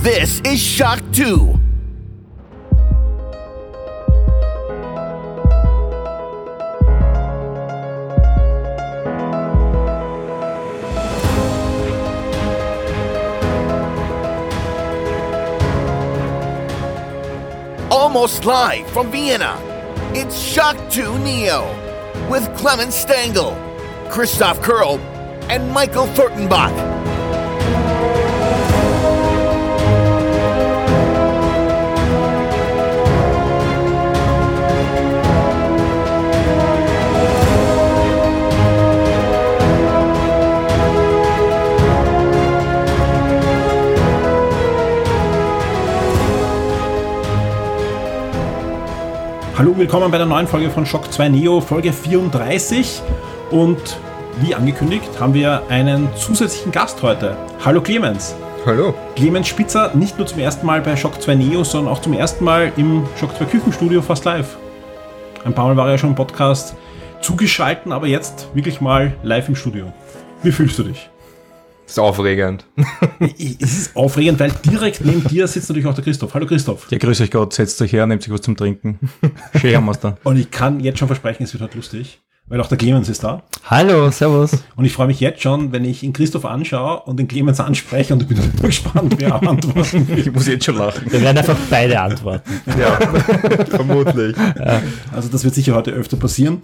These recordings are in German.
This is Shock 2. Almost live from Vienna, it's Shock 2 Neo with Clemens Stengel, Christoph Kurl, and Michael Furtenbach. Hallo, willkommen bei der neuen Folge von Shock 2 Neo, Folge 34. Und wie angekündigt, haben wir einen zusätzlichen Gast heute. Hallo Clemens. Hallo. Clemens Spitzer, nicht nur zum ersten Mal bei Shock 2 Neo, sondern auch zum ersten Mal im Shock 2 Küchenstudio fast live. Ein paar Mal war er ja schon im Podcast zugeschalten, aber jetzt wirklich mal live im Studio. Wie fühlst du dich? Das ist aufregend. Es ist aufregend, weil direkt neben dir sitzt natürlich auch der Christoph. Hallo Christoph. Ja, grüß euch Gott, setzt euch her, nehmt sich was zum Trinken. Schön haben wir's da. Und ich kann jetzt schon versprechen, es wird heute lustig, weil auch der Clemens ist da. Hallo, servus. Und ich freue mich jetzt schon, wenn ich ihn Christoph anschaue und den Clemens anspreche und ich bin super gespannt, wer antworten will. Ich muss jetzt schon lachen. Wir werden einfach beide antworten. Ja, vermutlich. Ja. Also das wird sicher heute öfter passieren.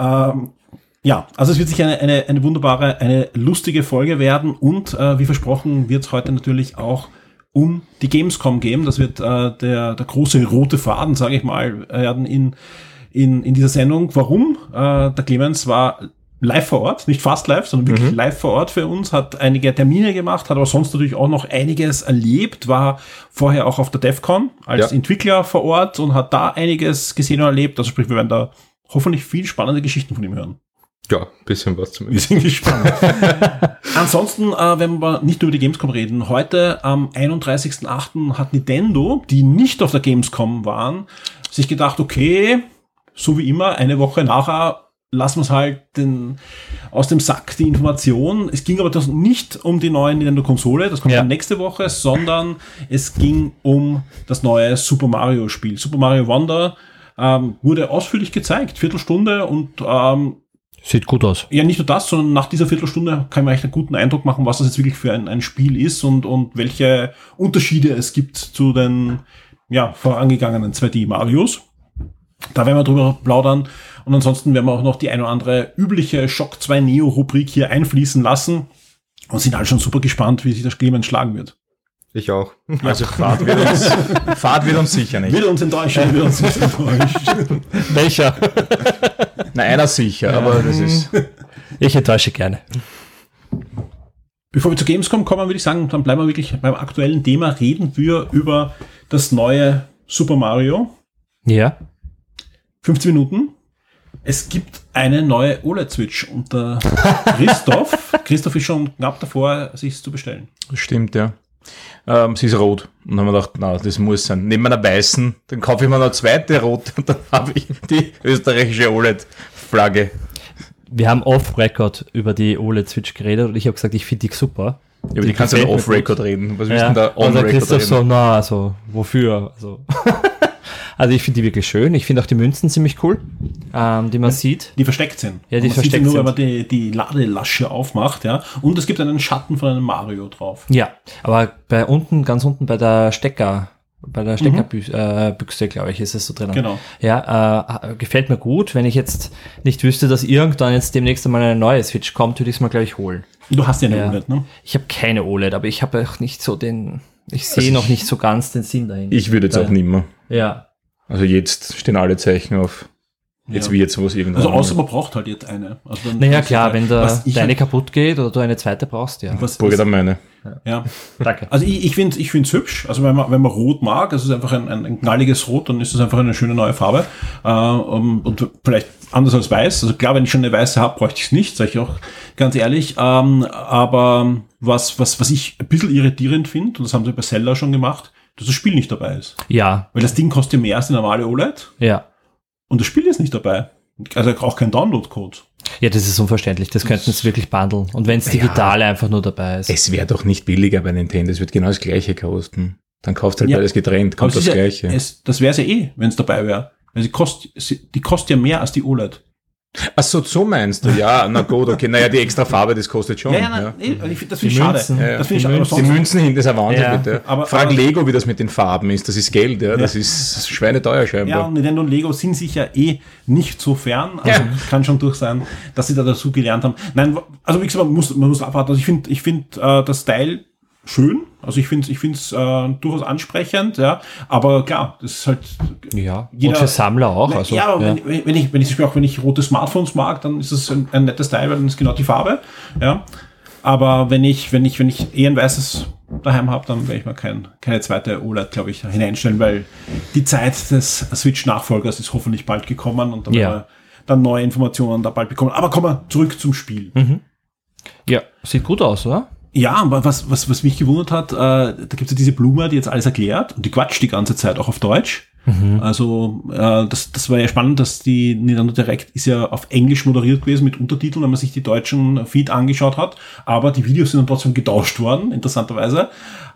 Ja, also es wird sicher eine wunderbare, eine lustige Folge werden und wie versprochen wird es heute natürlich auch um die Gamescom gehen. Das wird der große rote Faden, sage ich mal, werden in dieser Sendung. Warum? Der Clemens war live vor Ort, nicht fast live, sondern wirklich live vor Ort für uns, hat einige Termine gemacht, hat aber sonst natürlich auch noch einiges erlebt, war vorher auch auf der DEFCON als Entwickler vor Ort und hat da einiges gesehen und erlebt. Also sprich, wir werden da hoffentlich viel spannende Geschichten von ihm hören. Ja, bisschen was zumindest. Wir sind gespannt. Ansonsten werden wir nicht nur über die Gamescom reden. Heute am 31.08. hat Nintendo, die nicht auf der Gamescom waren, sich gedacht, okay, so wie immer, eine Woche nachher lassen wir es halt aus dem Sack, die Information. Es ging aber nicht um die neue Nintendo-Konsole, das kommt dann nächste Woche, sondern es ging um das neue Super Mario-Spiel. Super Mario Wonder wurde ausführlich gezeigt, Viertelstunde und sieht gut aus. Ja, nicht nur das, sondern nach dieser Viertelstunde kann man echt einen guten Eindruck machen, was das jetzt wirklich für ein Spiel ist und welche Unterschiede es gibt zu den vorangegangenen 2D-Marios. Da werden wir drüber plaudern und ansonsten werden wir auch noch die ein oder andere übliche Shock 2 Neo-Rubrik hier einfließen lassen und sind halt schon super gespannt, wie sich das Clemens schlagen wird. Ich auch. Also Fahrt wird uns sicher nicht. Wird uns enttäuschen, wird uns nicht enttäuschen. Welcher? Na, einer sicher, aber das ist... Ich enttäusche gerne. Bevor wir zu Gamescom kommen, würde ich sagen, dann bleiben wir wirklich beim aktuellen Thema. Reden wir über das neue Super Mario. Ja. 15 Minuten. Es gibt eine neue OLED-Switch und der Christoph ist schon knapp davor, sich zu bestellen. Das stimmt, ja. Sie ist rot. Und dann haben wir gedacht, na, das muss sein. Neben einer weißen, dann kaufe ich mir eine zweite rote und dann habe ich die österreichische OLED-Flagge. Wir haben off-Record über die OLED-Switch geredet und ich habe gesagt, ich finde die super. Ja, aber die kannst du ja off-Record reden. Was willst du denn da on-Record reden? Christoph so, wofür? Also ich finde die wirklich schön. Ich finde auch die Münzen ziemlich cool, die man sieht. Die versteckt sind. Ja, die man versteckt sieht sie nur, sind. wenn man die Ladelasche aufmacht. Ja. Und es gibt einen Schatten von einem Mario drauf. Ja, aber ganz unten bei der Steckerbüchse, glaube ich, ist es so drin. Genau. Ja, gefällt mir gut. Wenn ich jetzt nicht wüsste, dass irgendwann jetzt demnächst einmal eine neue Switch kommt, würde ich es mal, glaube ich, holen. Du hast ja eine OLED, ne? Ich habe keine OLED, aber ich habe auch nicht so ich sehe noch nicht so ganz den Sinn dahin. Ich würde jetzt auch nicht mehr. Ja. Also jetzt stehen alle Zeichen auf. Jetzt wie jetzt sowas irgendwann. Also außer man braucht halt jetzt eine. Also dann naja, klar, wenn deine halt kaputt geht oder du eine zweite brauchst, ja. Burge dann meine. Ja. Danke. Also ich find's hübsch. Also wenn man rot mag, es ist einfach ein knalliges Rot, dann ist das einfach eine schöne neue Farbe. Und vielleicht anders als weiß. Also klar, wenn ich schon eine weiße habe, bräuchte ich es nicht, sage ich auch ganz ehrlich. Aber was ich ein bisschen irritierend finde, und das haben sie bei Zelda schon gemacht, dass das Spiel nicht dabei ist. Ja. Weil das Ding kostet mehr als die normale OLED. Ja. Und das Spiel ist nicht dabei. Also auch kein Download-Code. Ja, das ist unverständlich. Das könnten sie wirklich bundeln. Und wenn es digital einfach nur dabei ist. Es wäre doch nicht billiger bei Nintendo. Es wird genau das Gleiche kosten. Dann kaufst du halt Ja. beides getrennt, Aber kommt das es ist Gleiche. das wäre es ja wenn es dabei wäre. Weil die kostet ja mehr als die OLED. Ach so meinst du? Ja, na gut, okay. Naja, die extra Farbe, das kostet schon. Nein, ich find, das finde ich Die schade. Münzen. Ja, Das finde ich die aber Die sonst, Münzen hinten ist ein Wahnsinn, Ja, bitte. aber- Frag aber- Lego, wie das mit den Farben ist. Das ist Geld, ja. Das ist schweineteuer ja, scheinbar. und Nintendo und Lego sind sich ja nicht so fern. Also kann schon durch sein, dass sie da dazu gelernt haben. Nein, also wie gesagt, man muss abwarten. Also ich finde das Style schön. Also ich finde es durchaus ansprechend, ja. Aber klar, das ist halt Ja, jeder- und für Sammler auch. Also, ja, aber wenn ich zum Beispiel auch wenn ich rote Smartphones mag, dann ist es ein netter Style, weil dann ist genau die Farbe. Ja. Aber wenn ich eher ein weißes daheim habe, dann werde ich mal keine zweite OLED, glaube ich, hineinstellen, weil die Zeit des Switch-Nachfolgers ist hoffentlich bald gekommen und dann Ja. werden wir dann neue Informationen da bald bekommen. Aber kommen wir zurück zum Spiel. ja, sieht gut aus, oder? Ja, aber was mich gewundert hat, da gibt es ja diese Blume, die jetzt alles erklärt und die quatscht die ganze Zeit auch auf Deutsch. Also das war ja spannend, dass die Nintendo Direct ist ja auf Englisch moderiert gewesen mit Untertiteln, wenn man sich die deutschen Feed angeschaut hat, aber die Videos sind dann trotzdem getauscht worden, interessanterweise.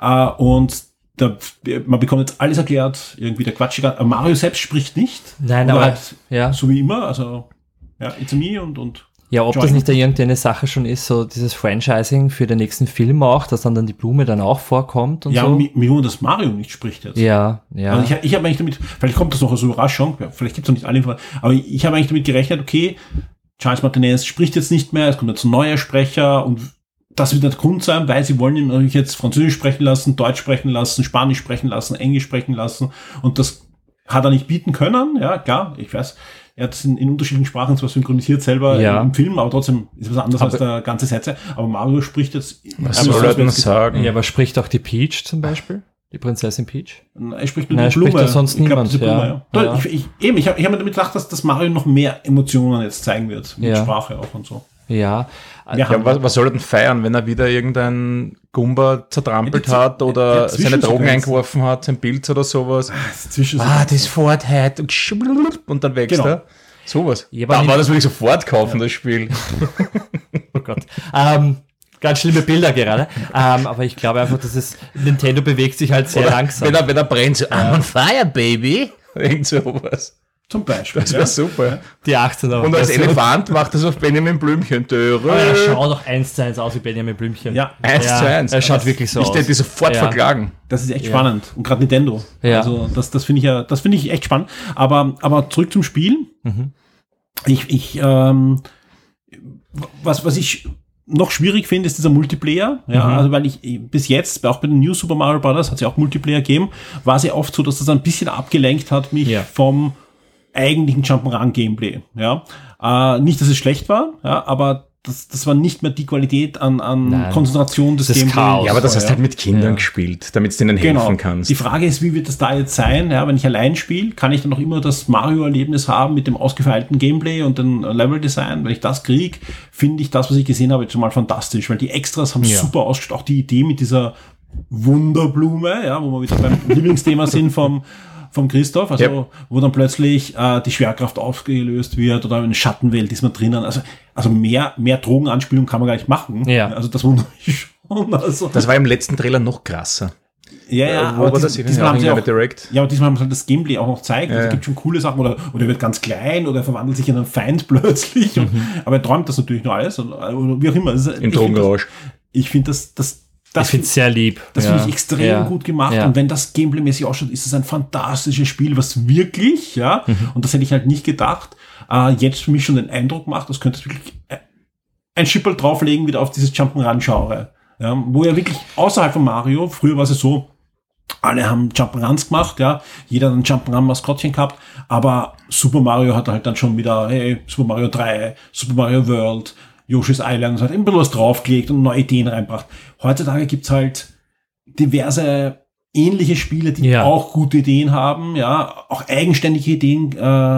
Und man bekommt jetzt alles erklärt, irgendwie der Quatsch. Mario selbst spricht nicht. Nein, Oder aber halt ja. so wie immer, also ja, It's me und Ja, ob das Join. nicht da irgendeine Sache schon ist, so dieses Franchising für den nächsten Film auch, dass dann die Blume dann auch vorkommt und ja, so. und mich wundert, dass Mario nicht spricht jetzt. Ja. Also ich habe eigentlich damit, vielleicht kommt das noch als Überraschung, vielleicht gibt es noch nicht alle Informationen, aber ich habe eigentlich damit gerechnet, okay, Charles Martinez spricht jetzt nicht mehr, es kommt jetzt ein neuer Sprecher und das wird der Grund sein, weil sie wollen ihn natürlich jetzt Französisch sprechen lassen, Deutsch sprechen lassen, Spanisch sprechen lassen, Englisch sprechen lassen und das hat er nicht bieten können, ja, klar, ich weiß. Er hat es in unterschiedlichen Sprachen zwar synchronisiert selber im Film, aber trotzdem ist was anderes als der ganze Sätze. Aber Mario spricht jetzt... Was soll er denn sagen? Ja, aber spricht auch die Peach zum Beispiel? Die Prinzessin Peach? Er spricht nur Nein, die Blume. spricht ja sonst Ich glaub, niemand, diese Blume, ja. ja. Ja. Ich hab mir damit gedacht, dass Mario noch mehr Emotionen jetzt zeigen wird. Mit Ja. Sprache auch und so. Ja. Ja, Ja, was soll er denn feiern, wenn er wieder irgendein Gumba zertrampelt Ja, hat oder ja, seine Drogen Zwischensequenzen. eingeworfen hat, sein Bild oder sowas? Zwischen Das fährt heute und dann wächst Genau. er. Sowas. Ja, aber Da nicht- war das will ich sofort kaufen, das Spiel. Oh Gott. Ganz schlimme Bilder gerade. Aber ich glaube einfach, dass Nintendo bewegt sich halt sehr langsam. Wenn er brennt, so, I'm on fire, baby. Irgend sowas. zum Beispiel. Das wäre super. Die 18er. Und als Version. Elefant macht das auf Benjamin Blümchen. Aber er schaut doch 1:1 aus wie Benjamin Blümchen. Ja, 1:1. Er schaut wirklich so Ich aus. hätte die sofort Ja. verklagen. das ist echt spannend. Und gerade Nintendo. Ja. Also das finde ich echt spannend. Aber zurück zum Spiel. Was ich noch schwierig finde, ist dieser Multiplayer. Ja, also weil ich bis jetzt, auch bei den New Super Mario Bros. Hat es ja auch Multiplayer gegeben, war es ja oft so, dass das ein bisschen abgelenkt hat mich Ja. vom eigentlichen Jump'n'Run-Gameplay. Ja, nicht, dass es schlecht war, ja, aber das war nicht mehr die Qualität an Nein. Konzentration des Das ist Gameplays. Chaos. Ja, aber das hast du halt ja. mit Kindern Ja. gespielt, damit du denen helfen kannst. Die Frage ist, wie wird das da jetzt sein? Ja, wenn ich allein spiele, kann ich dann noch immer das Mario-Erlebnis haben mit dem ausgefeilten Gameplay und dem Level-Design? Wenn ich das kriege, finde ich das, was ich gesehen habe, jetzt schon mal fantastisch, weil die Extras haben super ausgeschaut. Auch die Idee mit dieser Wunderblume, ja, wo wir wieder beim Lieblingsthema sind vom Christoph, also Yep. wo dann plötzlich die Schwerkraft aufgelöst wird oder eine Schattenwelt ist man drinnen. Also mehr Drogenanspielung kann man gar nicht machen. Ja. Also das wundert mich schon. Also, Das war im letzten Trailer noch krasser. ja, Wo war das? diesmal haben sie Ja, auch, mit Direct. ja, aber diesmal haben sie halt das Gameplay auch noch gezeigt. Also, es gibt schon coole Sachen. Oder er wird ganz klein oder er verwandelt sich in einen Feind plötzlich. Aber er träumt das natürlich nur alles. Oder wie auch immer. Im Drogenrausch. Ich finde das Ich finde es sehr lieb. das Ja. finde ich extrem Ja. gut gemacht. Ja. Und wenn das Gameplay-mäßig ausschaut, ist es ein fantastisches Spiel, was wirklich, ja, und das hätte ich halt nicht gedacht, jetzt für mich schon den Eindruck macht, das könnte es wirklich ein Schipperl drauflegen wieder auf dieses Jump'n'Run-Genre. Ja, wo ja wirklich außerhalb von Mario, früher war es ja so, alle haben Jump'n'Runs gemacht, ja, jeder hat ein Jump'n'Run-Maskottchen gehabt, aber Super Mario hat halt dann schon wieder, hey, Super Mario 3, Super Mario World, Yoshi's Island, hat ein bisschen was draufgelegt und neue Ideen reinbracht. Heutzutage gibt's halt diverse ähnliche Spiele, die Ja. auch gute Ideen haben, ja, auch eigenständige Ideen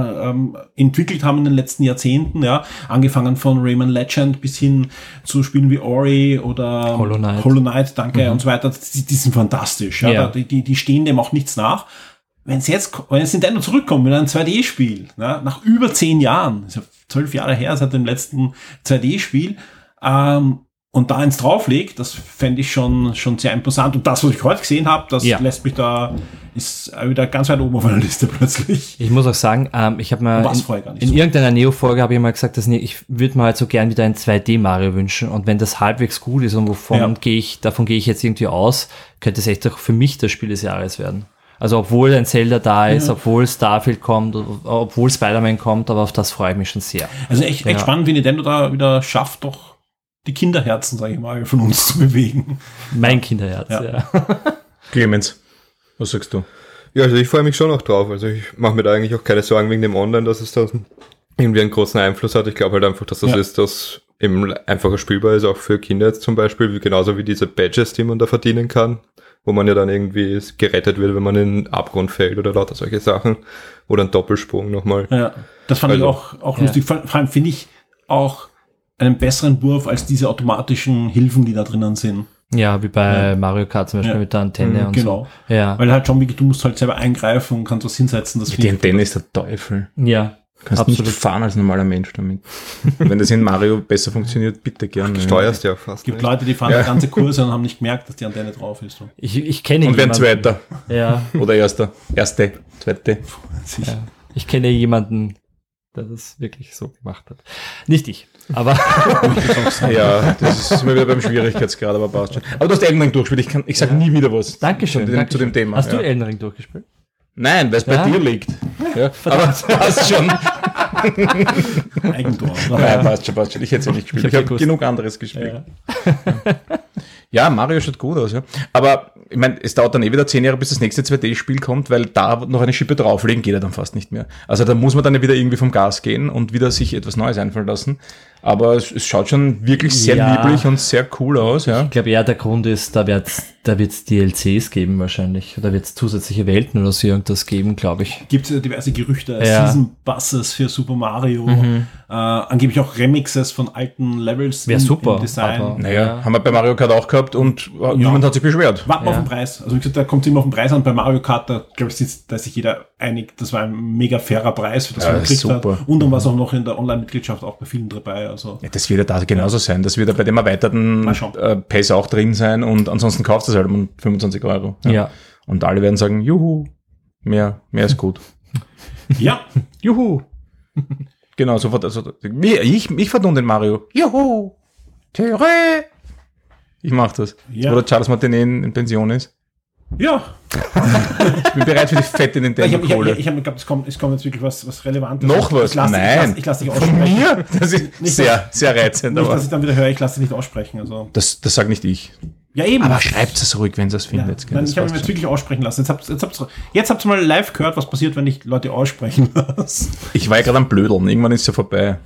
entwickelt haben in den letzten Jahrzehnten, ja, angefangen von Rayman Legend bis hin zu Spielen wie Ori oder Hollow Knight. danke, und so weiter. Die sind fantastisch, ja, Ja. die stehen dem auch nichts nach. Wenn jetzt Nintendo zurückkommt mit einem 2D-Spiel, ne, nach über 10 Jahren, ist ja 12 Jahre her seit dem letzten 2D-Spiel, und da eins drauflegt, das fände ich schon sehr imposant. Und das, was ich heute gesehen habe, das lässt mich da, ist wieder ganz weit oben auf meiner Liste plötzlich. Ich muss auch sagen, ich habe mal in irgendeiner Neo-Folge habe ich mal gesagt, dass ich würde mal halt so gern wieder ein 2D-Mario wünschen. Und wenn das halbwegs gut ist und davon gehe ich jetzt irgendwie aus, könnte es echt auch für mich das Spiel des Jahres werden. Also obwohl ein Zelda da ist, obwohl Starfield kommt, obwohl Spider-Man kommt, aber auf das freue ich mich schon sehr. Also echt spannend, wie Nintendo da wieder schafft, doch die Kinderherzen, sage ich mal, von uns zu bewegen. Mein Kinderherz, ja. Clemens, was sagst du? Ja, also ich freue mich schon noch drauf. Also ich mache mir da eigentlich auch keine Sorgen wegen dem Online, dass es da irgendwie einen großen Einfluss hat. Ich glaube halt einfach, dass das ist, dass eben einfacher spielbar ist, auch für Kinder jetzt zum Beispiel, genauso wie diese Badges, die man da verdienen kann, wo man ja dann irgendwie gerettet wird, wenn man in den Abgrund fällt oder lauter solche Sachen. Oder ein Doppelsprung nochmal. Ja, das fand ich auch lustig. Vor allem finde ich auch einen besseren Wurf als diese automatischen Hilfen, die da drinnen sind. Ja, wie bei Mario Kart zum Beispiel mit der Antenne und so. Ja. Weil halt schon wirklich, du musst halt selber eingreifen und kannst was hinsetzen. Das die Antenne ist der Teufel. Ja. Du kannst nicht fahren als normaler Mensch damit. Wenn das in Mario besser funktioniert, bitte gerne. Du steuerst ja fast. Es gibt Leute, die fahren ganze Kurse und haben nicht gemerkt, dass die Antenne drauf ist. So. Ich kenne jemanden. Und wer Zweiter. Ja. Oder Erste, Zweite. Ja. Ich kenne jemanden, der das wirklich so gemacht hat. Nicht ich, aber... Ja, das ist immer wieder beim Schwierigkeitsgrad, aber passt schon. Aber du hast Elden Ring durchgespielt. Ich sage nie wieder was. Dankeschön. Zu dem Thema. Hast du Elden Ring durchgespielt? Nein, weil es bei dir liegt. Ja, aber passt schon. Eigentor. Nein, passt schon. Ich hätte es ja nicht gespielt. Ich habe genug anderes gespielt. Ja, Mario schaut gut aus, ja. Aber ich meine, es dauert dann wieder 10 Jahre, bis das nächste 2D-Spiel kommt, weil da noch eine Schippe drauflegen geht ja dann fast nicht mehr. Also da muss man dann ja wieder irgendwie vom Gas gehen und wieder sich etwas Neues einfallen lassen. Aber es schaut schon wirklich sehr lieblich und sehr cool aus, ja. Ich glaube, der Grund ist, da wird's DLCs geben wahrscheinlich. Da wird's zusätzliche Welten oder so irgendwas geben, glaube ich. Gibt es diverse Gerüchte, Season Passes für Super Mario, angeblich auch Remixes von alten Levels im Design. Aber, naja, haben wir bei Mario Kart auch gehabt und niemand hat sich beschwert. Warten wir auf den Preis. Also wie gesagt, da kommt es immer auf den Preis an. Bei Mario Kart, da glaube ich, da ist sich jeder einig, das war ein mega fairer Preis, für das man gekriegt hat. Und dann war es auch noch in der Online-Mitgliedschaft auch bei vielen dabei. Also. Ja, das wird ja da genauso sein. Das wird ja bei dem erweiterten Pass auch drin sein und ansonsten kauft es halt um 25 €. Ja. Und alle werden sagen, juhu, mehr ist gut. Ja. Juhu. Genau, sofort. Also, ich vertun den Mario. Juhu. Töre. Ich mach das. Ja. Oder Charles Martinet in Pension ist. Ja. Ich bin bereit für die fette Nintendo-Kohle. Ich habe geglaubt, es kommt jetzt wirklich was Relevantes. Noch was? Nein. Ich lasse dich aussprechen. Von mir? Das ist nicht, sehr reizend. Nicht, dass ich dann wieder höre, ich lasse dich nicht aussprechen. Also. Das sag nicht ich. Ja, eben. Aber schreibt es ruhig, wenn ihr es findet. Nein, ich habe mich jetzt wirklich aussprechen lassen. Jetzt habt ihr mal live gehört, was passiert, wenn ich Leute aussprechen lasse. Ich war ja gerade am Blödeln. Irgendwann ist es ja vorbei.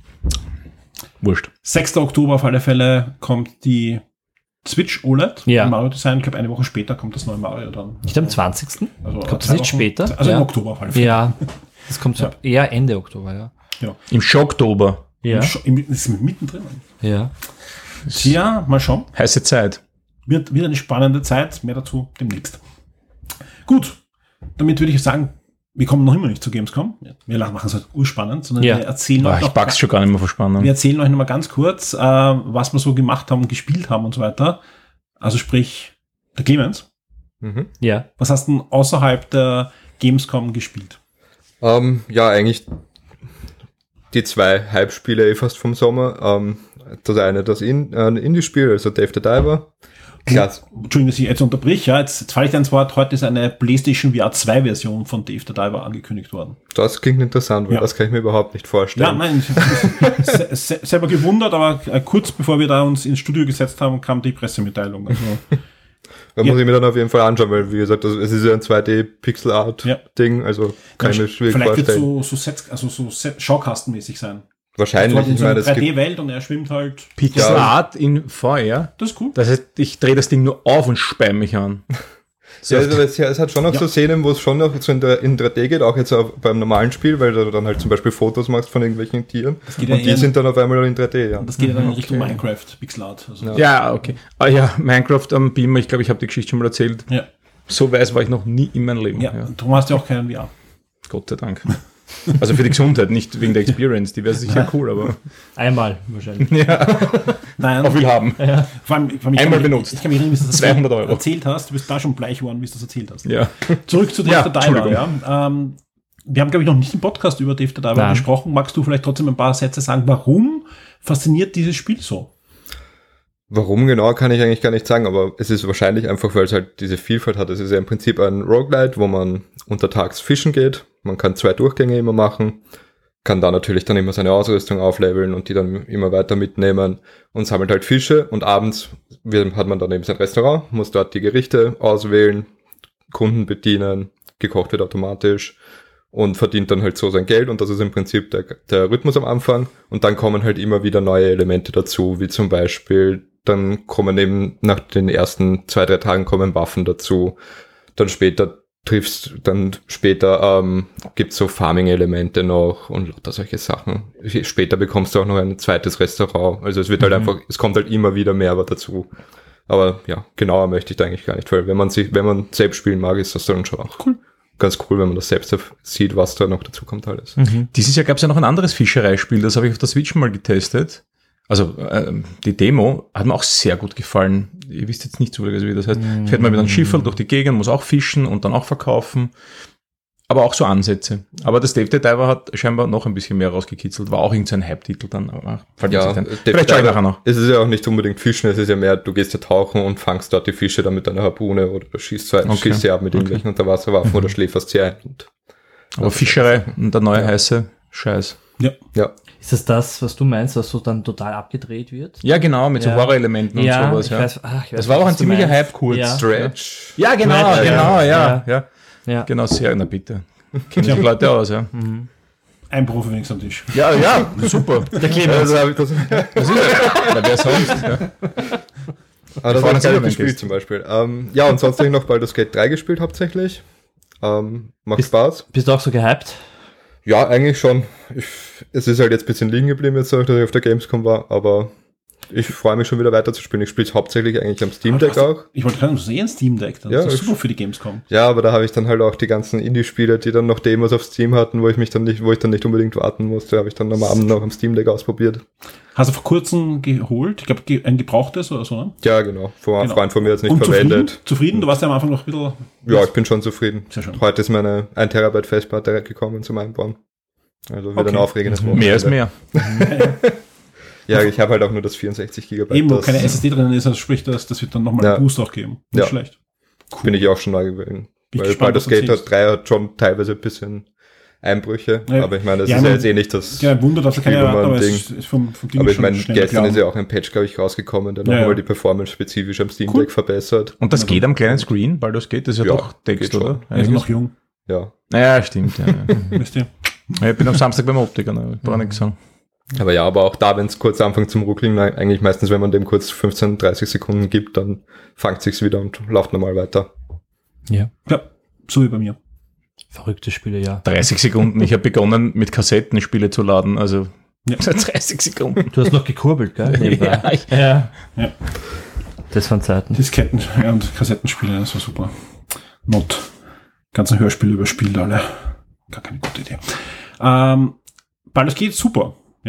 Wurscht. 6. Oktober auf alle Fälle kommt die Switch OLED. Mario Design. Ich glaube, eine Woche später kommt das neue Mario dann. Nicht am 20. Also kommt das nicht später? Also im Oktober auf alle Fälle. Ja, das kommt so eher Ende Oktober, ja. Im Schocktober. Ja. Ist mittendrin. Ja. Tja, mal schauen. Heiße Zeit. Wird eine spannende Zeit. Mehr dazu demnächst. Gut. Damit würde ich sagen, wir kommen noch immer nicht zu Gamescom. Wir machen es halt urspannend, sondern wir erzählen euch noch. Ich pack's schon gar nicht mehr vor Spannung. Wir erzählen euch noch mal ganz kurz, was wir so gemacht haben, gespielt haben und so weiter. Also sprich, der Clemens. Ja. Was hast du denn außerhalb der Gamescom gespielt? Ja, eigentlich die 2 Hype-Spiele fast vom Sommer. Das eine, das Indie-Spiel, also Dave the Diver. Klasse. Entschuldigung, dass ich jetzt unterbrich. Ja, jetzt falle ich dir ins Wort. Heute ist eine PlayStation VR 2 Version von Dave the Diver angekündigt worden. Das klingt interessant, weil das kann ich mir überhaupt nicht vorstellen. Ja, nein, selber gewundert, aber kurz bevor wir da uns ins Studio gesetzt haben, kam die Pressemitteilung. Also, da muss ich mir dann auf jeden Fall anschauen, weil wie gesagt, es ist ja ein 2D-Pixel-Art-Ding, also kann ich mir schwierig vorstellen. Vielleicht wird so Schaukastenmäßig sein. Wahrscheinlich. Ich meine, so eine 3D-Welt und er schwimmt halt. Pixel Art in VR. Das ist cool. Das heißt, ich drehe das Ding nur auf und speim mich an. Ja, also es hat schon noch so Szenen, wo es schon noch so in 3D geht, auch jetzt auch beim normalen Spiel, weil du dann halt zum Beispiel Fotos machst von irgendwelchen Tieren. Und die sind dann auf einmal in 3D, ja. Das geht ja dann in Richtung Minecraft, Pixel Art. Also ja, okay. Minecraft am Beamer, ich glaube, ich habe die Geschichte schon mal erzählt. Ja. So weiß war ich noch nie in meinem Leben. Ja, darum hast du auch keinen VR. Gott sei Dank. Also für die Gesundheit, nicht wegen der Experience. Die wäre sicher cool, aber... Einmal wahrscheinlich. Ja. Nein. Auch will haben. Ja. Vor allem einmal benutzt. Ich kann mich erinnern, wie du das 200 Euro. erzählt hast. Du bist da schon bleich geworden, wie du das erzählt hast. Ja. Zurück zu Dave the Diver. Ja. Wir haben, glaube ich, noch nicht im Podcast über Dave the Diver gesprochen. Magst du vielleicht trotzdem ein paar Sätze sagen, warum fasziniert dieses Spiel so? Warum genau, kann ich eigentlich gar nicht sagen, aber es ist wahrscheinlich einfach, weil es halt diese Vielfalt hat. Es ist ja im Prinzip ein Roguelite, wo man untertags fischen geht. Man kann 2 Durchgänge immer machen, kann da natürlich dann immer seine Ausrüstung aufleveln und die dann immer weiter mitnehmen und sammelt halt Fische. Und abends hat man dann eben sein Restaurant, muss dort die Gerichte auswählen, Kunden bedienen, gekocht wird automatisch und verdient dann halt so sein Geld. Und das ist im Prinzip der Rhythmus am Anfang. Und dann kommen halt immer wieder neue Elemente dazu, wie zum Beispiel... Dann kommen eben nach den ersten 2-3 Tagen kommen Waffen dazu. Dann später gibt's so Farming-Elemente noch und lauter solche Sachen. Später bekommst du auch noch ein zweites Restaurant. Also es wird halt einfach, es kommt halt immer wieder mehr dazu. Aber ja, genauer möchte ich da eigentlich gar nicht, weil wenn man selbst spielen mag, ist das dann schon auch ganz cool, wenn man das selbst sieht, was da noch dazu kommt alles. Dieses Jahr gab's ja noch ein anderes Fischereispiel, das habe ich auf der Switch mal getestet. Also die Demo hat mir auch sehr gut gefallen. Ihr wisst jetzt nicht zufällig, wie das heißt. Fährt man mit einem Schifferl durch die Gegend, muss auch fischen und dann auch verkaufen. Aber auch so Ansätze. Aber das Dave the Diver hat scheinbar noch ein bisschen mehr rausgekitzelt. War auch irgendein Hype-Titel dann. Aber vielleicht schaue ich nachher noch. Es ist ja auch nicht unbedingt Fischen, es ist ja mehr, du gehst ja tauchen und fangst dort die Fische dann mit deiner Harpune oder schießt sie ab mit irgendwelchen Unterwasserwaffen oder schläferst sie ein. Aber Fischerei und der neue heiße Scheiß. Ja. Ist das, was du meinst, was so dann total abgedreht wird? Ja, genau, mit so Horror-Elementen und sowas. Ich weiß, das war auch ein ziemlicher Hype kurz. Ja. Stretch. Ja, genau. Genau, sehr, na bitte. Kennen sich Leute aus, ja. Ein Profi wenigstens am Tisch. Ja, super. Der Clemens. Also habe ich das. Das ist ja, wer sonst? Ja. Aber das habe ich selber gespielt zum Beispiel. Ja, und sonst habe ich noch Baldur's Gate 3 gespielt hauptsächlich. Macht Spaß. Bist du auch so gehypt? Ja, eigentlich schon. Es ist halt jetzt ein bisschen liegen geblieben, jetzt, dass ich auf der Gamescom war, aber ich freue mich schon wieder weiter zu spielen. Ich spiele es hauptsächlich eigentlich am Steam Deck auch. Ich wollte gerade sehen, Steam Deck. Das ist super für die Gamescom. Ja, aber da habe ich dann halt auch die ganzen Indie-Spiele, die dann noch Demos auf Steam hatten, wo ich dann nicht unbedingt warten musste, habe ich dann am Abend noch am Steam Deck ausprobiert. Hast du vor kurzem geholt? Ich glaube, ein gebrauchtes oder so, ne? Ja, genau. Ein Freund von mir hat es nicht verwendet. Zufrieden? Du warst ja am Anfang noch ein bisschen... Ja, ich bin schon zufrieden. Sehr schön. Heute ist meine 1 Terabyte Festplatte gekommen zum Einbauen. Also wieder ein aufregendes Wochenende. Mehr ist mehr. Ja, ich habe halt auch nur das 64 GB. Eben, wo keine SSD drin ist, also sprich, das wird dann nochmal einen Boost auch geben. Nicht schlecht. Cool. Bin ich auch schon neu gewesen. Weil Baldur's Gate 3 hat schon teilweise ein bisschen Einbrüche, aber ich meine, das ist ja jetzt eh nicht das Wunder, dass er keine erwartet, aber es ist vom Ding. Aber ich meine, gestern ist ja auch ein Patch, glaube ich, rausgekommen, der nochmal die Performance spezifisch am Steam Deck verbessert. Und das geht am kleinen Screen, Baldur's Gate, das ist ja doch Text, oder? Er ist noch jung. Ja. Naja, stimmt. Ja. Wisst ihr? Ich bin am Samstag beim Optiker, ich brauche nichts sagen. Aber ja, aber auch da, wenn es kurz anfängt zum Ruckeln, eigentlich meistens, wenn man dem kurz 15, 30 Sekunden gibt, dann fängt sich's wieder und läuft normal weiter. Ja, so wie bei mir. Verrückte Spiele, ja. 30 Sekunden. Ich habe begonnen, mit Kassetten Spiele zu laden, also 30 Sekunden. Du hast noch gekurbelt, gell? Ja. Das waren Zeiten. Disketten und Kassettenspiele, das war super. Ganzen Hörspiele überspielt alle. Gar keine gute Idee. Baldur's Gate, super. Ja.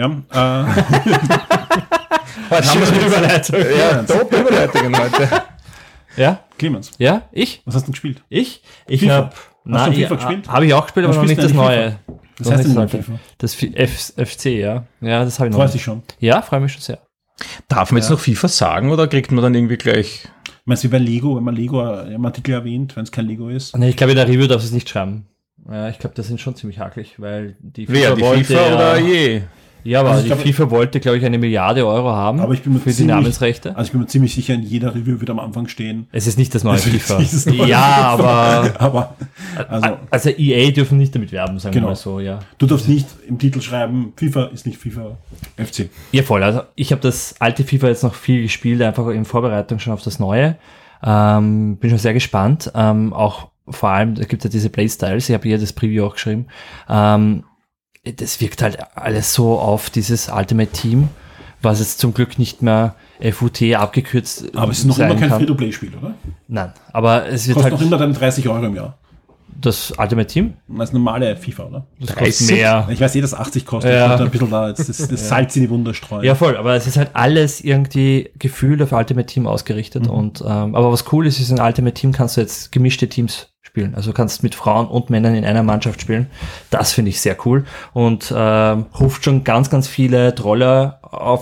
Heute haben wir eine Überleitung. Ja, top Überleitungen heute. Ja? Clemens. Ja, ich? Was hast du denn gespielt? Ich FIFA. habe... Hast du FIFA gespielt? Habe ich auch gespielt, aber noch nicht das Neue. Das heißt nicht FIFA. Das FC, ja. Ja, das habe ich noch. Freust dich schon? Ja, freue mich schon sehr. Darf man jetzt noch FIFA sagen oder kriegt man dann irgendwie gleich... Meinst du wie bei Lego, wenn man Lego im Artikel erwähnt, wenn es kein Lego ist? Nee, ich glaube, in der Review darfst du es nicht schreiben. Ja, ich glaube, das sind schon ziemlich hakelig, weil die FIFA Wer, die wollte... FIFA oder je? Ja, aber also FIFA wollte, glaube ich, 1 Milliarde Euro haben, aber ich bin mir für die Namensrechte. Also ich bin mir ziemlich sicher, in jeder Review wird am Anfang stehen. Es ist nicht das neue FIFA. Ja, aber also EA dürfen nicht damit werben, sagen wir mal so, ja. Du darfst nicht im Titel schreiben, FIFA ist nicht FIFA FC. Ja, voll. Also ich habe das alte FIFA jetzt noch viel gespielt, einfach in Vorbereitung schon auf das neue. Bin schon sehr gespannt. Auch vor allem, da gibt es ja diese Playstyles, ich habe hier das Preview auch geschrieben. Das wirkt halt alles so auf dieses Ultimate Team, was jetzt zum Glück nicht mehr FUT abgekürzt aber es ist noch immer kein Free-to-Play-Spiel, oder? Nein, aber es wird kostet halt... noch immer dann 30 Euro im Jahr. Das Ultimate Team? Das normale FIFA, oder? Das kostet mehr. Ich weiß dass 80 kostet. Ja. Ein bisschen da das Salz in die Wunde streuen. Ja, voll. Aber es ist halt alles irgendwie gefühlt auf Ultimate Team ausgerichtet. Und aber was cool ist in Ultimate Team kannst du jetzt gemischte Teams spielen. Also kannst mit Frauen und Männern in einer Mannschaft spielen. Das finde ich sehr cool. Und ruft schon ganz, ganz viele Troller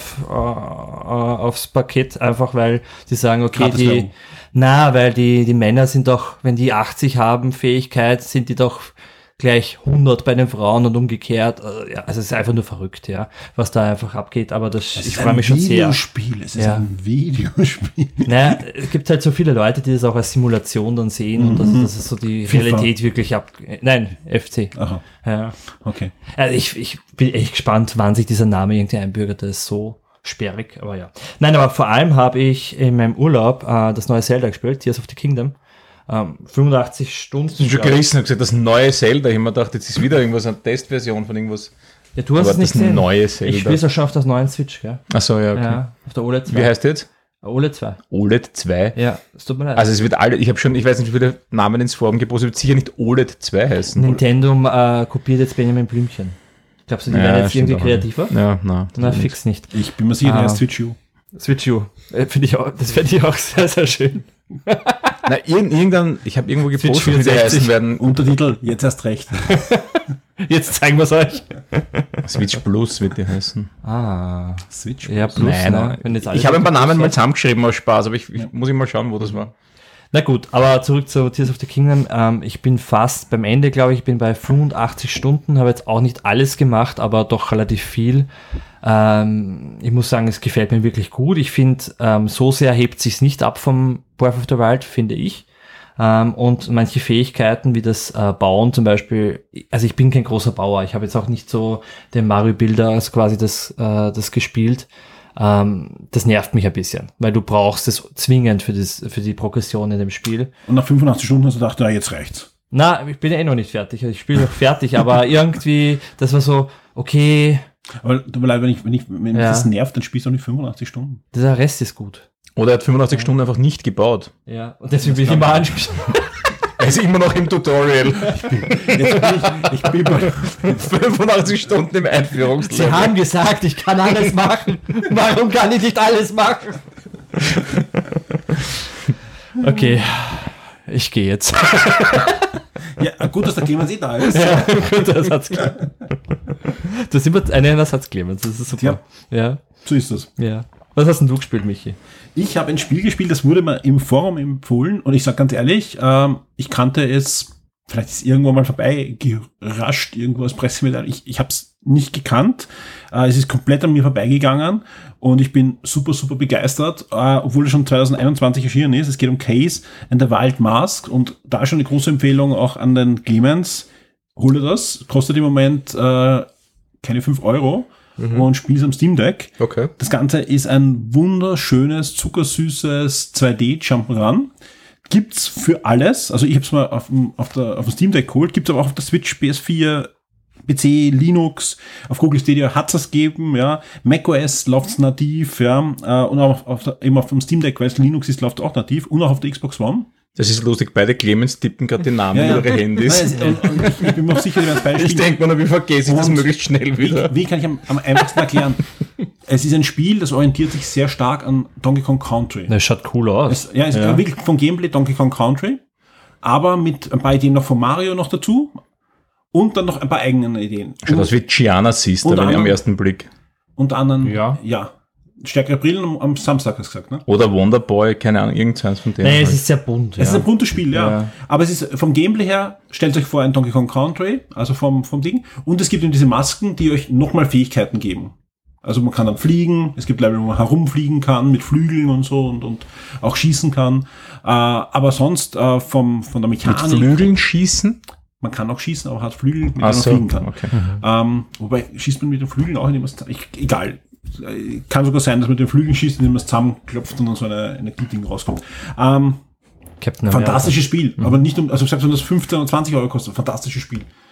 aufs Parkett, einfach weil die sagen, okay, weil die Männer sind doch, wenn die 80 haben Fähigkeit, sind die doch gleich 100 bei den Frauen und umgekehrt. Also es ist einfach nur verrückt, ja, was da einfach abgeht. Aber ich freue mich schon sehr. Es ist ein Videospiel. Naja, es gibt halt so viele Leute, die das auch als Simulation dann sehen und dass es so die Realität wirklich Nein, FC. Aha. Ja. Okay. Also ich bin echt gespannt, wann sich dieser Name irgendwie einbürgert. Das ist so sperrig, aber ja. Nein, aber vor allem habe ich in meinem Urlaub das neue Zelda gespielt, Tears of the Kingdom. 85 Stunden. Ich bin schon gerissen und gesagt, das neue Zelda. Ich habe mir gedacht, jetzt ist wieder irgendwas, eine Testversion von irgendwas. Ja, du hast es nicht gesehen. Neue Zelda. Ich spiele es auch schon auf der neuen Switch, gell? Achso, ja, okay. Ja, auf der OLED 2. Wie heißt jetzt? OLED 2. OLED 2? Ja, es tut mir leid. Also es wird ich weiß nicht, wie viele Namen ins Forum gepostet, wird sicher nicht OLED 2 heißen. Nintendo kopiert jetzt Benjamin Blümchen. Glaubst du, die werden jetzt irgendwie kreativer? Ja, na fix nicht. Ich bin mir sicher, der Switch U. Switch U. Das fände ich auch sehr, sehr schön. Na, ich habe irgendwo gepostet, wie die heißen werden. Untertitel, jetzt erst recht. Jetzt zeigen wir es euch. Switch Plus wird die heißen. Switch Plus. Ja, Plus. Nein. Ich habe ein paar Namen mal zusammengeschrieben aus Spaß, aber muss ich mal schauen, wo das war. Na gut, aber zurück zu Tears of the Kingdom. Ich bin fast beim Ende, glaube ich. Ich bin bei 85 Stunden, habe jetzt auch nicht alles gemacht, aber doch relativ viel. Ich muss sagen, es gefällt mir wirklich gut. Ich finde, so sehr hebt sich's nicht ab vom Breath of the Wild, finde ich. Und manche Fähigkeiten wie das Bauen zum Beispiel, also ich bin kein großer Bauer. Ich habe jetzt auch nicht so den Mario Builder als quasi das gespielt. Das nervt mich ein bisschen, weil du brauchst es zwingend für die Progression in dem Spiel. Und nach 85 Stunden hast du gedacht, jetzt reicht's. Na, ich bin ja noch nicht fertig. Ich spiele noch fertig, aber irgendwie, das war so, okay. Aber tut mir leid, wenn mich das nervt, dann spielst du auch nicht 85 Stunden. Der Rest ist gut. Oder er hat 85 Stunden einfach nicht gebaut. Ja, und deswegen bin ich immer angeschaut. Er ist immer noch im Tutorial. Ich bin bei 85 Stunden im Einführungslevel. Sie haben gesagt, ich kann alles machen. Warum kann ich nicht alles machen? Okay, ich gehe jetzt. Ja, gut, dass der Clemens da ist. Ja, guter Ersatz. Da sind wir einen Ersatz, Clemens. Das ist super. Ja. So ist das. Ja. Was hast denn du gespielt, Michi? Ich habe ein Spiel gespielt, das wurde mir im Forum empfohlen und ich sage ganz ehrlich, ich kannte es, vielleicht ist es irgendwann mal vorbeigerascht, irgendwo als Pressemitteilung. Ich habe es nicht gekannt. Es ist komplett an mir vorbeigegangen und ich bin super, super begeistert, obwohl es schon 2021 erschienen ist. Es geht um Case and the Wild Mask und da schon eine große Empfehlung auch an den Clemens. Hol dir das, kostet im Moment keine 5 Euro. Und spielst am Steam Deck. Okay. Das Ganze ist ein wunderschönes, zuckersüßes 2D-Jump'n'Run. Gibt's für alles. Also ich habe es mal auf dem Steam Deck geholt. Gibt's aber auch auf der Switch, PS4, PC, Linux. Auf Google Stadia hat's das gegeben. Ja. macOS läuft's nativ. Ja. Und auch eben auf dem Steam Deck, weil es Linux ist, läuft auch nativ. Und auch auf der Xbox One. Das ist lustig, beide Clemens tippen gerade den Namen ihrer Handys. Und ich bin mir auch sicher, die werden es beide spielen. Ich denke mal, wie vergesse ich das möglichst schnell wieder. Wie kann ich am einfachsten erklären? Es ist ein Spiel, das orientiert sich sehr stark an Donkey Kong Country. Das schaut cool aus. Es ist wirklich vom Gameplay Donkey Kong Country, aber mit ein paar Ideen noch von Mario noch dazu und dann noch ein paar eigenen Ideen. Schaut aus wie Gianna Sister, wenn ich am ersten Blick. Unter anderem, ja. Stärkere Brillen am Samstag, hast du gesagt, ne? Oder Wonderboy, keine Ahnung, irgendeins von denen. Nein, es ist sehr bunt. Es ist ein buntes Spiel, ja. Aber es ist vom Gameplay her, stellt euch vor ein Donkey Kong Country, also vom Ding. Und es gibt eben diese Masken, die euch nochmal Fähigkeiten geben. Also man kann dann fliegen, es gibt Level, wo man herumfliegen kann mit Flügeln und so und auch schießen kann. Aber sonst von der Mechanik. Mit Flügeln schießen? Man kann auch schießen, aber hat Flügel, mit denen man fliegen kann. Okay. Wobei schießt man mit den Flügeln auch, indem man egal. Kann sogar sein, dass man mit den Flügeln schießt, indem man es zusammenklopft und dann so eine Energieding rauskommt. Fantastisches Spiel, aber nicht also selbst wenn das 15 oder 20 Euro kostet, fantastisches Spiel.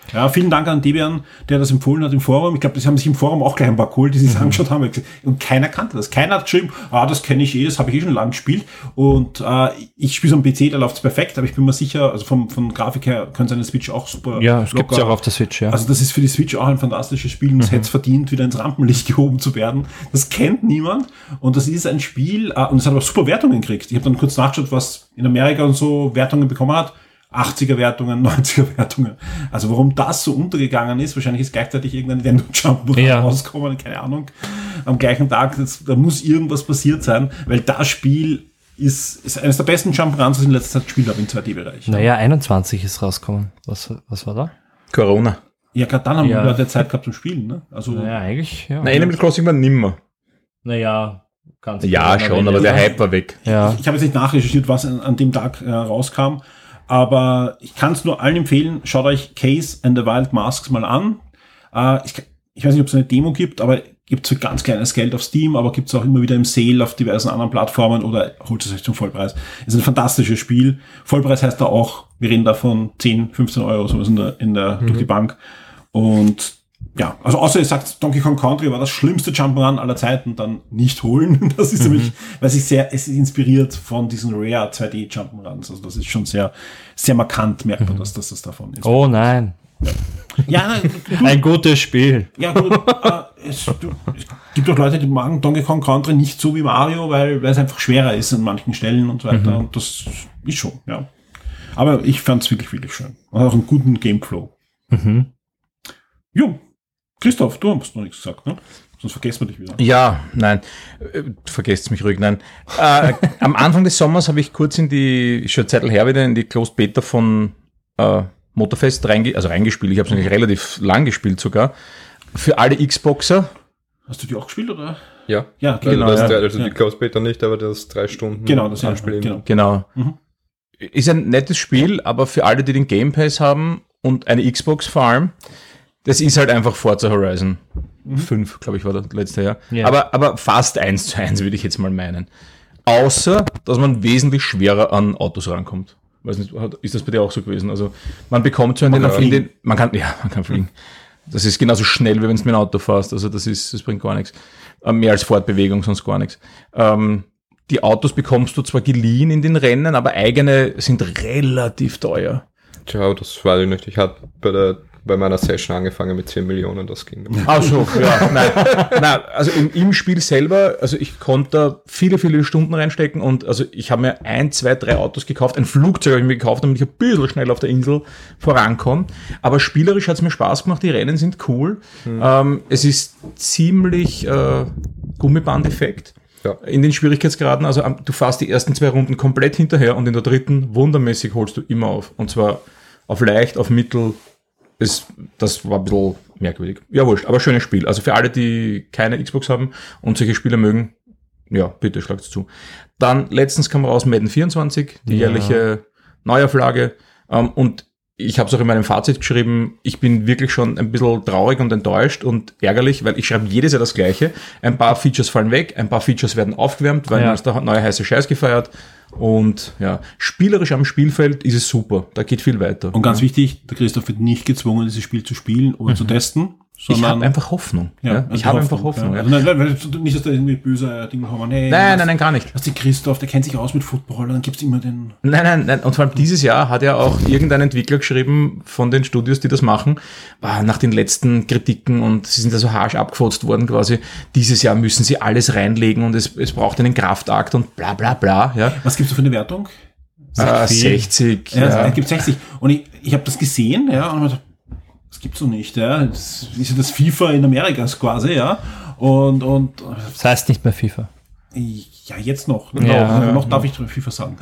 Ja, vielen Dank an Debian, der das empfohlen hat im Forum. Ich glaube, das haben sich im Forum auch gleich ein paar geholt, die sich angeschaut haben. Und keiner kannte das. Keiner hat geschrieben, das kenne ich das habe ich schon lange gespielt. Und ich spiele so am PC, da läuft es perfekt, aber ich bin mir sicher, also von Grafik her können seine Switch auch super. Ja, es gibt es auch auf der Switch, ja. Also das ist für die Switch auch ein fantastisches Spiel und es hätte es verdient, wieder ins Rampenlicht gehoben zu werden. Das kennt niemand und das ist ein Spiel, und es hat auch super Wertungen gekriegt. Ich habe dann kurz nachgeschaut, was in Amerika und so Wertungen bekommen hat. 80er-Wertungen, 90er-Wertungen. Also warum das so untergegangen ist, wahrscheinlich ist gleichzeitig irgendein Nintendo-Jump rausgekommen, keine Ahnung, am gleichen Tag, da muss irgendwas passiert sein, weil das Spiel ist eines der besten Jump-Runs, was ich in letzter Zeit gespielt habe im 2D-Bereich. Naja, 21 ist rausgekommen. Was war da? Corona. Ja, gerade dann haben wir Leute Zeit gehabt zum Spielen, ne? Also, naja, eigentlich, ja. Na, Animal Crossing war nimmer. Naja, ganz ja, schon, aber der Hype war weg. Ja. Ich habe jetzt nicht nachrecherchiert, was an dem Tag rauskam, aber ich kann es nur allen empfehlen, schaut euch Case and the Wild Masks mal an. Ich weiß nicht, ob es eine Demo gibt, aber gibt es für ganz kleines Geld auf Steam, aber gibt es auch immer wieder im Sale auf diversen anderen Plattformen oder holt es euch zum Vollpreis. Ist ein fantastisches Spiel. Vollpreis heißt da auch, wir reden da von 10, 15 Euro, sowas durch die Bank. Und ja, also außer ihr sagt, Donkey Kong Country war das schlimmste Jump'n'Run aller Zeiten, dann nicht holen. Das ist nämlich, weil es ist inspiriert von diesen Rare 2D Jump'n'Runs. Also das ist schon sehr, sehr markant, merkt man, dass das davon ist. Oh nein. Ja, ein gutes Spiel. Ja, gut, es gibt auch Leute, die machen Donkey Kong Country nicht so wie Mario, weil es einfach schwerer ist an manchen Stellen und so weiter. Und das ist schon, ja. Aber ich fand es wirklich, wirklich schön. Und auch einen guten Gameflow. Jo. Christoph, du hast noch nichts gesagt, ne? Sonst vergessen wir dich wieder. Ja, nein. Vergesst mich ruhig, nein. Am Anfang des Sommers habe ich kurz schon eine Zeit her wieder in die Closed Beta von Motorfest reingespielt. Ich habe es eigentlich relativ lang gespielt sogar. Für alle Xboxer. Hast du die auch gespielt, oder? Ja. Ja, genau. Die Closed Beta nicht, aber das 3 Stunden das Anspiel. Genau. Ist ein nettes Spiel, aber für alle, die den Game Pass haben und eine Xbox vor allem, das ist halt einfach Forza Horizon 5, glaube ich, war das letzte Jahr. Ja. Aber fast 1:1, würde ich jetzt mal meinen. Außer, dass man wesentlich schwerer an Autos rankommt. Weiß nicht, ist das bei dir auch so gewesen? Also, man bekommt so man kann fliegen. Das ist genauso schnell, wie wenn du mit dem Auto fährst. Also, das bringt gar nichts. Mehr als Fortbewegung, sonst gar nichts. Die Autos bekommst du zwar geliehen in den Rennen, aber eigene sind relativ teuer. Tja, das weiß ich nicht. Ich habe bei meiner Session angefangen mit 10 Millionen, das ging. Ach so, ja, nein, also im Spiel selber, also ich konnte da viele, viele Stunden reinstecken und also ich habe mir 1, 2, 3 Autos gekauft, ein Flugzeug habe ich mir gekauft, damit ich ein bisschen schnell auf der Insel vorankomme, aber spielerisch hat es mir Spaß gemacht, die Rennen sind cool, es ist ziemlich Gummiband-Effekt. Ja. In den Schwierigkeitsgraden, also du fährst die ersten 2 Runden komplett hinterher und in der dritten wundermäßig holst du immer auf. Und zwar auf leicht, auf mittel. Das war ein bisschen merkwürdig. Ja, wurscht, aber schönes Spiel. Also für alle, die keine Xbox haben und solche Spiele mögen, ja, bitte schlagt's zu. Dann letztens kam raus Madden 24, die jährliche Neuauflage. Und ich habe es auch in meinem Fazit geschrieben, ich bin wirklich schon ein bisschen traurig und enttäuscht und ärgerlich, weil ich schreibe jedes Jahr das Gleiche. Ein paar Features fallen weg, ein paar Features werden aufgewärmt, weil man ist der neue heiße Scheiß gefeiert. Und ja, spielerisch am Spielfeld ist es super. Da geht viel weiter. Und ganz wichtig, der Christoph wird nicht gezwungen, dieses Spiel zu spielen oder zu testen. Ich habe einfach Hoffnung. Ja, ich habe einfach Hoffnung. Ja. Also nicht, dass da irgendwie böse Dinge kommen. Hey, nein, gar nicht. Das ist der Christoph, der kennt sich aus mit Football, dann gibt's immer den... Nein. Und vor allem dieses Jahr hat ja auch irgendein Entwickler geschrieben von den Studios, die das machen, nach den letzten Kritiken und sie sind da so harsch abgefotzt worden quasi, dieses Jahr müssen sie alles reinlegen und es braucht einen Kraftakt und bla bla bla. Ja. Was gibt's da für eine Wertung? 60. Ja, es gibt 60. Und ich habe das gesehen, ja, und ich das gibt's so nicht, ja. Das ist ja das FIFA in Amerikas quasi, ja. Und das heißt nicht mehr FIFA. Ja, jetzt noch. Noch darf ich FIFA sagen.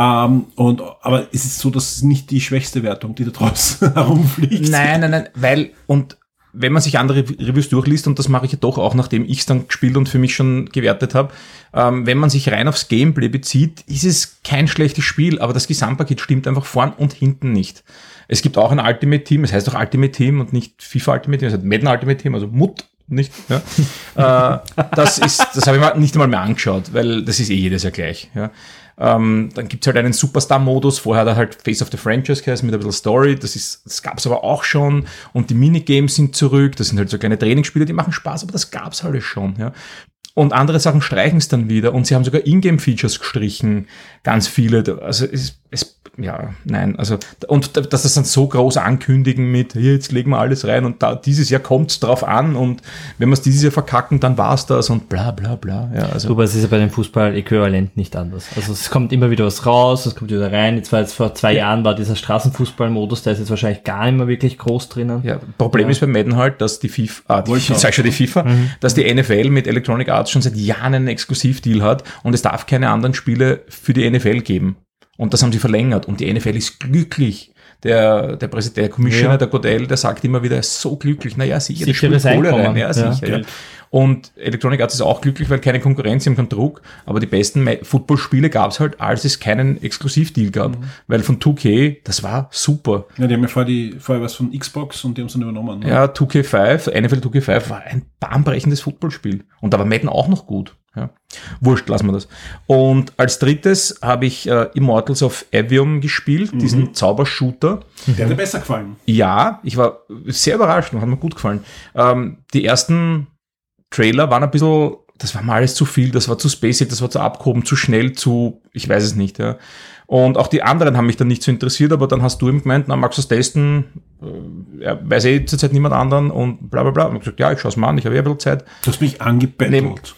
Aber es ist so, dass es nicht die schwächste Wertung, die da draußen herumfliegt. Nein, und wenn man sich andere Reviews durchliest, und das mache ich ja doch auch, nachdem ich es dann gespielt und für mich schon gewertet habe, wenn man sich rein aufs Gameplay bezieht, ist es kein schlechtes Spiel, aber das Gesamtpaket stimmt einfach vorn und hinten nicht. Es gibt auch ein Ultimate Team, es heißt auch Ultimate Team und nicht FIFA Ultimate Team, es heißt Madden Ultimate Team, also MUT nicht. Ja. Das habe ich mir nicht einmal mehr angeschaut, weil das ist jedes Jahr gleich. Ja. Dann gibt's halt einen Superstar-Modus, vorher hat er halt Face of the Franchise geheißen mit ein bisschen Story, das gab's aber auch schon und die Minigames sind zurück, das sind halt so kleine Trainingsspiele, die machen Spaß, aber das gab's halt schon. Ja. Und andere Sachen streichen es dann wieder und sie haben sogar Ingame-Features gestrichen, ganz viele, also und dass das dann so groß ankündigen mit, hier, jetzt legen wir alles rein und dieses Jahr kommt's drauf an und wenn wir es dieses Jahr verkacken, dann war's das und bla bla bla. Ja, also. Aber es ist ja bei dem Fußball-Äquivalent nicht anders. Also es kommt immer wieder was raus, es kommt wieder rein. Jetzt vor 2 Jahren war dieser Straßenfußball-Modus, der ist jetzt wahrscheinlich gar nicht mehr wirklich groß drinnen. Ja, Problem ist bei Madden halt, dass die FIFA, dass die NFL mit Electronic Arts schon seit Jahren einen Exklusivdeal hat und es darf keine anderen Spiele für die NFL geben. Und das haben sie verlängert. Und die NFL ist glücklich. Der Präsident, der Commissioner, der Godel, der sagt immer wieder, er ist so glücklich. Naja, sicher, der spielt Kohle rein. Ja, sicher. Ja. Und Electronic Arts ist auch glücklich, weil keine Konkurrenz, sie haben keinen Druck. Aber die besten Footballspiele gab es halt, als es keinen Exklusivdeal gab. Weil von 2K, das war super. Ja, die haben ja vorher was von Xbox und die haben es dann übernommen. Ne? Ja, 2K5, NFL 2K5 war ein bahnbrechendes Footballspiel. Und da war Madden auch noch gut. Ja. Wurscht, lassen wir das. Und als drittes habe ich Immortals of Avium gespielt, diesen Zaubershooter. Der hat mir besser gefallen. Ja, ich war sehr überrascht und hat mir gut gefallen. Die ersten Trailer waren ein bisschen, das war mal alles zu viel, das war zu spacey, das war zu abgehoben, zu schnell, ich weiß es nicht, ja. Und auch die anderen haben mich dann nicht so interessiert, aber dann hast du ihm gemeint, na, magst du es testen? Weiß zurzeit niemand anderen und bla bla bla. Und ich gesagt, ja, ich schaue es mal an, ich habe ein bisschen Zeit. Du hast mich angebettelt.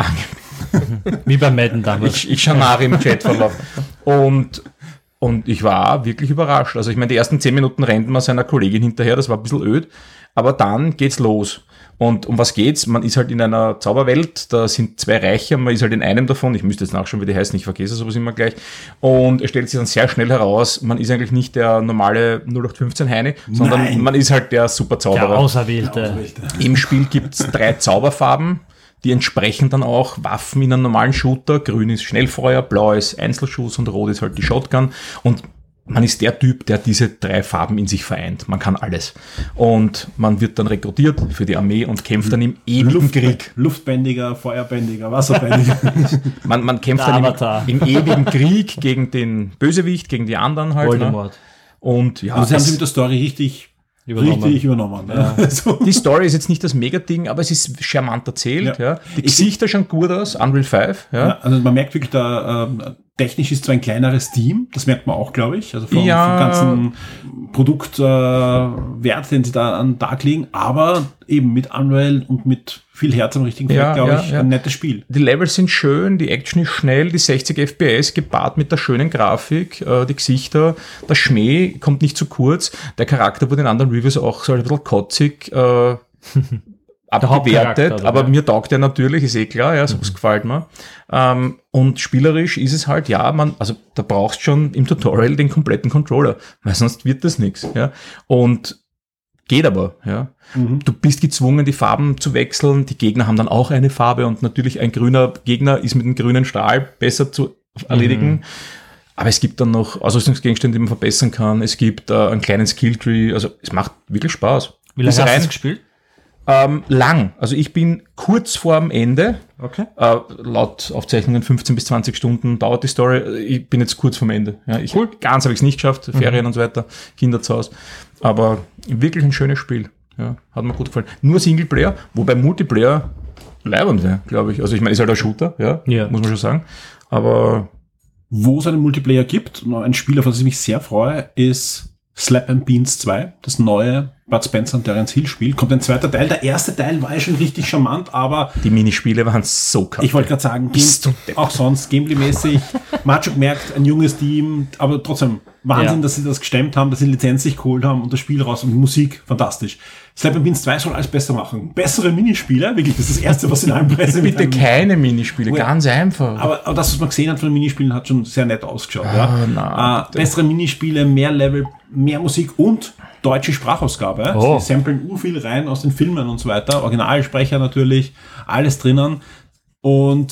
Wie bei Madden damals. Ich schaue nach im Chatverlauf. Und ich war wirklich überrascht. Also ich meine, die ersten 10 Minuten rennt man seiner Kollegin hinterher, das war ein bisschen öd, aber dann geht's los. Und um was geht's? Man ist halt in einer Zauberwelt, da sind 2 Reiche, man ist halt in einem davon, ich müsste jetzt nachschauen, wie die heißen, ich vergesse sowas immer gleich. Und es stellt sich dann sehr schnell heraus, man ist eigentlich nicht der normale 0815 Heini, sondern man ist halt der Superzauberer. Der Auserwählte. Im Spiel gibt's 3 Zauberfarben, die entsprechen dann auch Waffen in einem normalen Shooter. Grün ist Schnellfeuer, blau ist Einzelschuss und rot ist halt die Shotgun. Und man ist der Typ, der diese 3 Farben in sich vereint. Man kann alles. Und man wird dann rekrutiert für die Armee und kämpft dann im ewigen Krieg. Luftbändiger, Feuerbändiger, Wasserbändiger. man kämpft dann im ewigen Krieg gegen den Bösewicht, gegen die anderen halt. Voldemort. Ne? Und ja. Also sie haben sie mit der Story richtig übernommen. Ja. Die Story ist jetzt nicht das Megading, aber es ist charmant erzählt. Ja. Die Gesichter schauen gut aus, Unreal 5. Ja. Also man merkt wirklich, technisch ist zwar ein kleineres Team, das merkt man auch, glaube ich, also vom ganzen Produktwert, den sie da an den Tag legen, aber eben mit Unreal und mit viel Herz am richtigen Fleck, glaube ich, ein nettes Spiel. Die Levels sind schön, die Action ist schnell, die 60 FPS gepaart mit der schönen Grafik, die Gesichter, der Schmäh kommt nicht zu kurz, der Charakter wurde in anderen Reviews auch so ein bisschen kotzig abgewertet, aber mir taugt der natürlich, ist eh klar, ja, sowas gefällt mir. Und spielerisch ist es halt, also da brauchst du schon im Tutorial den kompletten Controller, weil sonst wird das nichts, ja. Und geht aber, ja. Du bist gezwungen, die Farben zu wechseln, die Gegner haben dann auch eine Farbe und natürlich ein grüner Gegner ist mit einem grünen Strahl besser zu erledigen. Aber es gibt dann noch Ausrüstungsgegenstände, die man verbessern kann, es gibt einen kleinen Skilltree, also es macht wirklich Spaß. Wie lange hast du es gespielt? Lang. Also ich bin kurz vorm Ende. Okay. Laut Aufzeichnungen 15 bis 20 Stunden dauert die Story. Ich bin jetzt kurz vorm Ende. Ja, ganz habe ich es nicht geschafft. Ferien und so weiter. Kinder zu Hause. Aber wirklich ein schönes Spiel. Ja, hat mir gut gefallen. Nur Singleplayer, wobei Multiplayer leibend wäre, glaube ich. Also ich meine, ist halt ein Shooter, ja, muss man schon sagen. Aber wo es einen Multiplayer gibt, ein Spiel, auf das ich mich sehr freue, ist Slap and Beans 2, das neue Bud Spencer und Terence Hill Spiel. Kommt ein zweiter Teil. Der erste Teil war ja schon richtig charmant, aber die Minispiele waren so kacke. Ich wollte gerade sagen, auch sonst Gameplay-mäßig. Man hat schon gemerkt, ein junges Team, aber trotzdem Wahnsinn, dass sie das gestemmt haben, dass sie Lizenz sich geholt haben und das Spiel raus und Musik, fantastisch. Slap and Beans 2 soll alles besser machen. Bessere Minispiele, wirklich, das ist das Erste, was in allen Presse bitte keine Minispiele, ganz einfach. Aber das, was man gesehen hat von den Minispielen, hat schon sehr nett ausgeschaut. Bessere Minispiele, mehr Level, mehr Musik und deutsche Sprachausgabe. Sie samplen viel rein aus den Filmen und so weiter. Originalsprecher natürlich, alles drinnen. Und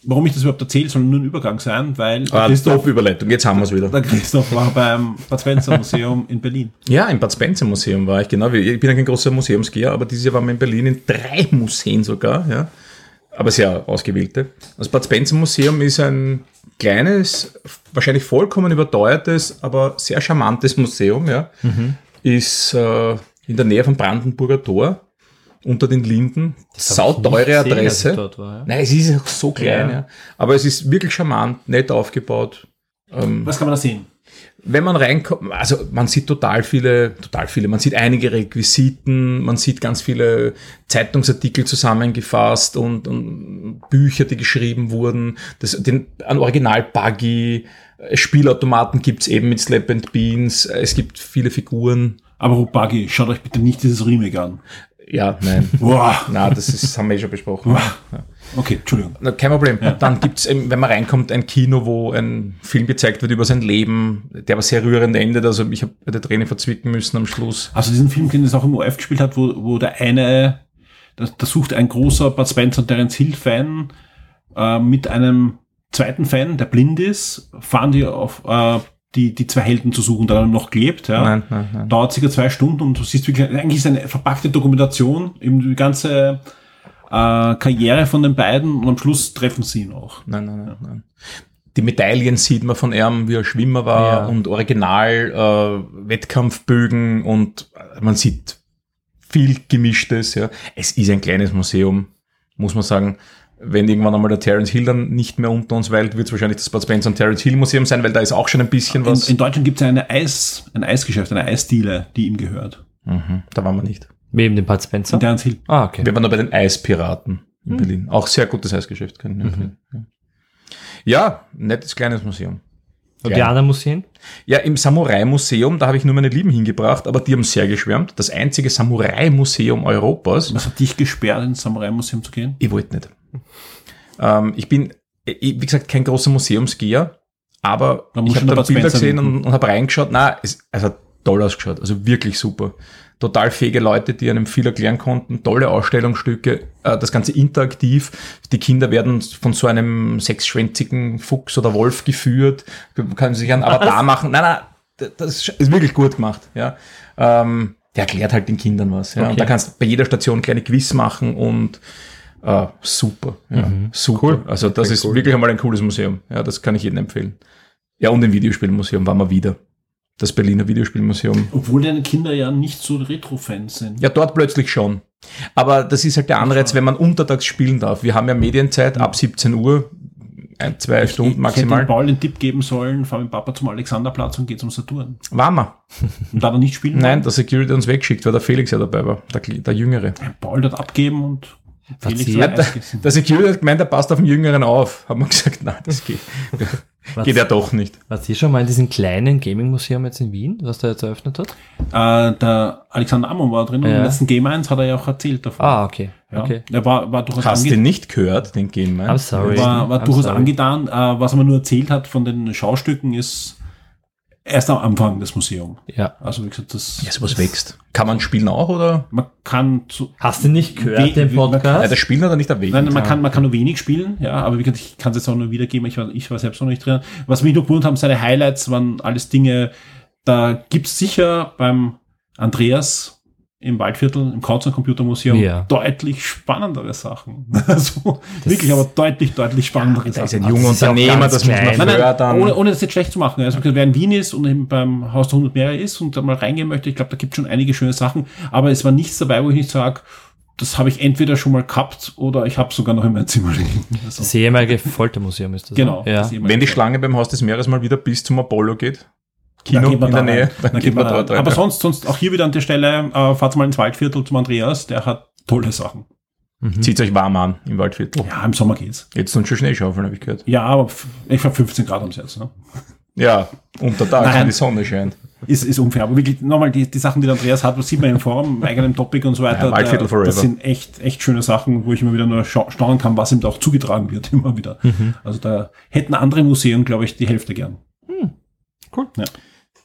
warum ich das überhaupt erzähle, soll nur ein Übergang sein, weil Top-Überleitung, jetzt haben wir es wieder. Der Christoph war beim Bud Spencer Museum in Berlin. Ja, im Bud Spencer Museum war ich, genau. Ich bin ja kein großer Museumsgeher, aber dieses Jahr waren wir in Berlin in 3 Museen sogar, ja. Aber sehr ausgewählte. Das Bud Spencer Museum ist ein kleines, wahrscheinlich vollkommen überteuertes, aber sehr charmantes Museum, ja. Ist in der Nähe vom Brandenburger Tor. Unter den Linden. Sauteure Adresse. Dort war, ja. Nein, es ist auch so klein, ja. Aber es ist wirklich charmant, nett aufgebaut. Was kann man da sehen? Wenn man reinkommt, also man sieht total viele, man sieht einige Requisiten, man sieht ganz viele Zeitungsartikel zusammengefasst und Bücher, die geschrieben wurden. Ein Original-Buggy, Spielautomaten gibt's eben mit Slap and Beans, es gibt viele Figuren. Aber Buggy, schaut euch bitte nicht dieses Remake an. Ja, nein. Wow. Nein, haben wir schon besprochen. Wow. Okay, Entschuldigung. Kein Problem. Ja. Dann gibt's, wenn man reinkommt, ein Kino, wo ein Film gezeigt wird über sein Leben, der aber sehr rührend endet. Also ich habe bei der Träne verzwicken müssen am Schluss. Also diesen Film, den es auch im ORF gespielt hat, wo der eine, da sucht ein großer Bud Spencer und Terence Hill-Fan mit einem zweiten Fan, der blind ist, fahren die auf die 2 Helden zu suchen, der dann noch klebt. Ja. Nein. Dauert circa 2 Stunden und du siehst wirklich, eigentlich ist eine verpackte Dokumentation, eben die ganze Karriere von den beiden und am Schluss treffen sie ihn auch. Nein. Die Medaillen sieht man von ihm, wie er Schwimmer war und Original Wettkampfbögen und man sieht viel Gemischtes. Ja. Es ist ein kleines Museum, muss man sagen. Wenn irgendwann einmal der Terence Hill dann nicht mehr unter uns weilt, wird es wahrscheinlich das Bud Spencer und Terence Hill Museum sein, weil da ist auch schon ein bisschen was. In Deutschland gibt es ein Eisgeschäft, eine Eisdiele, die ihm gehört. Da waren wir nicht. Neben dem Bud Spencer? Terence Hill. Ah, okay. Wir waren nur bei den Eispiraten in Berlin. Auch sehr gutes Eisgeschäft. Ja, nettes kleines Museum. Und die anderen Museen? Ja, im Samurai-Museum, da habe ich nur meine Lieben hingebracht, aber die haben sehr geschwärmt. Das einzige Samurai-Museum Europas. Was hat dich gesperrt, ins Samurai-Museum zu gehen? Ich wollte nicht. Ich bin, wie gesagt, kein großer Museumsgeher, aber ich habe da Bilder gesehen und habe reingeschaut. Nein, es hat toll ausgeschaut, also wirklich super. Total fähige Leute, die einem viel erklären konnten, tolle Ausstellungsstücke, das Ganze interaktiv. Die Kinder werden von so einem 6-schwänzigen Fuchs oder Wolf geführt, können sich einen Avatar machen. Nein, das ist wirklich gut gemacht. Ja. Der erklärt halt den Kindern was. Ja. Okay. Und da kannst du bei jeder Station kleine Quiz machen und super. Ja, super. Cool. Also das ist cool. Wirklich einmal ein cooles Museum. Ja, das kann ich jedem empfehlen. Ja, und im Videospielmuseum waren wir wieder. Das Berliner Videospielmuseum. Obwohl deine Kinder ja nicht so Retro-Fans sind. Ja, dort plötzlich schon. Aber das ist halt der Anreiz, wenn man untertags spielen darf. Wir haben ja Medienzeit ab 17 Uhr, 1-2 Stunden maximal. Ich hätte Paul den Tipp geben sollen, fahr mit Papa zum Alexanderplatz und geh zum Saturn. Waren wir. Und da er nicht spielen Nein, der Security hat uns weggeschickt, weil der Felix ja dabei war, der Jüngere. Paul dort abgeben und Felix der Security hat gemeint, der passt auf den Jüngeren auf. Haben wir gesagt, nein, das geht. Geht ja doch nicht. Warst du schon mal in diesem kleinen Gaming-Museum jetzt in Wien, was der jetzt eröffnet hat? Der Alexander Ammon war drin und im letzten Game 1 hat er ja auch erzählt davon. Ah, okay. Ja. Okay. Er war durchaus Hast du den nicht gehört, den Game 1? I'm sorry. War durchaus angetan. Was er mir nur erzählt hat von den Schaustücken ist erst am Anfang des Museums. Ja. Also wie gesagt, das... Ja, sowas wächst. Kann man spielen auch, oder? Man kann... Hast du nicht gehört, den Podcast? Ja, das Spielen hat er nicht erwähnt. Nein, man kann nur wenig spielen, ja, aber wie gesagt, ich kann es jetzt auch nur wiedergeben, ich war selbst noch nicht drin. Was mich nur gewundert haben, seine Highlights waren alles Dinge, da gibt's sicher beim Andreas im Waldviertel, im Kautzer Computermuseum deutlich spannendere Sachen. Also wirklich, aber deutlich spannendere Sachen. Da ist ein junger Unternehmer, das muss man fördern. Ohne das jetzt schlecht zu machen. Also wer in Wien ist und eben beim Haus der 100 Meere ist und da mal reingehen möchte, ich glaube, da gibt schon einige schöne Sachen, aber es war nichts dabei, wo ich nicht sage, das habe ich entweder schon mal gehabt oder ich habe sogar noch in meinem Zimmer liegen. Also. Das ehemalige Foltermuseum ist das. Genau. Ja. Das wenn die Schlange beim Haus des Meeres mal wieder bis zum Apollo geht, Kino in der Nähe, dann geht man dort rein. Aber sonst auch hier wieder an der Stelle, fahrt mal ins Waldviertel zum Andreas, der hat tolle Sachen. Zieht euch warm an im Waldviertel. Ja, im Sommer geht's. Jetzt sind schon Schneeschaufeln, habe ich gehört. Ja, aber ich war 15 Grad ums Herz. Ne? Ja, unter Tag, wenn die Sonne scheint. Ist unfair. Aber wirklich nochmal die Sachen, die der Andreas hat, was sieht man im Forum, im eigenen Topic und so weiter. Ja, Waldviertel forever. Das sind echt schöne Sachen, wo ich immer wieder nur staunen kann, was ihm da auch zugetragen wird, immer wieder. Also da hätten andere Museen, glaube ich, die Hälfte gern. Cool. Ja.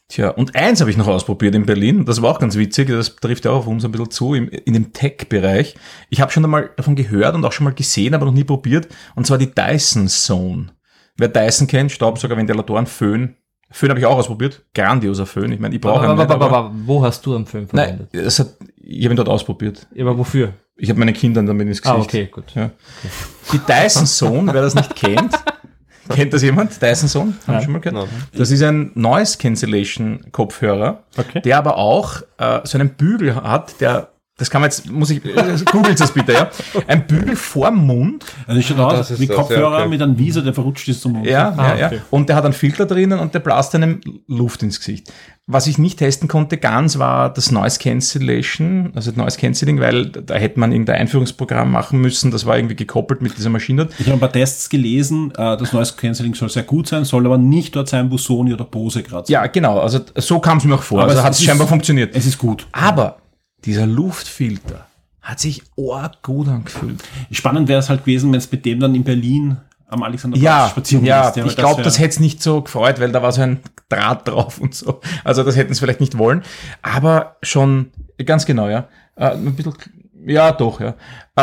Tja, und eins habe ich noch ausprobiert in Berlin, das war auch ganz witzig, das trifft ja auch auf uns ein bisschen zu, in dem Tech-Bereich. Ich habe schon einmal davon gehört und auch schon mal gesehen, aber noch nie probiert, und zwar die Dyson Zone. Wer Dyson kennt, Staubsauger, Ventilatoren, Föhn. Föhn habe ich auch ausprobiert, grandioser Föhn. Ich meine, ich brauche einen nicht, aber wo hast du einen Föhn verwendet? Nein, ich habe ihn dort ausprobiert. Aber wofür? Ich habe meinen Kindern damit ins Gesicht. Okay, gut. Ja. Die Dyson Zone, wer das nicht kennt, kennt das jemand? Dyson Zone? Haben schon mal gehört? Nein. Das ist ein Noise Cancellation Kopfhörer, der aber auch so einen Bügel hat, das kann man jetzt, googelt das bitte, ja. Ein Bügel vorm Mund. Also schaut aus wie Kopfhörer mit einem Visor, der verrutscht ist zum Mund. Ja. Und der hat einen Filter drinnen und der blast einem Luft ins Gesicht. Was ich nicht testen konnte ganz, war das Noise Cancellation, also Noise Cancelling, weil da hätte man irgendein Einführungsprogramm machen müssen, das war irgendwie gekoppelt mit dieser Maschine. Ich habe ein paar Tests gelesen, das Noise Cancelling soll sehr gut sein, soll aber nicht dort sein, wo Sony oder Bose gerade sind. Ja, genau, also so kam es mir auch vor, aber also hat es scheinbar funktioniert. Es ist gut. Aber dieser Luftfilter hat sich gut angefühlt. Spannend wäre es halt gewesen, wenn es mit dem dann in Berlin am Alexanderplatz spazieren ist. Ja, ich glaube, das hätte es nicht so gefreut, weil da war so ein Draht drauf und so. Also das hätten es vielleicht nicht wollen. Aber schon, ganz genau, ja. Ein bisschen, ja, doch, ja.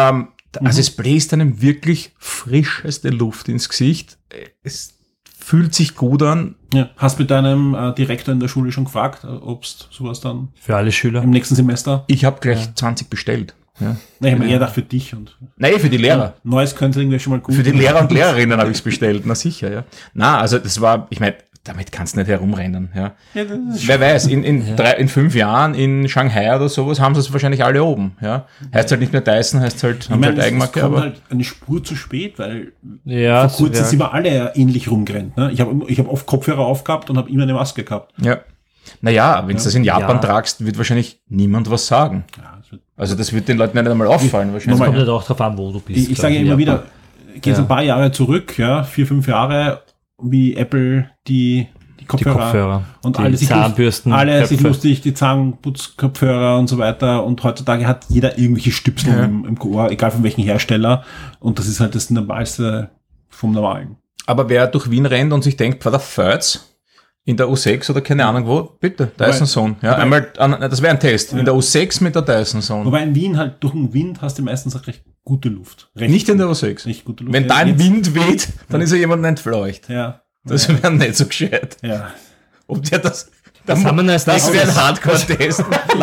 Also es bläst einem wirklich frischeste Luft ins Gesicht. Es fühlt sich gut an. Ja. Hast du mit deinem Direktor in der Schule schon gefragt, ob es sowas dann für alle Schüler im nächsten Semester? Ich habe gleich 20 bestellt. Ja. Nein, ich habe eher gedacht für dich. Nein, für die Lehrer. Ja, Noise Cancelling wäre schon mal gut. Für die Lehrer und Lehrerinnen habe ich es bestellt, na sicher, ja. Na, also das war, ich meine, damit kannst du nicht herumrennen, ja. Wer weiß, in 5 Jahren in Shanghai oder sowas haben sie es wahrscheinlich alle oben, ja. Heißt halt nicht mehr Dyson, heißt halt, haben halt Eigenmarke, aber halt eine Spur zu spät, weil vor kurzem sind wir alle ähnlich rumgerannt, ne? Ich hab oft Kopfhörer aufgehabt und habe immer eine Maske gehabt. Ja. Naja, wenn du das in Japan tragst, wird wahrscheinlich niemand was sagen. Ja, also das wird den Leuten nicht einmal auffallen wahrscheinlich. Es kommt halt auch drauf an, wo du bist. Ich sage ja immer wieder, geht ein paar Jahre zurück, ja, 4-5 Jahre, wie Apple die Kopfhörer und alle Zahnbürsten, sich lustig, die Zahnputzkopfhörer und so weiter, und heutzutage hat jeder irgendwelche Stüpsel im Ohr, egal von welchem Hersteller, und das ist halt das Normalste vom Normalen. Aber wer durch Wien rennt und sich denkt, war der Fötz in der U6 oder keine Ahnung wo, bitte, Dyson Zone. Ja, einmal, das wäre ein Test, in der U6 mit der Dyson Zone. Wobei in Wien halt durch den Wind hast du meistens auch recht gute Luft. Nicht in der U6. Nicht gute Luft. Wenn da ein Wind weht, dann ist ja jemand entfleucht. Ja. Das wäre nicht so gescheit. Ja. Ob der das Das wäre ein Hardcore-Test.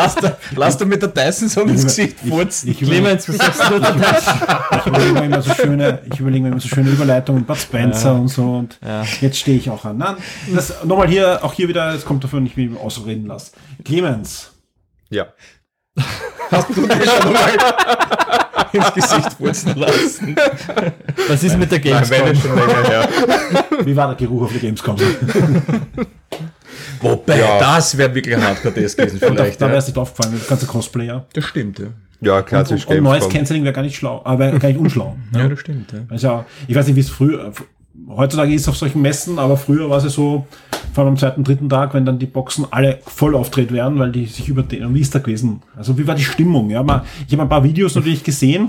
Lass du mit der Dyson so ins Gesicht furzen. Clemens, was sagst du da? Ich überlege mir immer so schöne Überleitungen, Bud Spencer und so, und jetzt stehe ich auch an. Nein, das nochmal auch hier wieder, es kommt davon, ich will mich ausreden lassen. Clemens. Ja. Hast du dir schon mal ins Gesicht furzen lassen? Was ist mit der Gamescom? Schon länger her. Wie war der Geruch auf der Gamescom? Wobei, das wäre wirklich ein Hardcore-Test gewesen vielleicht. Da wäre es nicht aufgefallen, das ganze Cosplayer. Das stimmt, ja. Ja, klassisch und Noise Cancelling wäre gar nicht schlau, aber gar nicht unschlau. Ja, das stimmt, ja. Also, ich weiß nicht, wie es früher, heutzutage ist es auf solchen Messen, aber früher war es ja so, vor allem am 2., 3. Tag, wenn dann die Boxen alle voll aufgedreht werden, weil die sich über den, wie ist da gewesen? Also, wie war die Stimmung? Ja, ich habe ein paar Videos natürlich gesehen,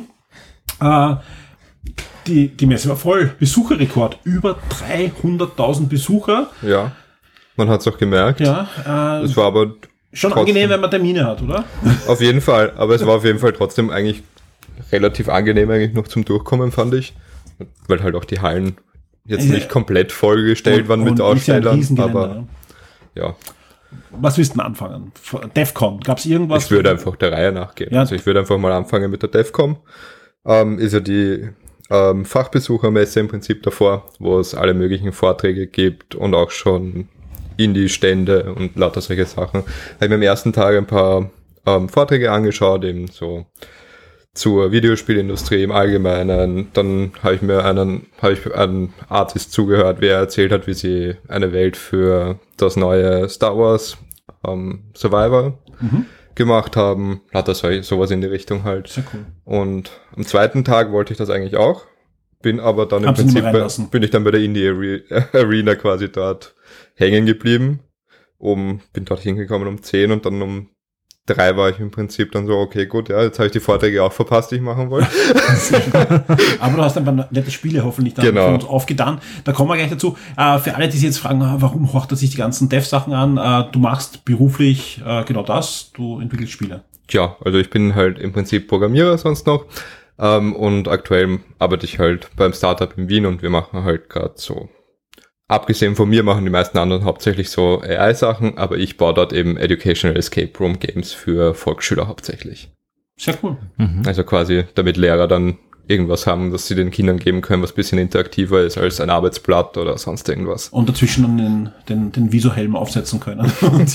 die Messe war voll, Besucherrekord, über 300.000 Besucher. Ja, man hat es auch gemerkt. Ja, es war aber schon trotzdem angenehm, wenn man Termine hat, oder? Auf jeden Fall, aber es war auf jeden Fall trotzdem eigentlich relativ angenehm eigentlich noch zum Durchkommen, fand ich. Weil halt auch die Hallen jetzt nicht komplett vollgestellt waren mit Ausstellern, aber ja. Was willst du denn anfangen? DEFCON, gab es irgendwas? Ich würde einfach der Reihe nachgehen. Ja. Also ich würde einfach mal anfangen mit der DEFCON. Ist ja die Fachbesuchermesse im Prinzip davor, wo es alle möglichen Vorträge gibt und auch schon Indie-Stände und lauter solche Sachen. Habe ich mir am ersten Tag ein paar Vorträge angeschaut, eben so zur Videospielindustrie im Allgemeinen. Dann habe ich einen Artist zugehört, wer erzählt hat, wie sie eine Welt für das neue Star Wars Survivor gemacht haben. Hat das sowas in die Richtung halt. Sehr cool. Und am zweiten Tag wollte ich das eigentlich auch. Bin aber dann im Prinzip bin ich dann bei der Indie Arena quasi dort hängen geblieben. Bin dort hingekommen um 10 und dann um 3 war ich im Prinzip dann so, okay, gut, ja, jetzt habe ich die Vorträge auch verpasst, die ich machen wollte. Aber du hast ein paar nette Spiele hoffentlich dann für uns aufgetan. Da kommen wir gleich dazu. Für alle, die sich jetzt fragen, warum horcht er sich die ganzen Dev-Sachen an? Du machst beruflich genau das, du entwickelst Spiele. Ja, also ich bin halt im Prinzip Programmierer sonst noch und aktuell arbeite ich halt beim Startup in Wien und wir machen halt gerade so, abgesehen von mir machen die meisten anderen hauptsächlich so AI-Sachen, aber ich baue dort eben Educational Escape Room Games für Volksschüler hauptsächlich. Sehr cool. Also quasi, damit Lehrer dann irgendwas haben, das sie den Kindern geben können, was ein bisschen interaktiver ist als ein Arbeitsblatt oder sonst irgendwas. Und dazwischen dann den Viso-Helm aufsetzen können.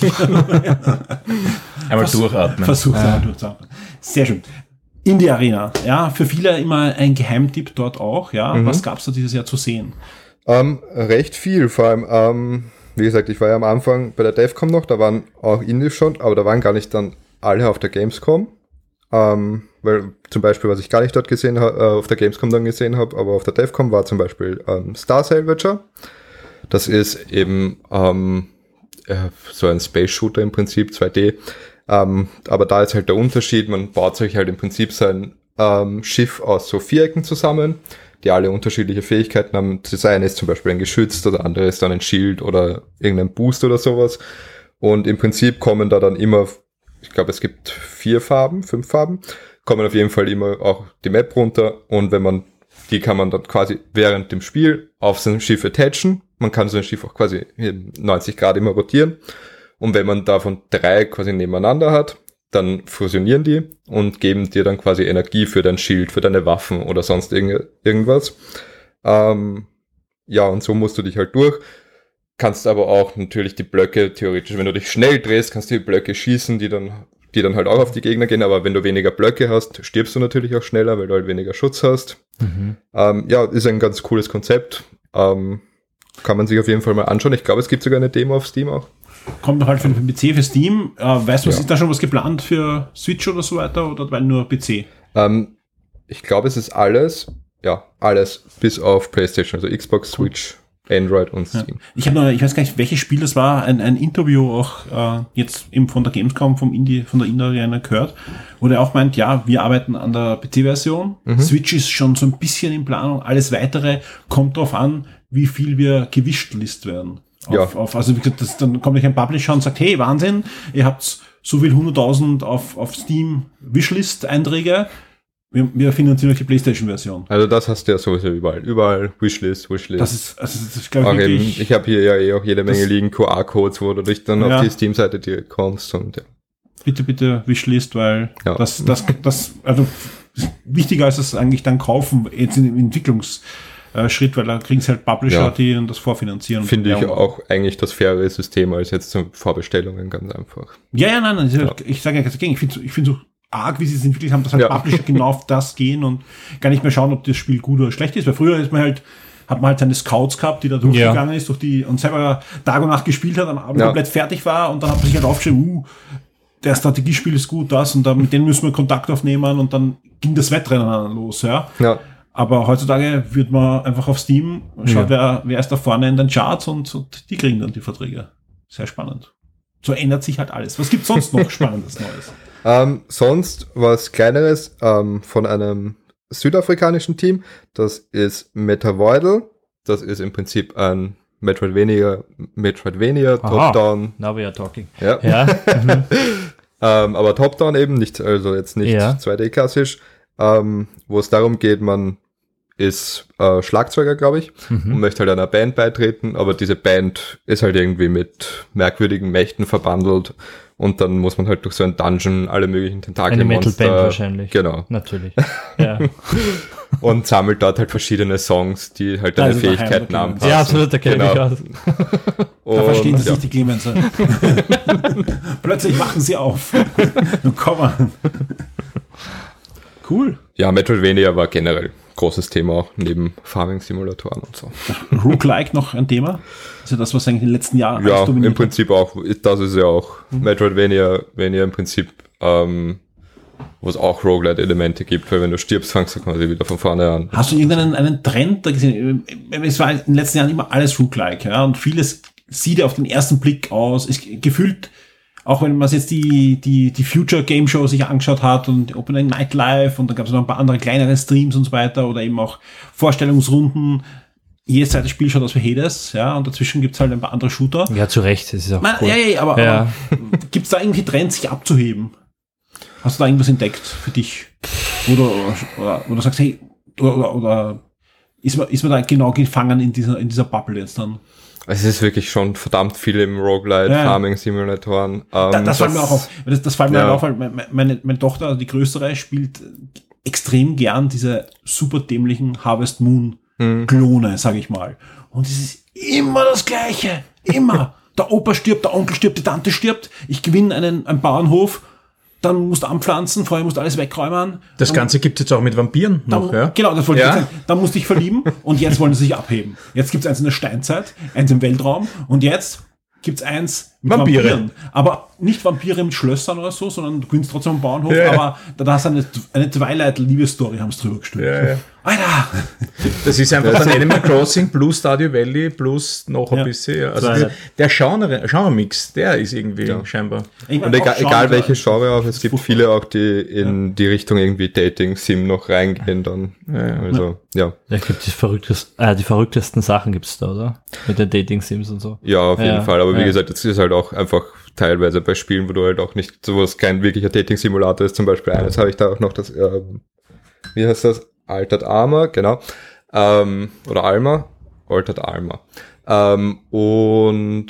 Einmal durchatmen. Versucht einmal durchzuatmen. Sehr schön. Indie Arena, ja, für viele immer ein Geheimtipp dort auch, ja. Was gab's da dieses Jahr zu sehen? Recht viel, vor allem, wie gesagt, ich war ja am Anfang bei der DevCon noch, da waren auch Indies schon, aber da waren gar nicht dann alle auf der Gamescom, weil zum Beispiel, was ich gar nicht dort gesehen habe, auf der Gamescom dann gesehen habe, aber auf der DevCon war zum Beispiel Star Salvager. Das ist eben so ein Space Shooter im Prinzip, 2D, aber da ist halt der Unterschied, man baut sich halt im Prinzip sein Schiff aus so Vierecken zusammen, die alle unterschiedliche Fähigkeiten haben. Das eine ist zum Beispiel ein Geschütz, oder andere ist dann ein Schild oder irgendein Boost oder sowas. Und im Prinzip kommen da dann immer, ich glaube es gibt 5 Farben, kommen auf jeden Fall immer auch die Map runter und die kann man dann quasi während dem Spiel auf sein Schiff attachen. Man kann so ein Schiff auch quasi 90 Grad immer rotieren. Und wenn man davon 3 quasi nebeneinander hat, dann fusionieren die und geben dir dann quasi Energie für dein Schild, für deine Waffen oder sonst irgendwas. Ja, und so musst du dich halt durch. Kannst aber auch natürlich die Blöcke, theoretisch, wenn du dich schnell drehst, kannst du die Blöcke schießen, die dann halt auch auf die Gegner gehen. Aber wenn du weniger Blöcke hast, stirbst du natürlich auch schneller, weil du halt weniger Schutz hast. Ja, ist ein ganz cooles Konzept. Kann man sich auf jeden Fall mal anschauen. Ich glaube, es gibt sogar eine Demo auf Steam auch. Kommt noch halt für den PC, für Steam. Weißt du, ist da schon was geplant für Switch oder so weiter oder weil nur PC? Ich glaube, es ist alles bis auf PlayStation, also Xbox, Switch, Android und Steam. Ja. Ich weiß gar nicht, welches Spiel das war, ein Interview auch jetzt eben von der Gamescom, von der Indie Arena gehört, wo der auch meint, ja, wir arbeiten an der PC-Version, Switch ist schon so ein bisschen in Planung, alles Weitere kommt darauf an, wie viel wir gewishlist werden. Also wie gesagt, dann kommt euch ein Publisher und sagt, hey, Wahnsinn, ihr habt so viel 100.000 auf Steam Wishlist-Einträge, wir finanzieren euch die PlayStation-Version. Also das hast du ja sowieso überall Wishlist. Das ist glaube ich, wirklich... Ich habe hier ja auch jede Menge liegen QR-Codes, wo du dich dann auf die Steam-Seite direkt kommst und ja. Bitte Wishlist, weil das also wichtiger als das eigentlich dann kaufen, jetzt im Entwicklungsschritt, weil da kriegen es halt Publisher, die das vorfinanzieren. Finde ich auch eigentlich das faire System als jetzt so Vorbestellungen ganz einfach. Nein. Ich sage ja ganz dagegen. Ich finde so arg, wie sie es entwickelt haben, dass halt Publisher genau auf das gehen und gar nicht mehr schauen, ob das Spiel gut oder schlecht ist. Weil früher hat man halt seine Scouts gehabt, die da durchgegangen ist und selber Tag und Nacht gespielt hat, am Abend komplett fertig war und dann hat man sich halt aufgeschrieben, der Strategiespiel ist gut, das und mit denen müssen wir Kontakt aufnehmen und dann ging das Wettrennen los, ja. Aber heutzutage wird man einfach auf Steam schaut, wer ist da vorne in den Charts und die kriegen dann die Verträge. Sehr spannend. So ändert sich halt alles. Was gibt's sonst noch Spannendes Neues? Sonst was Kleineres von einem südafrikanischen Team. Das ist Metavoidal. Das ist im Prinzip ein Metroidvania Top-Down. Now we are talking. Ja. Aber Top-Down eben, nicht 2D klassisch. Wo es darum geht, man ist Schlagzeuger, glaube ich, und möchte halt einer Band beitreten, aber diese Band ist halt irgendwie mit merkwürdigen Mächten verbandelt und dann muss man halt durch so einen Dungeon alle möglichen Tentakelmonster... Eine Metal-Band wahrscheinlich. Genau. Natürlich. Ja. Und sammelt dort halt verschiedene Songs, die halt deine Fähigkeiten anpassen. Ja, absolut, da kenne ich aus. Da verstehen sie sich, die Clemenser. Plötzlich machen sie auf. Komm an. Cool. Ja, Metroidvania war generell großes Thema, auch neben Farming-Simulatoren und so. Roguelike noch ein Thema? Also das, was eigentlich in den letzten Jahren alles dominiert hat? Im Prinzip auch. Das ist ja auch Metroidvania im Prinzip, wo es auch Roguelite-Elemente gibt, weil wenn du stirbst, fangst du quasi wieder von vorne an. Hast du irgendeinen Trend da gesehen? Es war in den letzten Jahren immer alles Roguelike, ja, und vieles sieht ja auf den ersten Blick aus, ist gefühlt auch wenn man jetzt die Future Game Show sich angeschaut hat und Opening Night Live und dann gab es noch ein paar andere kleinere Streams und so weiter oder eben auch Vorstellungsrunden. Jedes zweite Spiel schaut aus wie Hades, ja, und dazwischen gibt's halt ein paar andere Shooter. Ja, zu Recht, das ist auch cool. Aber gibt's da irgendwie Trends, sich abzuheben? Hast du da irgendwas entdeckt für dich? Oder sagst, hey, oder ist man da genau gefangen in dieser Bubble jetzt dann? Es ist wirklich schon verdammt viel im Roguelite, Farming-Simulatoren. Das fällt mir auch auf. Das fällt mir auf, weil meine Tochter, also die größere, spielt extrem gern diese super dämlichen Harvest Moon Klone, sag ich mal. Und es ist immer das Gleiche. Immer. Der Opa stirbt, der Onkel stirbt, die Tante stirbt. Ich gewinne einen Bauernhof. Dann musst du anpflanzen, vorher musst du alles wegräumen. Das Ganze gibt es jetzt auch mit Vampiren noch, ja? Genau, das wollte ich sagen. Dann musst du dich verlieben und jetzt wollen sie sich abheben. Jetzt gibt es eins in der Steinzeit, eins im Weltraum und jetzt gibt es eins mit Vampiren. Aber nicht Vampire mit Schlössern oder so, sondern du gewinnst trotzdem einen Bauernhof, aber da hast du eine Twilight-Liebesstory, haben sie drüber gestülpt. Ja. Alter! Das ist einfach dann Animal Crossing plus Stardew Valley plus noch ein bisschen. Ja. Also der Genre-Mix, der ist irgendwie scheinbar. Und egal welche Genre auch, es gibt viele auch, die in die Richtung irgendwie Dating-Sim noch reingehen dann. Ja, gibt die verrücktesten Sachen gibt's da, oder? Mit den Dating-Sims und so. Ja, auf jeden Fall. Aber wie gesagt, das ist halt auch einfach teilweise bei Spielen, wo du halt auch nicht, sowas kein wirklicher Dating-Simulator ist. Zum Beispiel eines habe ich da auch noch, das, wie heißt das? Altered Armor, genau. Oder Alma. Altered Armor. Und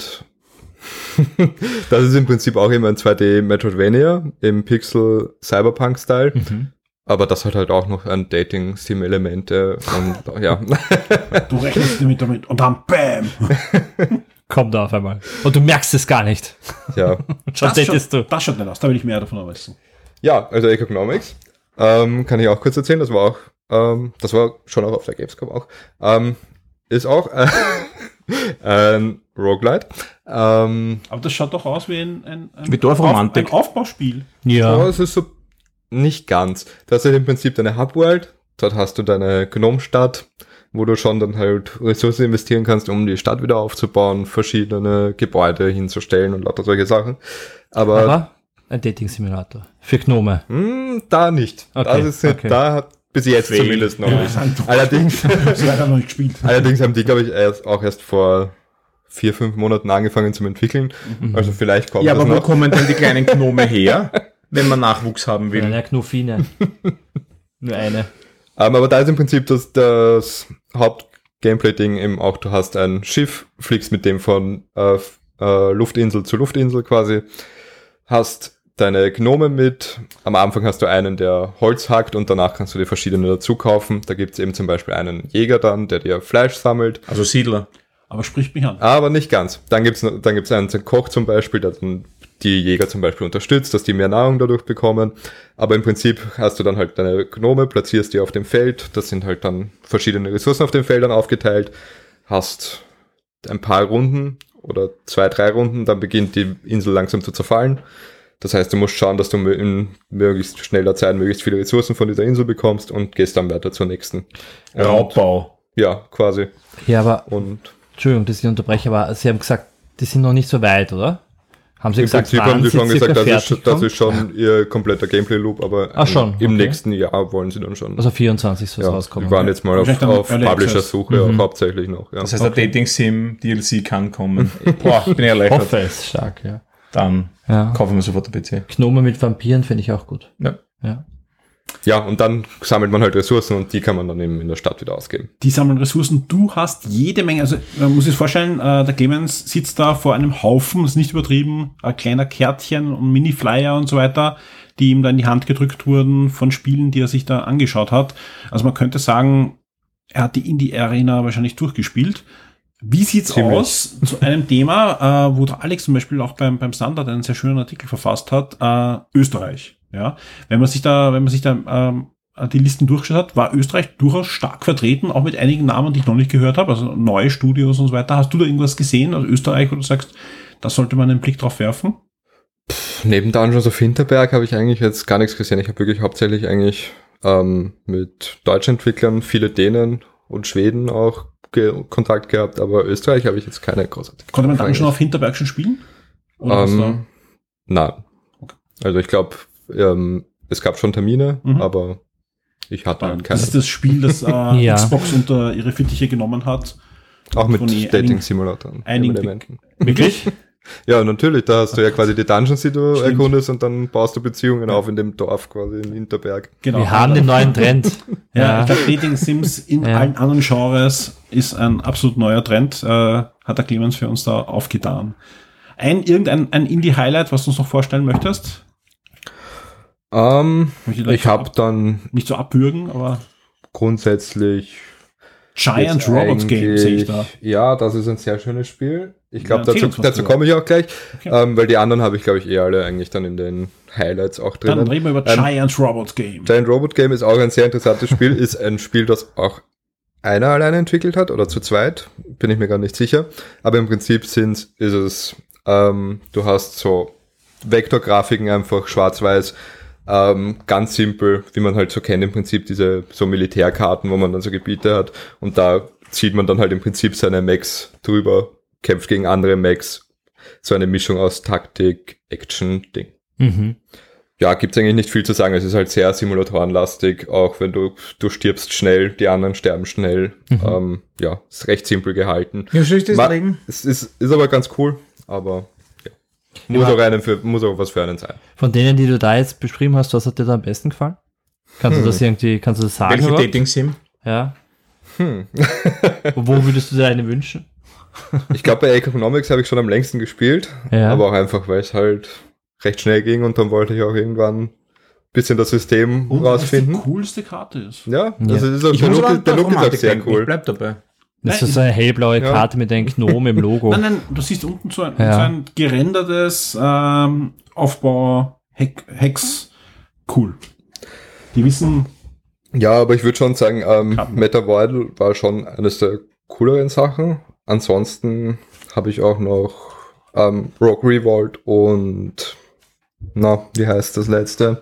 das ist im Prinzip auch immer ein 2D Metroidvania im Pixel Cyberpunk-Style. Aber das hat halt auch noch ein Dating-Sim-Elemente und ja. Du rechnest damit und dann BAM! Kommt da auf einmal. Und du merkst es gar nicht. Ja. Das schaut nicht aus, da will ich mehr davon wissen. Ja, also Economics. Kann ich auch kurz erzählen, das war schon auch auf der Gamescom auch. Ist auch ein Roguelite. Aber das schaut doch aus wie ein Dorfromantik. Ein Aufbauspiel. Ja. Aber es ist so nicht ganz. Du hast halt im Prinzip deine Hubworld, dort hast du deine Gnome-Stadt, wo du schon dann halt Ressourcen investieren kannst, um die Stadt wieder aufzubauen, verschiedene Gebäude hinzustellen und lauter solche Sachen. Aber ein Dating-Simulator. Für Gnome. Da nicht. Okay. Da hat bis jetzt zumindest noch nicht. Allerdings haben die, glaube ich, erst vor 4-5 Monaten angefangen zum Entwickeln. Also vielleicht kommt das noch. Ja, aber wo kommen denn die kleinen Gnome her, wenn man Nachwuchs haben will? Eine Knofine. Nur eine. Aber da ist im Prinzip das Haupt-Gameplay-Ding eben auch, du hast ein Schiff, fliegst mit dem von Luftinsel zu Luftinsel quasi, hast deine Gnome mit. Am Anfang hast du einen, der Holz hackt und danach kannst du dir verschiedene dazu kaufen. Da gibt's eben zum Beispiel einen Jäger dann, der dir Fleisch sammelt. Also Siedler. Aber spricht mich an. Aber nicht ganz. Dann gibt's einen Koch zum Beispiel, der dann die Jäger zum Beispiel unterstützt, dass die mehr Nahrung dadurch bekommen. Aber im Prinzip hast du dann halt deine Gnome, platzierst die auf dem Feld. Das sind halt dann verschiedene Ressourcen auf den Feldern aufgeteilt. Hast ein paar Runden oder 2-3 Runden, dann beginnt die Insel langsam zu zerfallen. Das heißt, du musst schauen, dass du in möglichst schneller Zeit möglichst viele Ressourcen von dieser Insel bekommst und gehst dann weiter zur nächsten. Raubbau. Ja, quasi. Ja, aber, und Entschuldigung, dass ich unterbreche, aber Sie haben gesagt, die sind noch nicht so weit, oder? Haben Sie gesagt, im Prinzip haben Sie schon gesagt, das ist schon Ihr kompletter Gameplay-Loop, aber im nächsten Jahr wollen Sie dann schon. Also 24 soll es rauskommen. Wir waren jetzt mal auf Publisher-Suche hauptsächlich noch. Ja. Das heißt, der Dating-Sim-DLC kann kommen. Boah, ich bin ja erleichtert. Ich hoffe es, stark, ja. Dann kaufen wir sofort den PC. Gnome mit Vampiren finde ich auch gut. Ja, und dann sammelt man halt Ressourcen und die kann man dann eben in der Stadt wieder ausgeben. Die sammeln Ressourcen, du hast jede Menge, also man muss sich vorstellen, der Clemens sitzt da vor einem Haufen, das ist nicht übertrieben, kleiner Kärtchen und Mini-Flyer und so weiter, die ihm da in die Hand gedrückt wurden von Spielen, die er sich da angeschaut hat. Also man könnte sagen, er hat die Indie-Arena wahrscheinlich durchgespielt. Wie sieht's aus zu einem Thema, wo der Alex zum Beispiel auch beim Standard einen sehr schönen Artikel verfasst hat, Österreich. Ja, wenn man sich da die Listen durchgeschaut hat, war Österreich durchaus stark vertreten, auch mit einigen Namen, die ich noch nicht gehört habe, also neue Studios und so weiter. Hast du da irgendwas gesehen aus Österreich, wo du sagst, da sollte man einen Blick drauf werfen? Neben Dungeons of Hinterberg habe ich eigentlich jetzt gar nichts gesehen. Ich habe wirklich hauptsächlich eigentlich mit deutschen Entwicklern, viele Dänen und Schweden auch Kontakt gehabt, aber Österreich habe ich jetzt keine großartige. Konnte man Dungeons of Hinterberg schon spielen? Oder Nein. Okay. Also ich glaube, es gab schon Termine, aber ich hatte halt keine. Das ist das Spiel, das Xbox unter ihre Fittiche genommen hat. Auch mit Dating-Simulatoren. Wirklich? Ja, natürlich. Da hast du ja quasi die Dungeons, die du erkundest und dann baust du Beziehungen auf in dem Dorf quasi in Hinterberg. Genau. Wir haben den neuen Trend. Ich glaube, Dating-Sims in allen anderen Genres ist ein absolut neuer Trend. Hat der Clemens für uns da aufgetan. Irgendein Indie-Highlight, was du uns noch vorstellen möchtest? Ich habe dann... Nicht so abwürgen, aber... Grundsätzlich... Giant Robot Game sehe ich da. Ja, das ist ein sehr schönes Spiel. Ich glaube, dazu komme ich auch gleich, weil die anderen habe ich, glaube ich, alle eigentlich dann in den Highlights auch drin. Dann reden wir über Giant Robot Game. Giant Robot Game ist auch ein sehr interessantes Spiel, ist ein Spiel, das auch einer alleine entwickelt hat oder zu zweit, bin ich mir gar nicht sicher. Aber im Prinzip ist es, du hast so Vektorgrafiken, einfach schwarz-weiß, ganz simpel, wie man halt so kennt, im Prinzip diese so Militärkarten, wo man dann so Gebiete hat und da zieht man dann halt im Prinzip seine Mechs drüber, kämpft gegen andere Mechs, so eine Mischung aus Taktik, Action-Ding. Ja, gibt's eigentlich nicht viel zu sagen, es ist halt sehr simulatorenlastig, auch wenn du stirbst schnell, die anderen sterben schnell, ist recht simpel gehalten. Ja, es ist aber ganz cool, aber... Muss auch was für einen sein. Von denen, die du da jetzt beschrieben hast, was hat dir da am besten gefallen? Kannst du das sagen? Welche Dating-Sim? Ja. Wo würdest du dir eine wünschen? Ich glaube, bei Economics habe ich schon am längsten gespielt, aber auch einfach, weil es halt recht schnell ging und dann wollte ich auch irgendwann ein bisschen das System rausfinden. Was die coolste Karte ist. Ja, also ist auch der Look ist auch sehr cool. Ich bleib dabei. Das ist so eine hellblaue Karte mit einem Gnom im Logo. Nein, du siehst unten so ein gerendertes Aufbau-Hex. Cool. Die wissen... Ja, aber ich würde schon sagen, Meta-Voidal war schon eines der cooleren Sachen. Ansonsten habe ich auch noch Rogue Revolt und wie heißt das letzte?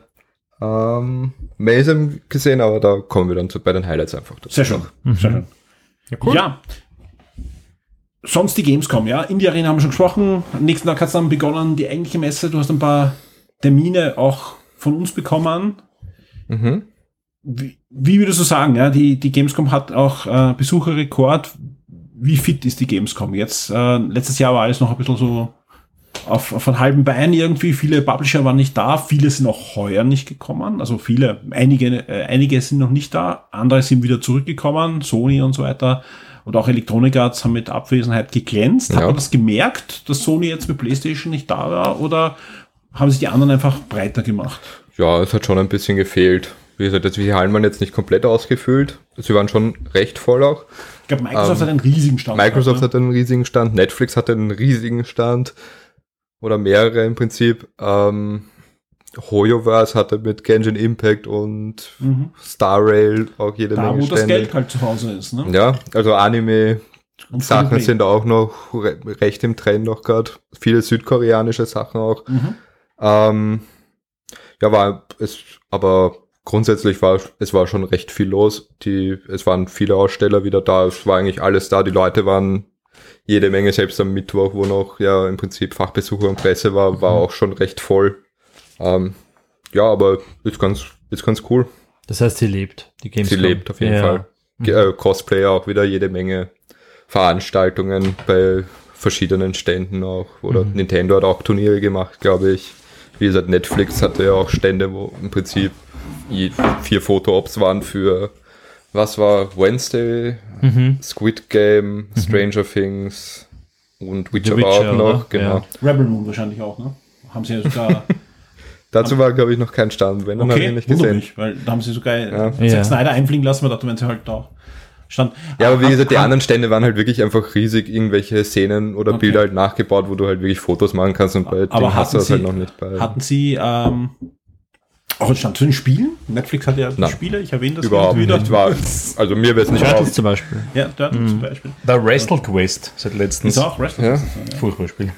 Masem gesehen, aber da kommen wir dann bei den Highlights einfach dazu. Sehr schön. Sehr schön. Ja, cool. Ja. Sonst die Gamescom, ja. Indie Arena haben wir schon gesprochen. Am nächsten Tag hat es dann begonnen, die eigentliche Messe. Du hast ein paar Termine auch von uns bekommen. Wie würdest du sagen, ja? Die Gamescom hat auch Besucherrekord. Wie fit ist die Gamescom jetzt? Letztes Jahr war alles noch ein bisschen so auf einem halben Bein irgendwie. Viele Publisher waren nicht da. Viele sind auch heuer nicht gekommen. Also einige sind noch nicht da. Andere sind wieder zurückgekommen. Sony und so weiter. Und auch Electronic Arts haben mit Abwesenheit geglänzt. Hat man das gemerkt, dass Sony jetzt mit PlayStation nicht da war? Oder haben sich die anderen einfach breiter gemacht? Ja, es hat schon ein bisschen gefehlt. Wie gesagt, die Hallen waren jetzt nicht komplett ausgefüllt. Sie waren schon recht voll auch. Ich glaube, Microsoft hat einen riesigen Stand. Hat einen riesigen Stand. Netflix hatte einen riesigen Stand. Oder mehrere im Prinzip. HoYoverse hatte mit Genshin Impact und Star Rail auch jede Menge Stände. Da, wo das Geld halt zu Hause ist, ne? Ja, also Anime-Sachen sind auch noch recht im Trend noch gerade. Viele südkoreanische Sachen auch. Aber grundsätzlich es war schon recht viel los. Es waren viele Aussteller wieder da. Es war eigentlich alles da. Die Leute waren jede Menge, selbst am Mittwoch, wo noch im Prinzip Fachbesucher und Presse war auch schon recht voll. Aber ist ganz cool. Das heißt, sie lebt, die Gamescom. Sie lebt auf jeden Fall. Cosplayer auch wieder jede Menge Veranstaltungen bei verschiedenen Ständen auch. Oder Nintendo hat auch Turniere gemacht, glaube ich. Wie gesagt, Netflix hatte ja auch Stände, wo im Prinzip 4 Foto-Ops waren für, was war Wednesday, Squid Game, Stranger Things und Witcher war auch noch. Genau. Rebel Moon wahrscheinlich auch, ne? Haben sie ja sogar... Dazu war, glaube ich, noch kein Stand, wenn dann habe ich nicht gesehen. Mich, weil da haben sie sogar Zack Snyder einfliegen lassen, weil dachte, wenn sie halt da stand. Ja, aber wie gesagt, die anderen Stände waren halt wirklich einfach riesig, irgendwelche Szenen oder Bilder halt nachgebaut, wo du halt wirklich Fotos machen kannst und bei dem hast du das halt noch nicht bei. Hatten sie auch einen Stand zu den Spielen? Netflix hat ja die Spiele, ich erwähne das überhaupt nicht. Also mir wäre es nicht Turtles zum Beispiel. Ja, Turtles zum Beispiel. Der Wrestle Quest seit letztens. Ist auch Wrestle Quest. Furchtbares Spiel.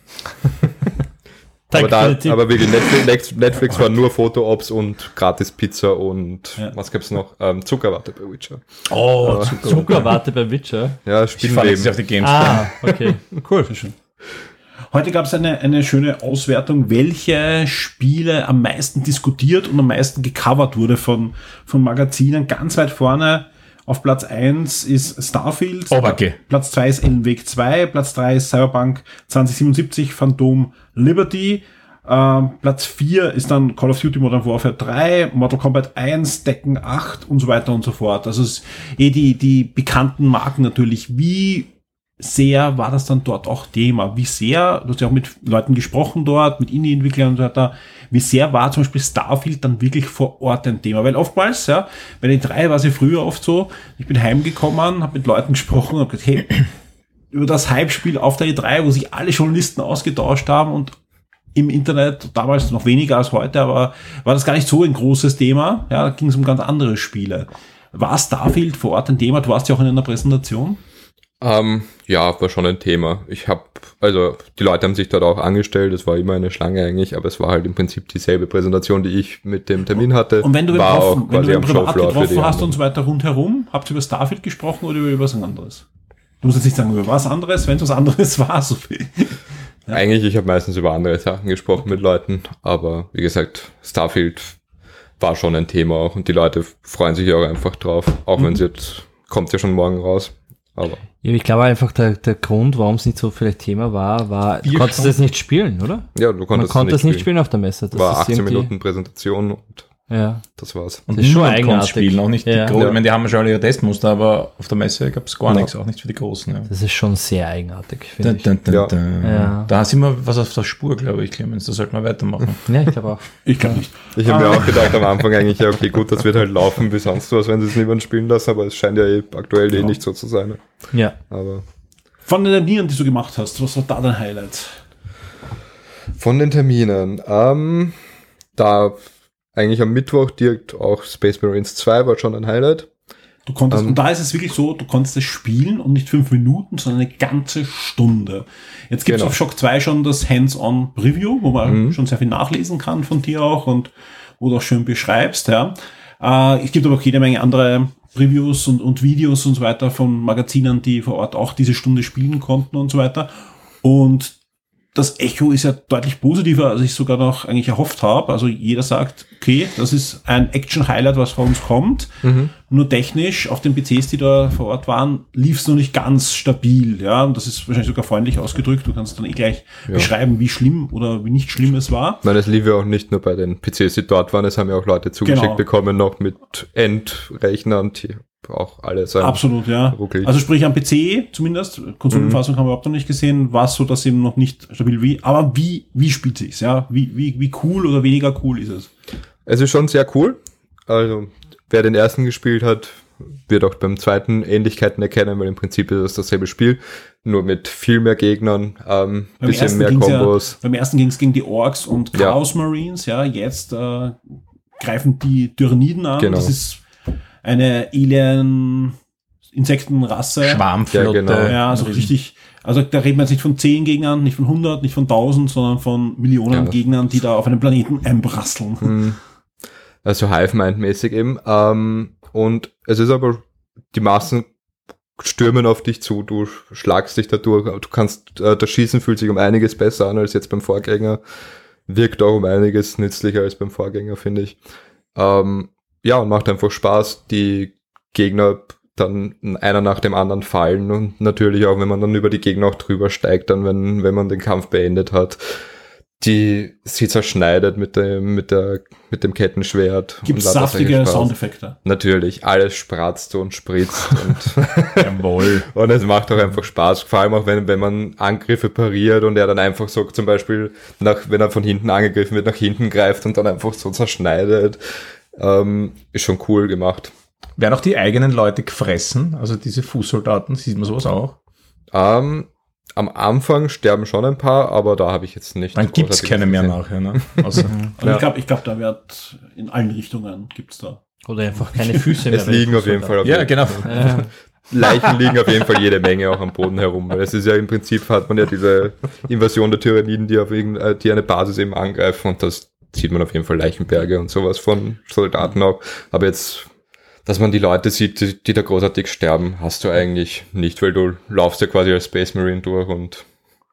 Aber wirklich, Netflix war nur Foto-Ops und gratis Pizza und was gab's noch? Zuckerwatte bei Witcher. Oh, Zuckerwatte bei Witcher? Ja, Spielleben. Ich auf die Gamescom. Okay, cool. Schön. Heute gab es eine schöne Auswertung, welche Spiele am meisten diskutiert und am meisten gecovert wurde von Magazinen. Ganz weit vorne auf Platz 1 ist Starfield, Platz 2 ist Alan Wake 2, Platz 3 ist Cyberpunk 2077, Phantom Liberty, Platz 4 ist dann Call of Duty Modern Warfare 3, Mortal Kombat 1, Tekken 8 und so weiter und so fort. Also es ist die bekannten Marken natürlich. Wie sehr war das dann dort auch Thema? Wie sehr, du hast ja auch mit Leuten gesprochen dort, mit Indie-Entwicklern und so weiter, wie sehr war zum Beispiel Starfield dann wirklich vor Ort ein Thema? Weil oftmals, ja, bei den 3 war es ja früher oft so, ich bin heimgekommen, habe mit Leuten gesprochen und habe gesagt, hey, über das Hype-Spiel auf der E3, wo sich alle Journalisten ausgetauscht haben und im Internet, damals noch weniger als heute, aber war das gar nicht so ein großes Thema. Ja, da ging es um ganz andere Spiele. War Starfield vor Ort ein Thema? Du warst ja auch in einer Präsentation. Ja, war schon ein Thema. Die Leute haben sich dort auch angestellt, es war immer eine Schlange eigentlich, aber es war halt im Prinzip dieselbe Präsentation, die ich mit dem Termin hatte. Und wenn du den privat getroffen hast und so weiter rundherum, habt ihr über Starfield gesprochen oder über was anderes? Du musst jetzt nicht sagen über was anderes, wenn es was anderes war, so viel. Ja. Eigentlich, ich habe meistens über andere Sachen gesprochen mit Leuten, aber wie gesagt, Starfield war schon ein Thema auch und die Leute freuen sich auch einfach drauf, auch wenn es jetzt, kommt ja schon morgen raus. Aber ja, ich glaube einfach, der Grund, warum es nicht so vielleicht Thema war, du konntest das nicht spielen, oder? Ja, du konntest es nicht spielen auf der Messe. Das war 18 Minuten Präsentation und das war's. Und das ist schon eigenartig. Spielen, auch nicht die großen. Ich meine, die haben schon ihre Testmuster, aber auf der Messe gab es gar nichts, auch nicht für die Großen. Ja. Das ist schon sehr eigenartig, finde ich. Da sind wir was auf der Spur, glaube ich, Clemens. Da sollten wir weitermachen. Ja, ich glaube auch. Ich glaube nicht. Ich habe mir auch gedacht am Anfang eigentlich, ja, okay, gut, das wird halt laufen wie sonst was, wenn sie es niemand spielen lassen, aber es scheint ja aktuell nicht so zu sein. Ja. Aber von den Terminen, die du gemacht hast, was war da dein Highlight? Von den Terminen, da eigentlich am Mittwoch direkt auch Space Marines 2 war schon ein Highlight. Du konntest, und da ist es wirklich so, du konntest es spielen und nicht 5 Minuten, sondern eine ganze Stunde. Jetzt gibt es auf Shock 2 schon das Hands-on-Preview, wo man schon sehr viel nachlesen kann von dir auch und wo du auch schön beschreibst. Ja. Es gibt aber auch jede Menge andere Previews und Videos und so weiter von Magazinen, die vor Ort auch diese Stunde spielen konnten und so weiter. Und das Echo ist ja deutlich positiver, als ich sogar noch eigentlich erhofft habe. Also jeder sagt, okay, das ist ein Action-Highlight, was vor uns kommt. Nur technisch auf den PCs, die da vor Ort waren, lief es noch nicht ganz stabil. Ja, und das ist wahrscheinlich sogar freundlich ausgedrückt. Du kannst dann gleich beschreiben, wie schlimm oder wie nicht schlimm es war. Ich meine, es lief ja auch nicht nur bei den PCs, die dort waren. Es haben ja auch Leute zugeschickt bekommen, noch mit Endrechnern, die auch alles. Absolut, ja. Ruckelig. Also sprich am PC zumindest, Konsolenfassung haben wir überhaupt noch nicht gesehen, war es so, dass eben noch nicht stabil aber wie spielt sich's, ja? Wie cool oder weniger cool ist es? Es ist schon sehr cool. Also, wer den ersten gespielt hat, wird auch beim zweiten Ähnlichkeiten erkennen, weil im Prinzip ist es dasselbe Spiel, nur mit viel mehr Gegnern, bisschen mehr Kombos. Beim ersten ging es gegen die Orks und Chaos Marines, ja, jetzt greifen die Tyranniden an. Genau. Das ist eine Alien-Insektenrasse. Schwarmflotte. Ja, genau. Ja, also richtig. Also da reden wir jetzt nicht von 10 Gegnern, nicht von 100, nicht von 1000, sondern von Millionen Gegnern, die da auf einem Planeten einprasseln. Also Hive-Mind-mäßig eben. Und es ist aber, die Massen stürmen auf dich zu, du schlagst dich da durch, du kannst, das Schießen fühlt sich um einiges besser an als jetzt beim Vorgänger, wirkt auch um einiges nützlicher als beim Vorgänger, finde ich. Ja, und macht einfach Spaß, die Gegner dann einer nach dem anderen fallen und natürlich auch, wenn man dann über die Gegner auch drüber steigt, dann wenn man den Kampf beendet hat, die sie zerschneidet mit dem Kettenschwert. Gibt es saftige Soundeffekte? Natürlich, alles spratzt und spritzt und jawohl. Und es macht auch einfach Spaß, vor allem auch wenn man Angriffe pariert und er dann einfach so zum Beispiel, wenn er von hinten angegriffen wird, nach hinten greift und dann einfach so zerschneidet. Ist schon cool gemacht. Werden auch die eigenen Leute gefressen? Also diese Fußsoldaten, sieht man sowas auch? Am Anfang sterben schon ein paar, aber da habe ich jetzt nicht. Dann gibt es keine mehr nachher, ne? Also, ich glaube, da wird in allen Richtungen gibt's da. Oder einfach keine Füße mehr. Es liegen auf jeden Fall. Genau. Leichen liegen auf jeden Fall jede Menge auch am Boden herum, weil es ist ja im Prinzip, hat man ja diese Invasion der Tyranniden, die eine Basis eben angreifen und das sieht man auf jeden Fall Leichenberge und sowas von Soldaten auch. Aber jetzt, dass man die Leute sieht, die da großartig sterben, hast du eigentlich nicht, weil du laufst ja quasi als Space Marine durch und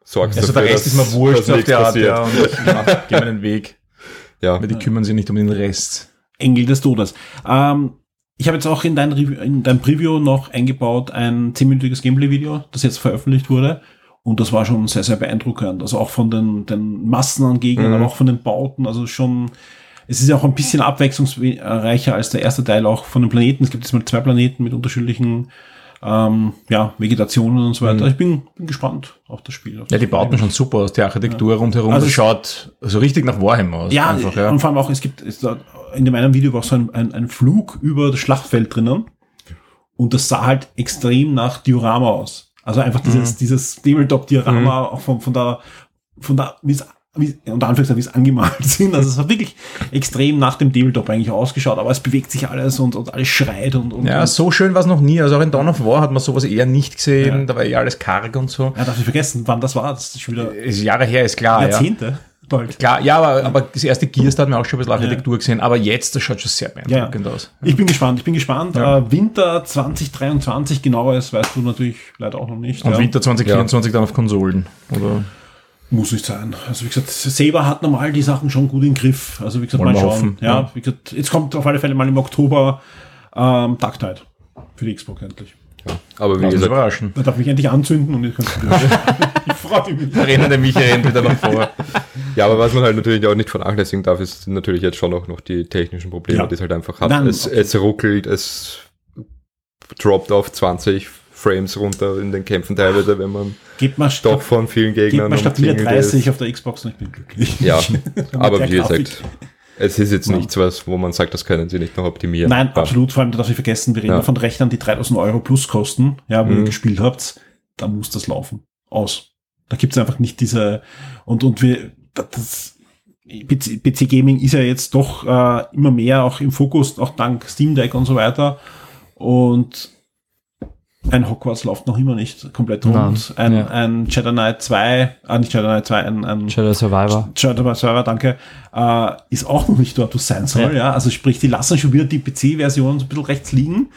sorgst also dafür, der Rest ist mir wurscht auf der Art, ja, und ich gehe meinen Weg. Ja. Weil die kümmern sich nicht um den Rest. Engel des Todes. Ich habe jetzt auch in dein Preview noch eingebaut ein 10-minütiges Gameplay-Video, das jetzt veröffentlicht wurde. Und das war schon sehr, sehr beeindruckend. Also auch von den Massen an Gegnern, aber auch von den Bauten. Also schon, es ist ja auch ein bisschen abwechslungsreicher als der erste Teil auch von den Planeten. Es gibt jetzt mal 2 Planeten mit unterschiedlichen Vegetationen und so weiter. Ich bin gespannt auf das Spiel. Ja, die Bauten schon super aus, die Architektur rundherum. Also das schaut so richtig nach Warhammer aus. Ja, einfach, und vor allem auch, in dem einen Video war auch so ein Flug über das Schlachtfeld drinnen und das sah halt extrem nach Diorama aus. Also einfach dieses Tabletop-Diorama auch von der wie es angemalt sind. Also es hat wirklich extrem nach dem Tabletop eigentlich ausgeschaut, aber es bewegt sich alles und alles schreit und ja, so schön war es noch nie. Also auch in Dawn of War hat man sowas eher nicht gesehen. Ja. Da war eher alles karg und so. Ja, darf ich vergessen, wann das war. Das ist schon wieder ist Jahre her, ist klar. Jahrzehnte. Ja. Klar, ja, aber das erste Gears, da hat man auch schon ein bisschen Architektur gesehen, aber jetzt, das schaut schon sehr beeindruckend aus. Ja. Ich bin gespannt. Ja. Winter 2023, genaueres weißt du natürlich leider auch noch nicht. Und Winter 2024 dann auf Konsolen, oder? Muss nicht sein. Also wie gesagt, Saber hat normal die Sachen schon gut im Griff. Also wie gesagt, mal schauen. Hoffen, ja, wie gesagt, jetzt kommt auf alle Fälle mal im Oktober Dark Tide für die Xbox endlich. Ja, aber wie gesagt, überraschen. Da darf ich endlich anzünden und ich freue mich. Der Michael rennt wieder noch vor. Ja, aber was man halt natürlich auch nicht vernachlässigen darf, ist natürlich jetzt schon auch noch die technischen Probleme, die es halt einfach hat. Es ruckelt, es droppt auf 20 Frames runter in den Kämpfen teilweise, wenn man doch von vielen Gegnern stabile 30 auf der Xbox und ich bin glücklich. Ja, aber wie gesagt, es ist jetzt nichts, wo man sagt, das können sie nicht noch optimieren. Nein, absolut, vor allem, da darf ich vergessen, wir reden von Rechnern, die 3.000 € plus kosten, ja, wo ihr gespielt habt, da muss das laufen. Aus. Da gibt's einfach nicht diese, und wir, das PC Gaming ist ja jetzt doch immer mehr auch im Fokus, auch dank Steam Deck und so weiter, und ein Hogwarts läuft noch immer nicht komplett rund. Ein Jedi Knight 2, nicht Jedi Knight 2, ein Jedi Survivor. Jedi Survivor, danke, ist auch noch nicht dort, wo es sein soll. Ja. Also sprich, die lassen schon wieder die PC-Version so ein bisschen rechts liegen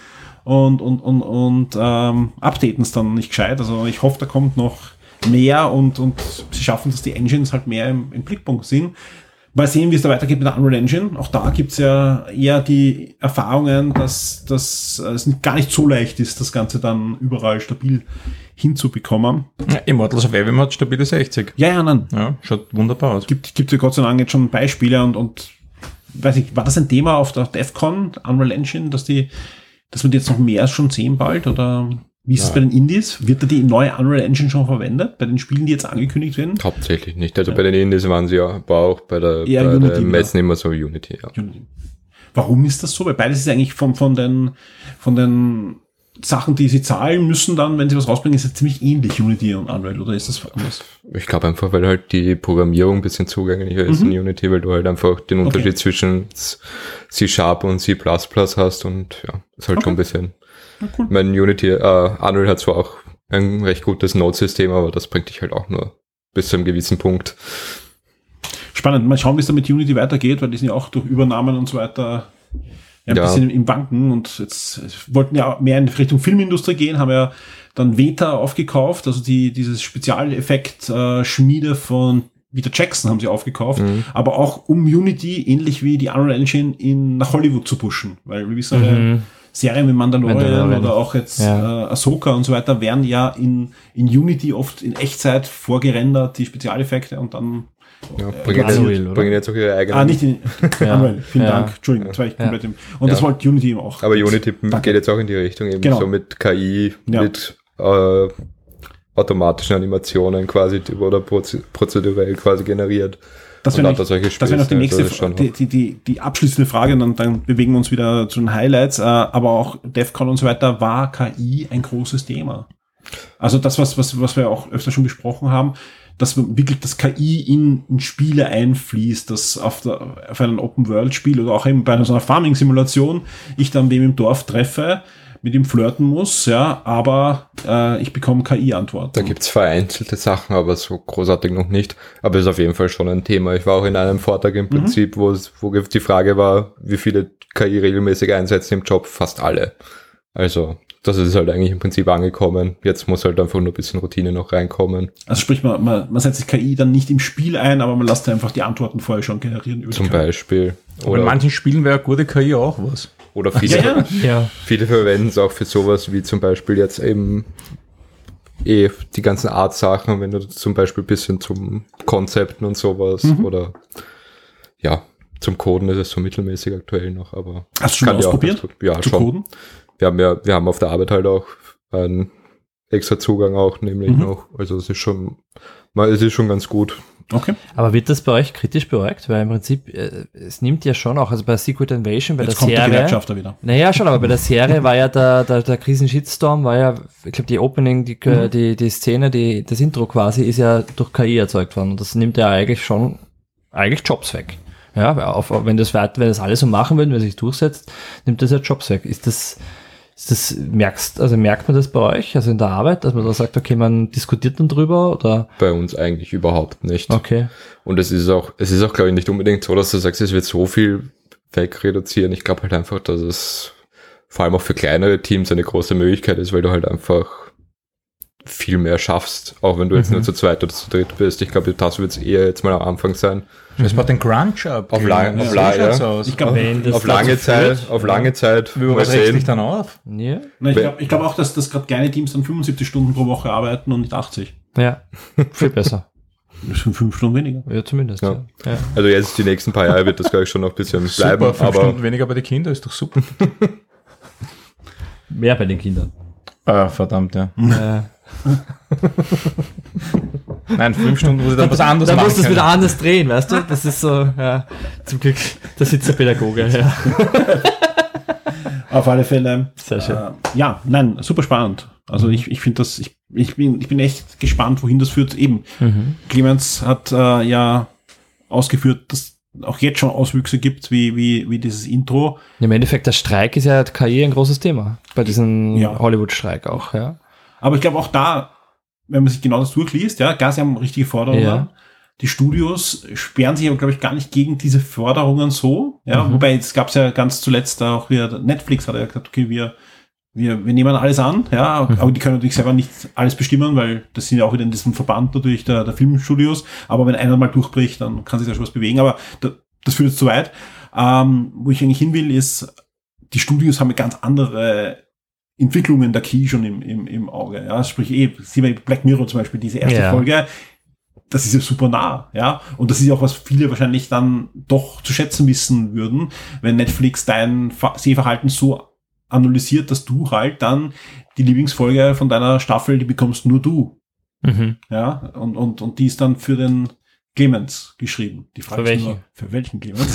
und updaten es dann nicht gescheit. Also ich hoffe, da kommt noch mehr und sie schaffen, dass die Engines halt mehr im Blickpunkt sind. Mal sehen, wie es da weitergeht mit der Unreal Engine. Auch da gibt's ja eher die Erfahrungen, dass es gar nicht so leicht ist, das Ganze dann überall stabil hinzubekommen. Ja, Immortals of Aveum hat stabile 60. Ja, nein. Ja, schaut wunderbar aus. Gibt ja Gott sei Dank jetzt schon Beispiele und weiß ich, war das ein Thema auf der DEFCON, Unreal Engine, dass wir die jetzt noch mehr schon sehen bald, oder wie ist es bei den Indies? Wird da die neue Unreal Engine schon verwendet? Bei den Spielen, die jetzt angekündigt werden? Hauptsächlich nicht. Also bei den Indies waren sie ja, aber auch bei der Messen immer so Unity. Ja. Unity. Warum ist das so? Weil beides ist eigentlich von den Sachen, die sie zahlen müssen dann, wenn sie was rausbringen, ist ja ziemlich ähnlich, Unity und Unreal, oder ist das anders? Ich glaube einfach, weil halt die Programmierung ein bisschen zugänglicher ist in Unity, weil du halt einfach den Unterschied zwischen C# und C++ hast und ja, ist halt schon ein bisschen. Ja, cool. Mein Unity, Unreal hat zwar auch ein recht gutes Node-System, aber das bringt dich halt auch nur bis zu einem gewissen Punkt. Spannend. Mal schauen, wie es da mit Unity weitergeht, weil die sind ja auch durch Übernahmen und so weiter ein bisschen im Wanken und jetzt wollten ja mehr in Richtung Filmindustrie gehen, haben ja dann Veta aufgekauft, also dieses Spezialeffekt-Schmiede von Peter Jackson haben sie aufgekauft, aber auch um Unity, ähnlich wie die Unreal Engine, nach Hollywood zu pushen, weil wir wissen, Serien wie Mandalorian oder auch jetzt Ahsoka und so weiter werden ja in Unity oft in Echtzeit vorgerendert, die Spezialeffekte, und dann bringen jetzt auch ihre eigenen. Nicht in Unreal. Vielen Dank. Entschuldigung, das war ich komplett und das wollte Unity eben auch. Aber Unity geht jetzt auch in die Richtung eben so mit KI, mit automatischen Animationen quasi oder prozedurell quasi generiert. Das wäre noch die nächste, die abschließende Frage, und dann bewegen wir uns wieder zu den Highlights, aber auch DEFCON und so weiter, war KI ein großes Thema. Also das, was wir auch öfter schon besprochen haben, dass wirklich das KI in Spiele einfließt, dass auf einem Open-World-Spiel oder auch eben bei so einer Farming-Simulation ich dann wem im Dorf treffe, mit ihm flirten muss, ja, aber ich bekomme KI-Antworten. Da gibt's vereinzelte Sachen, aber so großartig noch nicht. Aber ist auf jeden Fall schon ein Thema. Ich war auch in einem Vortrag im Prinzip, wo die Frage war, wie viele KI regelmäßig einsetzen im Job? Fast alle. Also das ist halt eigentlich im Prinzip angekommen. Jetzt muss halt einfach nur ein bisschen Routine noch reinkommen. Also sprich, man setzt sich KI dann nicht im Spiel ein, aber man lässt einfach die Antworten vorher schon generieren. Über zum Beispiel. Oder in manchen Spielen wäre gute KI auch was. Oder viele, viele verwenden es auch für sowas wie zum Beispiel jetzt eben die ganzen Art-Sachen, wenn du zum Beispiel ein bisschen zum Konzepten und sowas oder ja, zum Coden ist es so mittelmäßig aktuell noch, aber hast du schon ausprobiert? Ja, schon. Coden? Wir haben auf der Arbeit halt auch einen extra Zugang auch, nämlich noch, also es ist schon ganz gut. Okay. Aber wird das bei euch kritisch beäugt? Weil im Prinzip, es nimmt ja schon auch, also bei Secret Invasion, bei jetzt der kommt Serie. Der Gewerkschafter wieder. Naja, schon, aber bei der Serie war ja der Kriesen-Shitstorm, war ja, ich glaube, die Opening, die Szene, das Intro quasi, ist ja durch KI erzeugt worden. Und das nimmt ja eigentlich Jobs weg. Ja, wenn das alle so machen würden, wenn es sich durchsetzt, nimmt das ja Jobs weg. Merkt man das bei euch, also in der Arbeit, dass man da sagt, okay, man diskutiert dann drüber, oder? Bei uns eigentlich überhaupt nicht. Okay. Und es ist auch, glaube ich, nicht unbedingt so, dass du sagst, es wird so viel wegreduzieren. Ich glaube halt einfach, dass es vor allem auch für kleinere Teams eine große Möglichkeit ist, weil du halt einfach viel mehr schaffst, auch wenn du jetzt nur zu zweit oder zu dritt bist. Ich glaube, das wird es eher jetzt mal am Anfang sein. Das macht den Crunch ab. Auf lange Zeit. Wie was regt dich dann auf? Ja. Ich glaube auch, dass gerade kleine Teams dann 75 Stunden pro Woche arbeiten und nicht 80. Ja, viel besser. Das sind 5 Stunden weniger. Ja, zumindest. Ja. Ja. Also jetzt die nächsten paar Jahre wird das, glaube ich, schon noch ein bisschen bleiben. Super, 5 Stunden weniger bei den Kindern ist doch super. Mehr bei den Kindern. Verdammt, ja. Nein, 5 Stunden muss ich dann was anderes machen. Da musst du es wieder anders drehen, weißt du? Das ist so, ja, zum Glück, da sitzt der Pädagoge, ja. Auf alle Fälle. Sehr schön. Ja, nein, super spannend. Also ich finde das, ich bin echt gespannt, wohin das führt. Eben, Clemens hat ja ausgeführt, dass auch jetzt schon Auswüchse gibt, wie dieses Intro. Im Endeffekt, der Streik ist ja KI ein großes Thema. Bei diesem Hollywood-Streik auch, ja. Aber ich glaube auch da, wenn man sich genau das durchliest, ja, klar, sie haben richtige Forderungen. Ja. Die Studios sperren sich aber, glaube ich, gar nicht gegen diese Forderungen so. Ja, wobei es gab es ja ganz zuletzt auch wieder, Netflix hat ja gesagt, okay, wir nehmen alles an, ja, aber die können natürlich selber nicht alles bestimmen, weil das sind ja auch wieder in diesem Verband natürlich der Filmstudios. Aber wenn einer mal durchbricht, dann kann sich da schon was bewegen. Aber das führt jetzt zu weit. Wo ich eigentlich hin will, ist, die Studios haben eine ganz andere Entwicklungen der KI schon im Auge. Ja, sprich, sehen wir Black Mirror zum Beispiel, diese erste Folge, das ist ja super nah, ja. Und das ist ja auch, was viele wahrscheinlich dann doch zu schätzen wissen würden, wenn Netflix dein Sehverhalten so analysiert, dass du halt dann die Lieblingsfolge von deiner Staffel, die bekommst nur du. Ja, und die ist dann für den Clemens geschrieben. Die Frage ist nur, für welchen Clemens?